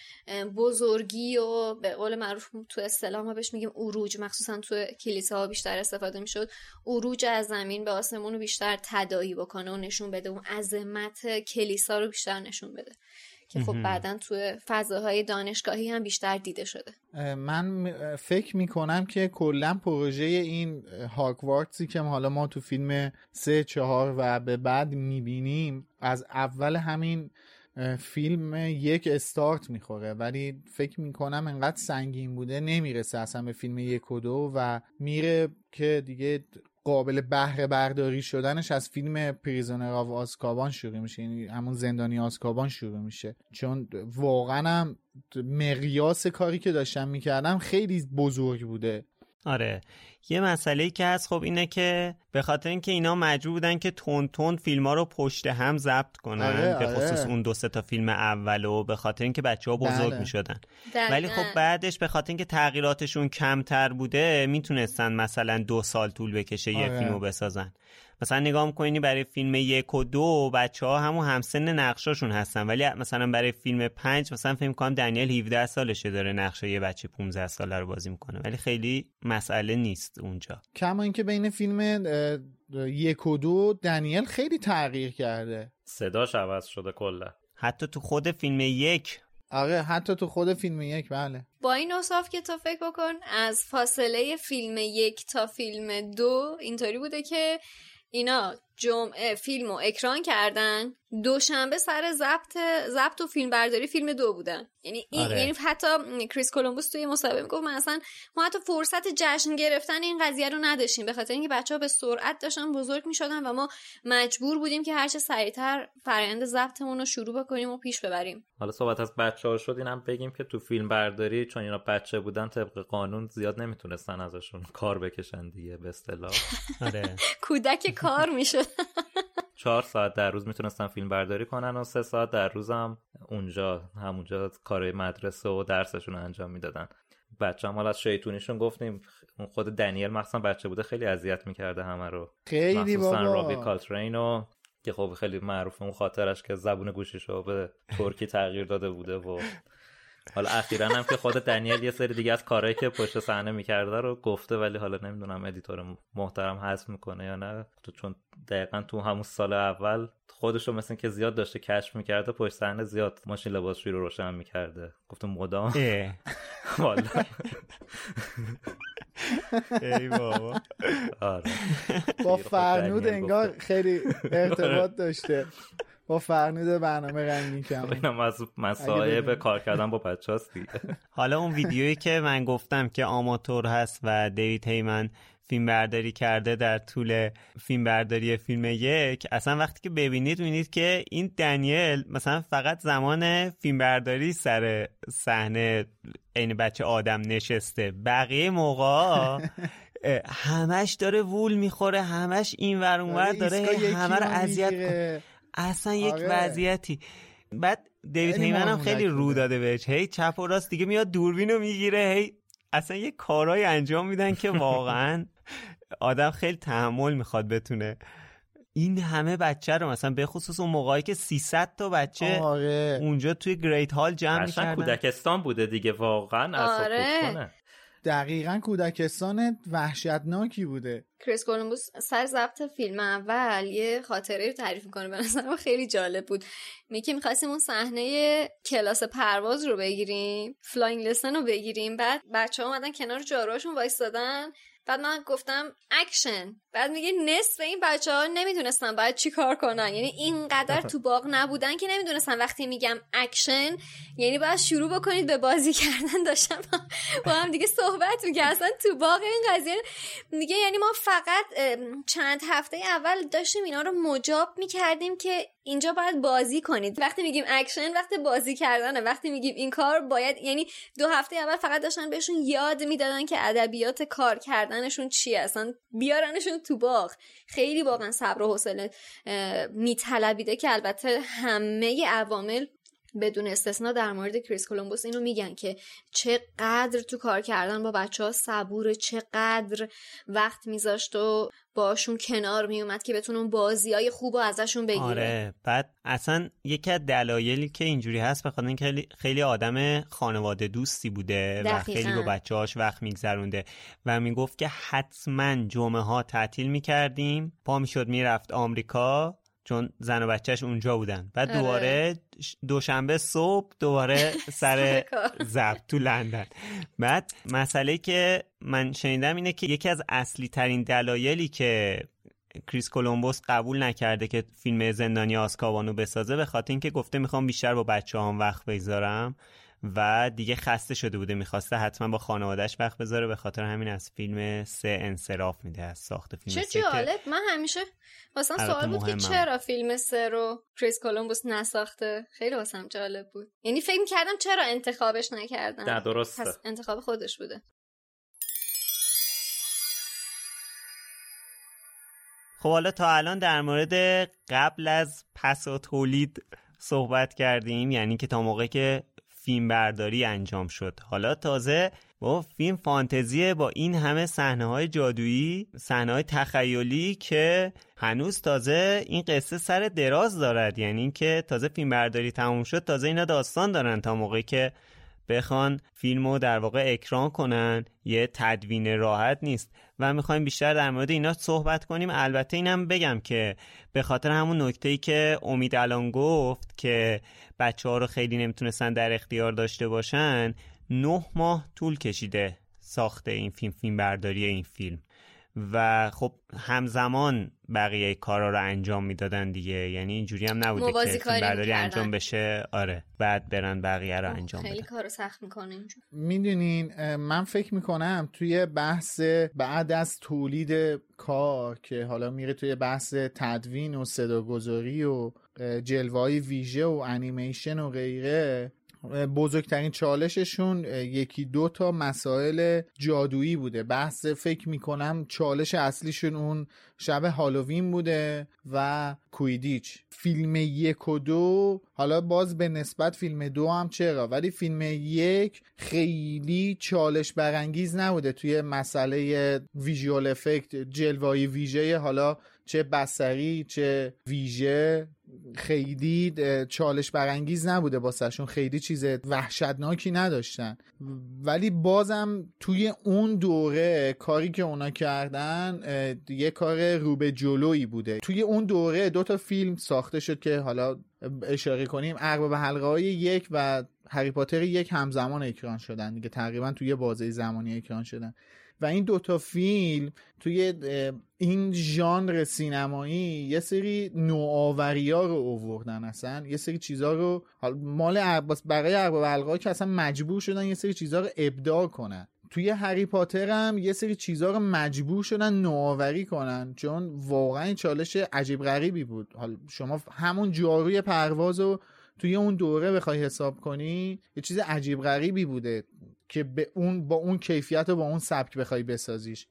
بزرگی و به قول معروف تو اصطلاح ما بهش میگیم عروج، مخصوصا تو کلیساها بیشتر استفاده میشد، عروج از زمین به آسمون رو بیشتر تداعی بکنه و نشون بده، اون عظمت کلیسا رو بیشتر نشون بده که خب بعدن توی فضاهای دانشگاهی هم بیشتر دیده شده. من فکر میکنم که کلا پروژه این هاگوارتسی که حالا ما تو فیلم سه چهار و به بعد میبینیم از اول همین فیلم یک استارت میخوره، ولی فکر میکنم انقدر سنگین بوده نمیرسه اصلا به فیلم یک و دو و میره که دیگه قابل بهره برداری شدنش از فیلم پریزونر آف آزکابان شروع میشه، یعنی همون زندانی آزکابان شروع میشه، چون واقعا هم مقیاس کاری که داشتم میکردم خیلی بزرگ بوده. آره یه مسئله‌ای که هست خب اینه که به خاطر اینکه اینا مجبور بودن که تون تون فیلم‌ها رو پشت هم ضبط کنن، آره، به خصوص آره. اون دو سه تا فیلم اولو، به خاطر اینکه بچه‌ها بزرگ بله. می‌شدن. دقیقاً. ولی خب بعدش به خاطر اینکه تغییراتشون کمتر بوده میتونستن مثلا دو سال طول بکشه یه آره. فیلمو بسازن. مثلا نگاه می‌کنی برای فیلم یک و دو بچه‌ها همون همسن نقشاشون هستن، ولی مثلا برای فیلم پنج مثلا فکر می‌کنم دنیل هفده سالشه داره نقش یه بچه پانزده ساله رو بازی می‌کنه، ولی خیلی مسئله نیست اونجا. کما اینکه بین فیلم یک و دو دنیل خیلی تغییر کرده، صداش عوض شده کلا، حتی تو خود فیلم یک. آره حتی تو خود فیلم یک. بله با این اوصاف که تو فکر بکن از فاصله فیلم یک تا فیلم دو اینطوری بوده که اینا جمعه فیلمو اکران کردن، دوشنبه سر ضبط ضبط و فیلم برداری فیلم دو بودن. یعنی این آره. یعنی حتی کریس کولومبوس توی مصاحبه میگفت من اصلا ما حتی فرصت جشن گرفتن این قضیه رو نداشتیم، به خاطر اینکه بچه‌ها به سرعت داشتن بزرگ میشدن و ما مجبور بودیم که هر چه سریعتر فرآیند ضبطمون رو شروع بکنیم و پیش ببریم. حالا صحبت از بچه‌ها شد، اینم بگیم که تو فیلم برداری چون اینا بچه بودن طبق قانون زیاد نمیتونستن ازشون کار بکشن دیگه، به اصطلاح آره کودک کار میشد. چهار ساعت در روز میتونستن فیلم برداری کنن و سه ساعت در روز هم اونجا همونجا کارهای مدرسه و درسشون انجام میدادن. بچه هم حالا از شیطونیشون گفتیم، اون خود دنیل مخصوصا بچه بوده خیلی اذیت میکرده همه رو، خیلی بابا، مخصوصا رابی کالترینو که خب خیلی معروفه اون خاطرش که زبون گوشیشو به ترکی تغییر داده بوده و حالا اخیراً هم که خود دنیل یه سری دیگه از کارهایی که پشت صحنه میکرده رو گفته، ولی حالا نمیدونم ادیتور محترم حذف میکنه یا نه، چون دقیقاً تو همون سال اول خودش رو مثلا که زیاد داشته کشف میکرده، پشت صحنه زیاد ماشین لباسشویی رو روشن میکرده. گفتم مدام والا ای بابا. آره با فرنود انگار خیلی ارتباط داشته، با فرنود برنامه رنگین کمان. اینم از مصائب کار کردن با بچه‌هاست دیگه. حالا اون ویدیویی که من گفتم که آماتور هست و دیوید هیمن فیلم برداری کرده در طول فیلم برداری فیلم یک، اصلا وقتی که ببینید می‌بینید که این دنیل مثلا فقط زمان فیلم برداری سر صحنه این بچه آدم نشسته، بقیه موقع همش داره وول میخوره، همش این ور اون ور داره همه رو اذیت کنه. اصلا یک آره. وضعیتی. بعد دیوید هیمن هم خیلی رو داده بهش، هی چپ و راست دیگه میاد دوربینو میگیره، هی اصلا یه کارهای انجام میدن که واقعا آدم خیلی تحمل میخواد بتونه این همه بچه رو، مثلا به خصوص اون موقعی که سیصد تا بچه آره. اونجا توی گریت هال جمع می‌کردن. کودکستان بوده دیگه واقعا. آره. دقیقاً کودکستان وحشتناکی بوده. کریس کولومبوس سر ضبط فیلم اول یه خاطره رو تعریف میکنه، به نظرم خیلی جالب بود. میگه می‌خواستیم اون صحنه کلاس پرواز رو بگیریم، فلاینگ لسن رو بگیریم، بعد بچه‌ها اومدن کنار جاروهاشون وایسادن، بعد من گفتم اکشن، بعد میگه نصف این بچه‌ها نمیدونستن باید چی کار کنن، یعنی اینقدر تو باغ نبودن که نمیدونستن وقتی میگم اکشن یعنی باید شروع بکنید به بازی کردن. داشتم با هم دیگه صحبت می‌کردن اصلا تو باغ این قضیه. میگه یعنی ما فقط چند هفته اول داشتیم اینا رو مجاب می‌کردیم که اینجا باید بازی کنید. وقتی میگیم اکشن وقتی بازی کردنه، وقتی میگیم این کار باید، یعنی دو هفته اول فقط داشتن بهشون یاد میدادن که ادبیات کار کردنشون چیه، اصلا بیارنشون تو باغ. خیلی واقعا صبر و حوصله میطلبیده که البته همه عوامل بدون استثنا در مورد کریس کولومبوس اینو میگن که چقدر تو کار کردن با بچه‌ها صبوره، چقدر وقت میذاشت و باشون کنار میومد که بتونه اون بازیای خوبو ازشون بگیره. آره. بعد اصلا یکی از دلایلی که اینجوری هست بخاطر اینکه خیلی آدم خانواده دوستی بوده دقیقا. و خیلی با بچه‌هاش وقت میگذرونده و میگفت که حتما جمعه ها تعطیل میکردیم، پا میشد میرفت آمریکا چون زن و بچهش اونجا بودن، بعد دوباره دوشنبه صبح دوباره سر ضبط تو لندن. بعد مسئله که من شنیدم اینه که یکی از اصلی ترین دلایلی که کریس کولومبوس قبول نکرده که فیلم زندانی آزکابانو بسازه به خاطر اینکه گفته میخوام بیشتر با بچه‌هام وقت بگذارم و دیگه خسته شده بوده، میخواسته حتما با خانواده‌اش وقت بذاره، به خاطر همین از فیلم سه انصراف میده، از ساخت فیلم سه. چه جالب. من همیشه واسم سوال بود که چرا فیلم سه رو کریس کولومبوس نساخته. خیلی واسم جالب بود، یعنی فکر می‌کردم چرا انتخابش نکردن. نه درسته، پس انتخاب خودش بوده. خب حالا تا الان در مورد قبل از پس و تولید صحبت کردیم، یعنی که تا موقعی که فیلم برداری انجام شد. حالا تازه با فیلم فانتزیه با این همه صحنه‌های جادویی، صحنه‌های تخیلی که هنوز تازه این قصه سر دراز دارد، یعنی که تازه فیلم برداری تموم شد، تازه اینا داستان دارن تا موقعی که بخوان فیلمو در واقع اکران کنن یه تدوین راحت نیست و میخوایم بیشتر در مورد اینا صحبت کنیم. البته اینم بگم که به خاطر همون نکته‌ای که امید الان گفت که بچه‌ها رو خیلی نمیتونستن در اختیار داشته باشن، نه ماه طول کشیده ساخت این فیلم، فیلم برداری این فیلم و خب همزمان بقیه کارا رو انجام میدادن دیگه، یعنی اینجوری هم نبوده که فیلم برداری انجام بشه آره بعد برن بقیه رو انجام بدن. خیلی کارو سخت میکنه اینجوری. میدونین من فکر میکنم توی بحث بعد از تولید کار که حالا میره توی بحث تدوین و صداگذاری و جلوه‌های ویژه و انیمیشن و غیره، بزرگترین چالششون یکی دو تا مسائل جادویی بوده. بحث فکر میکنم چالش اصلیشون اون شب هالووین بوده و کویدیچ. فیلم یک و دو حالا باز به نسبت فیلم دو هم چرا، ولی فیلم یک خیلی چالش برانگیز نبوده توی مسئله ویژوال افکت، جلوه‌ای ویژه، حالا چه بصری چه ویژه خیلی چالش برانگیز نبوده واسهشون، خیلی چیز وحشتناکی نداشتن، ولی بازم توی اون دوره کاری که اونا کردن یه کار رو به جلویی بوده. توی اون دوره دو تا فیلم ساخته شد که حالا اشاره کنیم، ارباب حلقه های یک و هری پاتر یک همزمان اکران شدن دیگه، تقریبا توی بازه زمانی اکران شدن و این دوتا فیلم توی این ژانر سینمایی یه سری نوآوری‌ها رو آوردن، اصلا یه سری چیزا رو مال برای ارباب حلقه‌ها که اصلا مجبور شدن یه سری چیزا رو ابداع کنن. توی هری پاتر هم یه سری چیزا رو مجبور شدن نوآوری کنن، چون واقعا چالش عجیب غریبی بود. حالا شما همون جاروی پرواز رو توی اون دوره بخوای حساب کنی یه چیز عجیب غریبی بوده که به اون با اون کیفیت و با اون سبک بخوای بسازیش.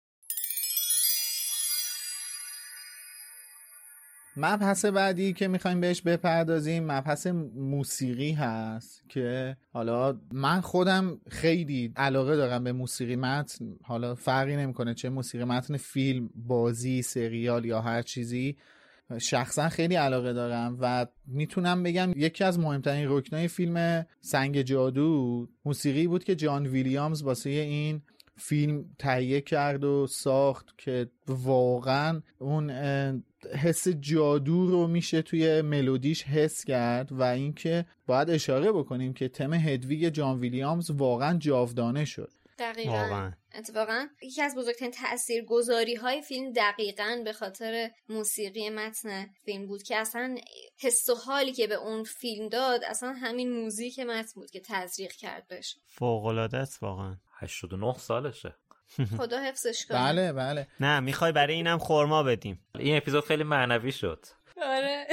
مبحث بعدی که میخوایم بهش بپردازیم مبحث موسیقی هست که حالا من خودم خیلی علاقه دارم به موسیقی متن، حالا فرقی نمیکنه چه موسیقی متن فیلم، بازی، سریال یا هر چیزی، شخصا خیلی علاقه دارم و میتونم بگم یکی از مهمترین رکنای فیلم سنگ جادو موسیقی بود که جان ویلیامز واسه این فیلم تهیه کرد و ساخت که واقعا اون حس جادو رو میشه توی ملودیش حس کرد و اینکه باید اشاره بکنیم که تم هدویگ جان ویلیامز واقعا جاودانه شد. دقیقاً واقعا. اتفاقا یکی از بزرگترین تاثیرگذاری های فیلم دقیقاً به خاطر موسیقی متن فیلم بود که اصلا حس و حالی که به اون فیلم داد اصلا همین موزیک متن بود که تزریق کرد بهش. فوق‌العاده است واقعا. هشتاد و نه سالشه. خدا حفظش کنه. بله بله. نه میخوای برای اینم خورما بدیم. این اپیزود خیلی معنوی شد. آره.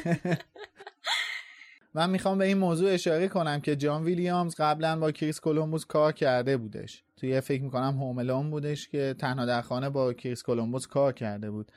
من میخوام به این موضوع اشاره کنم که جان ویلیامز قبلا با کریس کولومبوس کار کرده بودش، توی فکر میکنم هوم الون بودش که تنها در خانه با کریس کولومبوس کار کرده بود.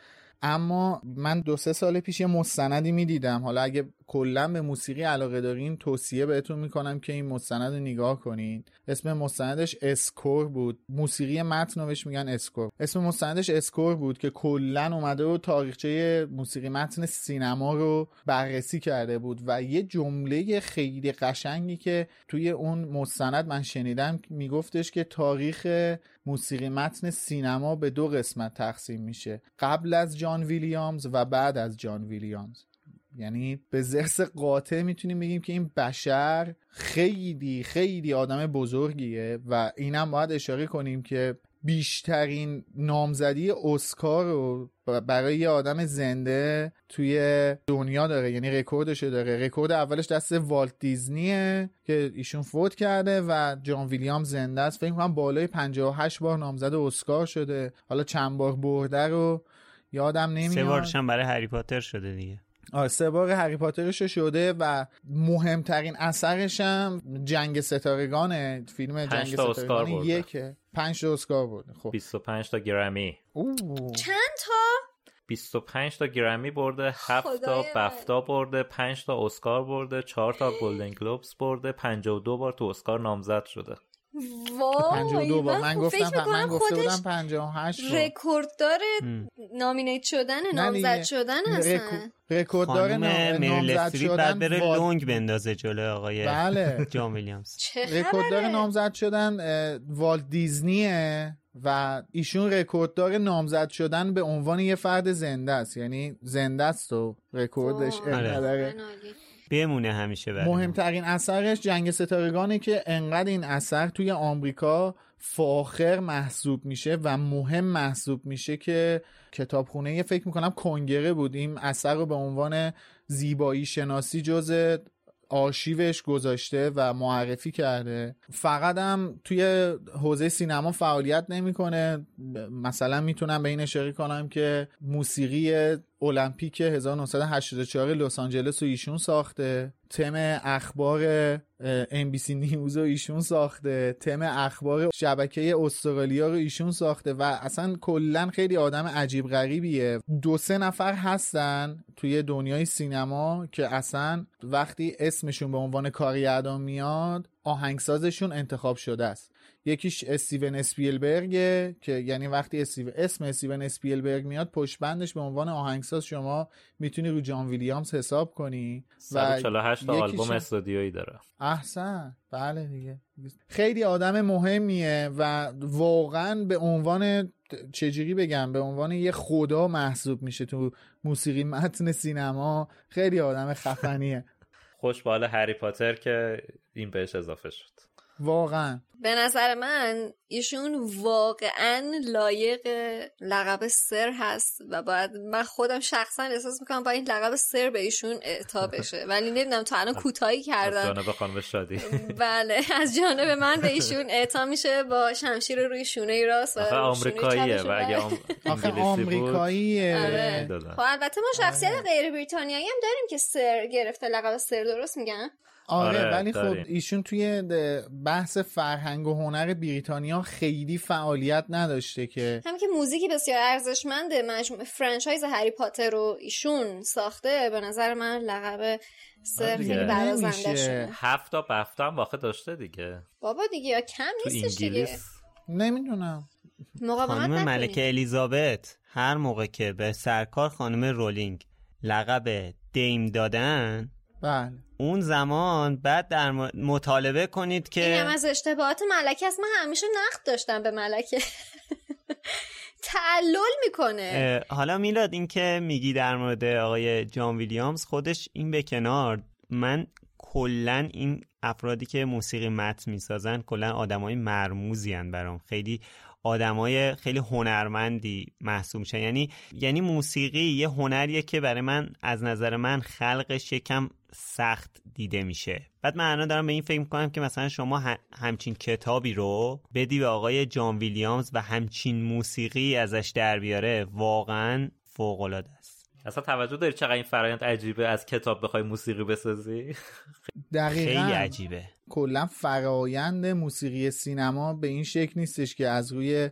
اما من دو سه سال پیش یه مستندی میدیدم، حالا اگه کلا به موسیقی علاقه دارین توصیه بهتون میکنم که این مستند رو نگاه کنین. اسم مستندش اسکور بود، موسیقی متن رو بهش میگن اسکور. اسم مستندش اسکور بود که کلا اومده و تاریخچه موسیقی متن سینما رو بررسی کرده بود و یه جمله خیلی قشنگی که توی اون مستند من شنیدم میگفتش که تاریخ موسیقی متن سینما به دو قسمت تقسیم میشه، قبل از جان ویلیامز و بعد از جان ویلیامز. یعنی به ضرس قاطع میتونیم بگیم که این بشر خیلی خیلی آدم بزرگیه و اینم باید اشاره کنیم که بیشترین نامزدی اسکار رو برای یه آدم زنده توی دنیا داره، یعنی رکوردشو داره. رکورد اولش دست والت دیزنیه که ایشون فوت کرده و جان ویلیام زنده است. فکر کنم بالای پنجاه و هشت بار نامزد اسکار شده، حالا چند بار برده رو یادم نمیاد. سه بارش هم برای هری پاتر شده دیگه. آره سه بار هری پاترش شده و مهمترین اثرش هم جنگ ستارگانه. فیلم جنگ ستارگان یکه، پنج تا اسکار برده. خب بیست و پنج تا گرمی. اوه. چند تا؟ بیست و پنج تا گرمی برده، هفت تا بفتا برده، پنج تا اسکار برده، چهار تا گلدن گلوبز برده، پنجاه و دو بار تو اسکار نامزد شده. وای پنجاه و دو بار. من گفتم من گفته خودش بودم پنجاه و هشت بار. رکورددار نامینیت شدن، نامزد شدن هستن. رکورددار نامزد شدن بعد بره وال... لونگ بندازه جلوی آقای بله. جان ویلیامز. رکورددار نامزد شدن والت دیزنیه و ایشون رکورددار نامزد شدن به عنوان یه فرد زنده است، یعنی زنده است و رکوردش اینقدره بمونه همیشه. برای مهمترین اثرش جنگ ستارگانه که انقدر این اثر توی آمریکا فاخر محسوب میشه و مهم محسوب میشه که کتابخونه یه فکر میکنم کنگره بود این اثر رو به عنوان زیبایی شناسی جز آرشیوش گذاشته و معرفی کرده. فقط هم توی حوزه سینما فعالیت نمیکنه. مثلا میتونم به این اشاره کنم که موسیقی المپیک هزار و نهصد و هشتاد و چهار لس آنجلس رو ایشون ساخته، تم اخبار ام بی سی نیوز رو ایشون ساخته، تم اخبار شبکه استرالیا رو ایشون ساخته و اصلا کلا خیلی آدم عجیب غریبیه. دو سه نفر هستن توی دنیای سینما که اصلا وقتی اسمشون به عنوان کارگردان میاد آهنگسازشون انتخاب شده است. یکیش استیون اسپیلبرگ که یعنی وقتی استیو... اسم استیون اسپیلبرگ میاد پشت بندش به عنوان آهنگساز شما میتونی رو جان ویلیامز حساب کنی صد و چهل و هشت تا آلبوم استودیویی داره. احسن، بله دیگه. خیلی آدم مهمیه و واقعا به عنوان چجوری بگم به عنوان یه خدا محسوب میشه تو موسیقی متن سینما. خیلی آدم خفنیه. خوش به حال هری پاتر که این بهش اضافه شد. واقعا به نظر من ایشون واقعا لایق لقب سر هست و باید من خودم شخصا احساس میکنم با این لقب سر به ایشون اعطا بشه، ولی نمیدونم تا الان کوتاهی کردن. از جانب خانم شادی. بله از جانب من به ایشون اعطا میشه با شمشیر روی شونه راست. آخه آمریکاییه و اگه آخه آمریکاییه. خب البته ما شخصیت غیر بریتانیایی هم داریم که سر گرفته، لقب سر، درست میگن؟ آره, آره ولی خب ایشون توی بحث فرهنگ و هنر بریتانیا خیلی فعالیت نداشته که هم که موزیکی بسیار ارزشمنده مجموعه فرانچایز هری پاتر رو ایشون ساخته. به نظر من لقب سر خیلی برازنده شده. هفت تا بفتا هم واقع داشته دیگه بابا دیگه یا کم نیستش دیگه. نمیدونم. خانم ملکه الیزابت هر موقع که به سرکار خانم رولینگ لقب دیم دادن بله اون زمان بعد در مطالبه کنید که این هم از اشتباهات ملکه است. من همیشه نقد داشتم به ملکه. تعلل میکنه. حالا میلاد این که میگی در مورد آقای جان ویلیامز خودش این به کنار، من کلن این افرادی که موسیقی متن میسازن کلن آدمای مرموزی هن برام، خیلی آدمای خیلی هنرمندی محسوب میشن. یعنی یعنی موسیقی یه هنریه که برای من از نظر من خلقش یکم سخت دیده میشه. بعد من الان دارم به این فکر میکنم که مثلا شما همچین کتابی رو بدی به آقای جان ویلیامز و همچین موسیقی ازش در بیاره، واقعا فوق العاده است. اصلا توجه داری چقدر این فرآیند عجیبه از کتاب بخوای موسیقی بسازی؟ دقیقاً خیلی عجیبه. کلا فرآیند موسیقی سینما به این شکل نیستش که از روی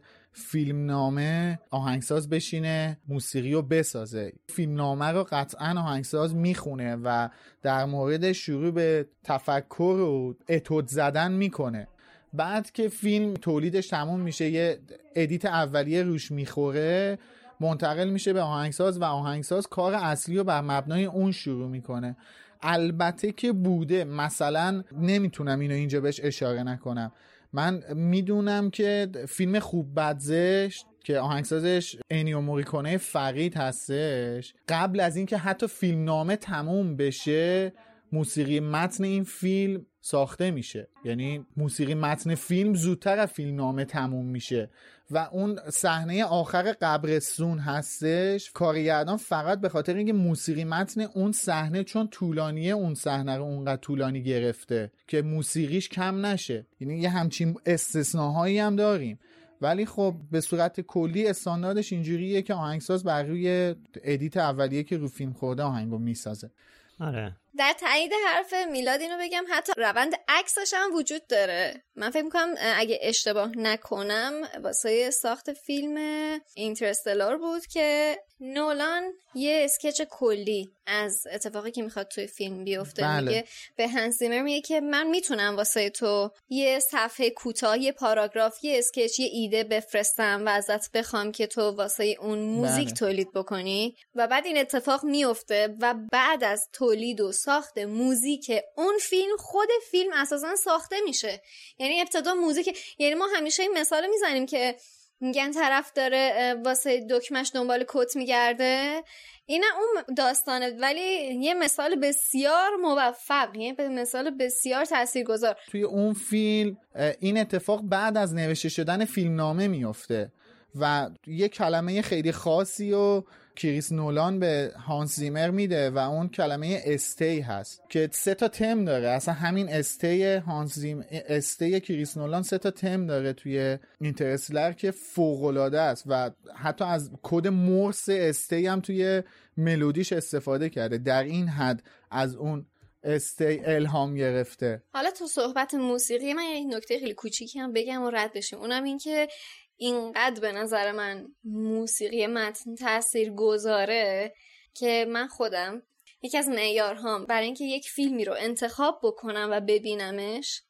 فیلمنامه آهنگساز بشینه موسیقی رو بسازه. فیلمنامه رو قطعاً آهنگساز میخونه و در مورد شروع به تفکر و اتود زدن میکنه. بعد که فیلم تولیدش تموم میشه یه ادیت اولیه روش میخوره، منتقل میشه به آهنگساز و آهنگساز کار اصلی رو بر مبنای اون شروع میکنه. البته که بوده، مثلا نمیتونم اینو اینجا بهش اشاره نکنم، من میدونم که فیلم خوب بد زشت که آهنگسازش انیو موریکونه فقید هستش، قبل از اینکه حتی فیلمنامه تموم بشه موسیقی متن این فیلم ساخته میشه. یعنی موسیقی متن فیلم زودتر از فیلمنامه تموم میشه و اون صحنه آخر قبرستون هستش کارگردان فقط به خاطر اینکه موسیقی متن اون صحنه چون طولانیه اون صحنه رو اونقدر طولانی گرفته که موسیقیش کم نشه. یعنی یه همچین استثناهایی هم داریم، ولی خب به صورت کلی استانداردش اینجوریه که آهنگساز بر روی ادیت اولیه که رو فیلم خورده آهنگو میسازه. آره. در تایید حرف میلاد اینو بگم حتی روند عکسش هم وجود داره. من فکر میکنم اگه اشتباه نکنم واسه ساخت فیلم اینترستلار بود که نولان یه اسکچ کلی از اتفاقی که میخواد توی فیلم بیفته بله. میگه به هنس زیمر میگه که من میتونم واسه تو یه صفحه کوتاه، یه پاراگراف، یه اسکچ، یه ایده بفرستم و ازت بخوام که تو واسه اون موزیک بله. تولید بکنی و بعد این اتفاق میفته و بعد از تولید و ساخت موزیک اون فیلم خود فیلم اساسا ساخته میشه. یعنی ابتدا موزیک، یعنی ما همیشه این مثال میزنیم که میگن طرف داره واسه دکمش دنبال کت میگرده، اینه اون داستانه، ولی یه مثال بسیار موفق، یه مثال بسیار تاثیرگذار. توی اون فیلم این اتفاق بعد از نوشته شدن فیلمنامه میفته و یه کلمه خیلی خاصی و کریس نولان به هانس زیمر میده و اون کلمه استی هست که سه تا تم داره. اصلا همین استی هانس زیمر، استی کریس نولان سه تا تم داره توی اینترستلر که فوق العاده است و حتی از کد مورس استی هم توی ملودیش استفاده کرده. در این حد از اون استی الهام گرفته. حالا تو صحبت موسیقی من یه نکته خیلی کوچیکی هم بگم و رد بشیم، اونم این که اینقدر به نظر من موسیقی متن تأثیر گذاره که من خودم یکی از معیارهام برای اینکه یک فیلمی رو انتخاب بکنم و ببینمش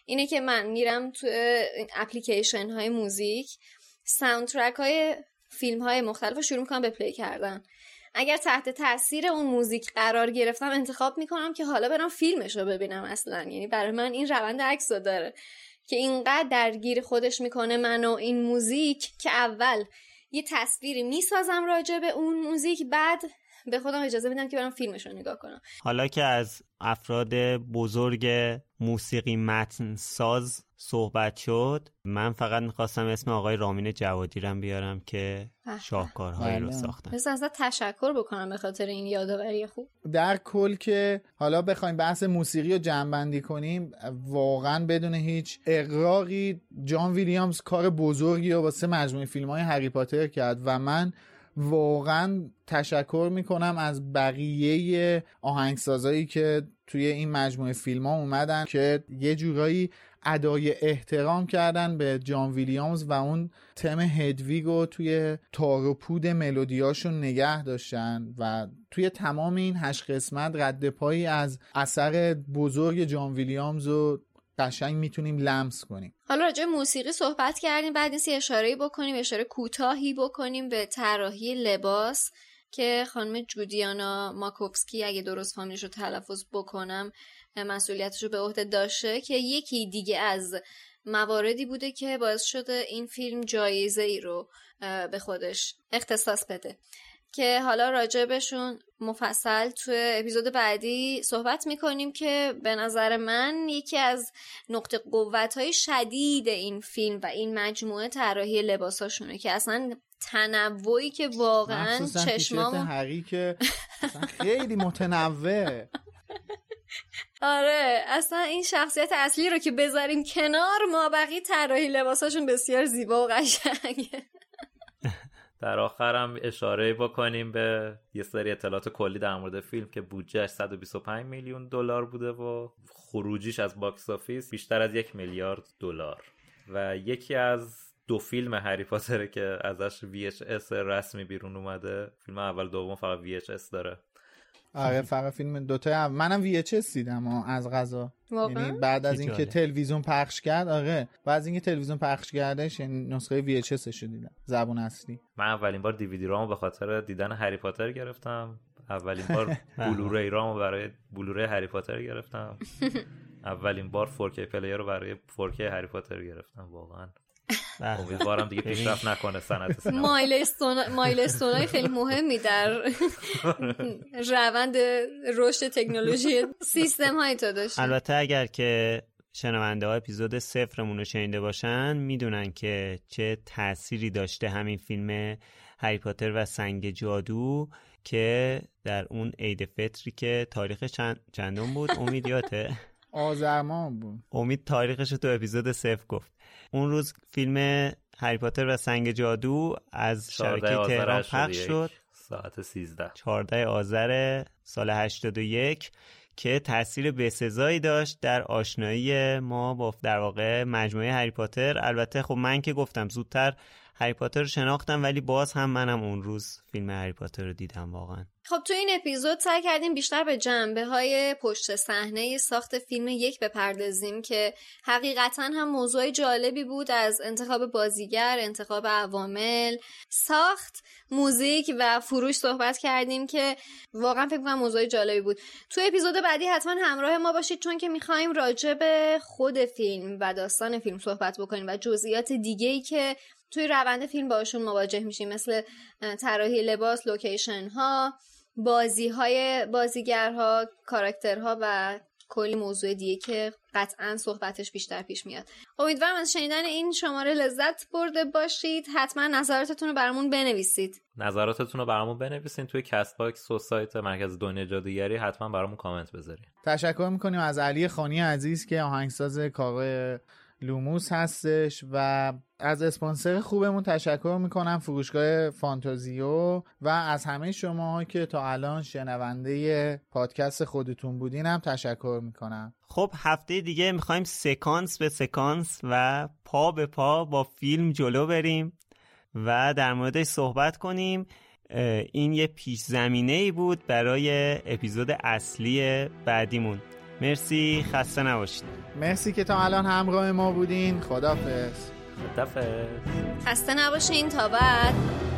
اینه که من میرم تو اپلیکیشن های موزیک، ساوندترک های فیلم های مختلف رو شروع میکنم به پلی کردن. اگر تحت تاثیر اون موزیک قرار گرفتم انتخاب میکنم که حالا برم فیلمش رو ببینم. اصلا یعنی برای من این روند عکس رو داره که اینقدر درگیر خودش میکنه من و این موزیک که اول یه تصویری میسازم راجع به اون موزیک، بعد به خودم اجازه میدم که برم فیلمش رو نگاه کنم. حالا که از افراد بزرگ موسیقی متن ساز صحبت شد، من فقط میخواستم اسم آقای رامین جوادی رو بیارم که شاهکارهایی رو ساختن. مثلا ازت تشکر بکنم به خاطر این یادآوری خوب. در کل که حالا بخوایم بحث موسیقی رو جمع‌بندی کنیم، واقعا بدون هیچ اغراقی جان ویلیامز کار بزرگی رو واسه مجموعه فیلم‌های هری پاتر کرد و من واقعا تشکر میکنم از بقیه آهنگسازایی که توی این مجموعه فیلم ها اومدن که یه جورایی ادای احترام کردن به جان ویلیامز و اون تم هدویگو توی تار و پود ملودیاشون نگه داشتن و توی تمام این هشت قسمت رد پایی از اثر بزرگ جان ویلیامز رو قشنگ میتونیم لمس کنیم. حالا راجع به موسیقی صحبت کردیم، بعد نیست اشاره‌ای بکنیم، اشاره کوتاهی بکنیم به طراحی لباس که خانم جودیانا ماکوفسکی، اگه درست فامیلش رو تلفظ بکنم، مسئولیتش رو به عهده داشته، که یکی دیگه از مواردی بوده که باعث شده این فیلم جایزه ای رو به خودش اختصاص بده که حالا راجبشون مفصل تو اپیزود بعدی صحبت میکنیم که به نظر من یکی از نقطه قوت‌های شدید این فیلم و این مجموعه طراحی لباساشونه که اصلا تنوعی که واقعا چشمامو هری که خیلی متنوع. آره اصلا این شخصیت اصلی رو که بذاریم کنار، ما بقیه طراحی لباساشون بسیار زیبا و قشنگه. در آخرم اشاره بکنیم به یه سری اطلاعات کلی در مورد فیلم که بودجهش صد و بیست و پنج میلیون دلار بوده و خروجیش از باکس آفیس بیشتر از یک میلیارد دلار و یکی از دو فیلم هری پاتر که ازش وی اچ اس رسمی بیرون اومده. فیلم اول دوم فقط وی اچ اس داره. آره فقط فیلم دوتا منم وی اچ اس دیدم از قضا، یعنی بعد از اینکه تلویزیون پخش کرد. آره بعد از اینکه تلویزیون پخش کردش نسخه وی اچ اس رو دیدم زبون اصلی. من اولین بار دیویدی رامو به خاطر دیدن هری پاتر گرفتم. اولین بار بلوری رامو برای بلوری هری پاتر گرفتم. اولین بار فور کی پلیر رو برای فور کی هری پاتر گرفتم. واقعا امیدوارم دیگه پیشرفت نکنه صنعت سینما. مایلستون مایلستونای خیلی مهمی در روند رشد تکنولوژی سیستم های تو داشت. البته اگر که شنونده ها اپیزود صفرمون رو شنیده باشن میدونن که چه تأثیری داشته همین فیلم هری پاتر و سنگ جادو که در اون عید فطری که تاریخ چند چندم بود امید یاته؟ آذر ماه بود. امید تاریخش رو تو اپیزود صفر گفت. اون روز فیلم هری پاتر و سنگ جادو از شبکه تهران پخش شد ساعت سیزده چهارده آذر سال هشتاد و یک که تأثیر بسزایی داشت در آشنایی ما با در واقع مجموعه هری پاتر. البته خب من که گفتم زودتر هری پاتر رو شناختم ولی باز هم منم اون روز فیلم هری پاتر رو دیدم واقعا. خب تو این اپیزود سعی کردیم بیشتر به جنبه های پشت صحنه ساخت فیلم یک بپردازیم که حقیقتا هم موضوع جالبی بود، از انتخاب بازیگر، انتخاب عوامل، ساخت، موزیک و فروش صحبت کردیم که واقعا فکر کنم موضوع جالبی بود. تو اپیزود بعدی حتما همراه ما باشید چون که می‌خوایم راجع به خود فیلم و داستان فیلم صحبت بکنیم و جزئیات دیگه‌ای که توی روند فیلم باشون مواجه میشیم، مثل طراحی لباس، لوکیشن ها، بازی های بازیگرها، کاراکترها و کلی موضوع دیگه که قطعا صحبتش بیشتر پیش میاد. امیدوارم از شنیدن این شماره لذت برده باشید. حتما نظراتتون رو برامون بنویسید. نظراتتون رو برامون بنویسین توی کست باکس و سایت مرکز دنیا جادوگری. حتما برامون کامنت بذارین. تشکر میکنیم از علی خانی عزیز که آهنگساز کاوه لوموس هستش و از اسپانسر خوبمون تشکر میکنم، فروشگاه فانتازیو، و از همه شما که تا الان شنونده پادکست خودتون بودین هم تشکر میکنم. خب هفته دیگه میخوایم سکانس به سکانس و پا به پا با فیلم جلو بریم و در موردش صحبت کنیم. این یه پیش زمینه‌ای بود برای اپیزود اصلی بعدیمون. مرسی، خسته نباشید. مرسی که تا الان همراه ما بودین. خداحافظ. خداحافظ. خسته نباشین تا بعد.